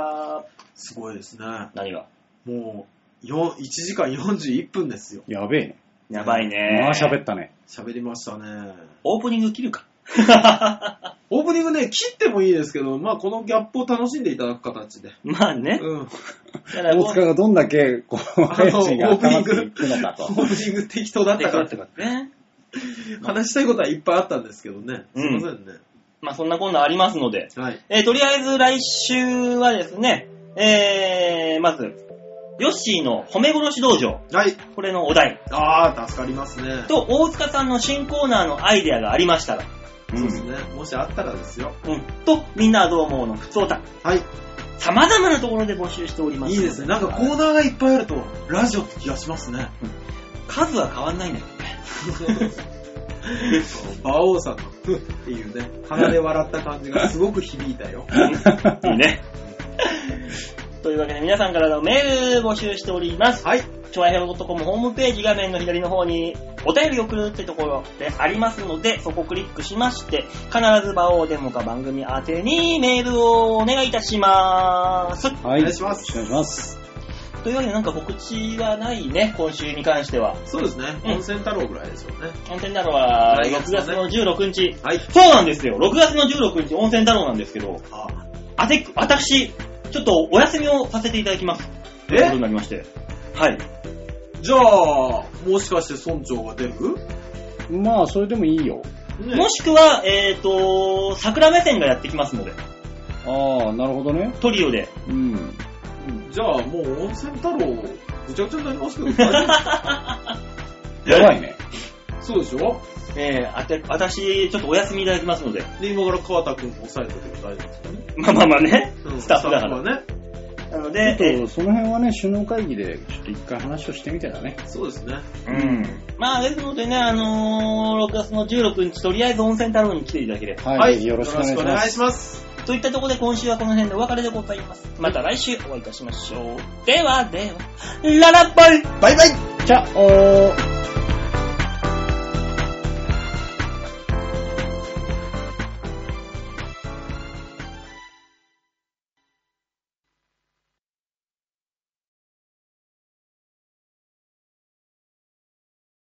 すごいですね。 何が？ もう、いちじかんよんじゅういっぷんですよ。 やべえね。 やばいね。 まあ喋ったね。 喋りましたね。 オープニング切るか。 オープニングね、切ってもいいですけど、まあこのギャップを楽しんでいただく形で。 まあね。 うん。 大塚がどんだけ、こう、配信が頭っていくのかと。 オープニング適当だったから。 適当だったからね。 話したいことはいっぱいあったんですけどね。すいませんね。うん、 まあそんなこんなありますので。 はい。 えー、とりあえず来週はですね、えー、まず、ヨッシーの褒め殺し道場。 はい。 これのお題。 あー、助かりますね。 と、大塚さんの新コーナーのアイデアがありましたら。 そうですね。もしあったらですよ。 うん。と、みんなはどう思うのふつおた。 はい。 様々なところで募集しております。 いいですね。なんかコーナーがいっぱいあると、ラジオって気がしますね。 うん、数は変わんないんだけどね。 馬王さんのふっていうね、鼻で笑った感じがすごく響いたよ。 いいね。というわけで皆さんからのメール募集しております。 はい。 ちょわへよ .com ホームページ画面の左の方にお便りを送るってところでありますので、そこをクリックしまして、必ず場をデモか番組宛てにメールをお願いいたします。 はい。お願いします。お願いします。 というわけでなんか告知はないね、今週に関しては。 そうですね。温泉太郎ぐらいでしょうね。 温泉太郎はろくがつのじゅうろくにち。 はい。 そうなんですよ。ろくがつのじゅうろくにち温泉太郎なんですけど、ああて、私、ちょっとお休みをさせていただきます。 え？ ということになりまして。はい。 じゃあ、もしかして村長が出る？ まあ、それでもいいよ。 ね、もしくは、えっと、桜目線がやってきますので。 ああ、なるほどね。 トリオで。 うん。 じゃあ、もう温泉太郎、ぐちゃぐちゃになりますけど、大丈夫？ やばいね。 そうでしょ？ えー、あて、私、ちょっとお休みいただきますので。 で、今から川田くんも抑えておけば大丈夫ですかね。 まあまあまあね。 うん、 スタッフだから。 スタッフはね。 なので、 ちょっとその辺はね、首脳会議でちょっと一回話をしてみてだね。 そうですね。 うん。まあ、ですのでね、あのー、ろくがつのじゅうろくにち、とりあえず温泉太郎に来ていただければ。 はい、はい、よろしくお願いします。 よろしくお願いします。 といったところで今週はこの辺でお別れでございます。また来週お会いいたしましょう。ではでは、ララバイバイバイチャオー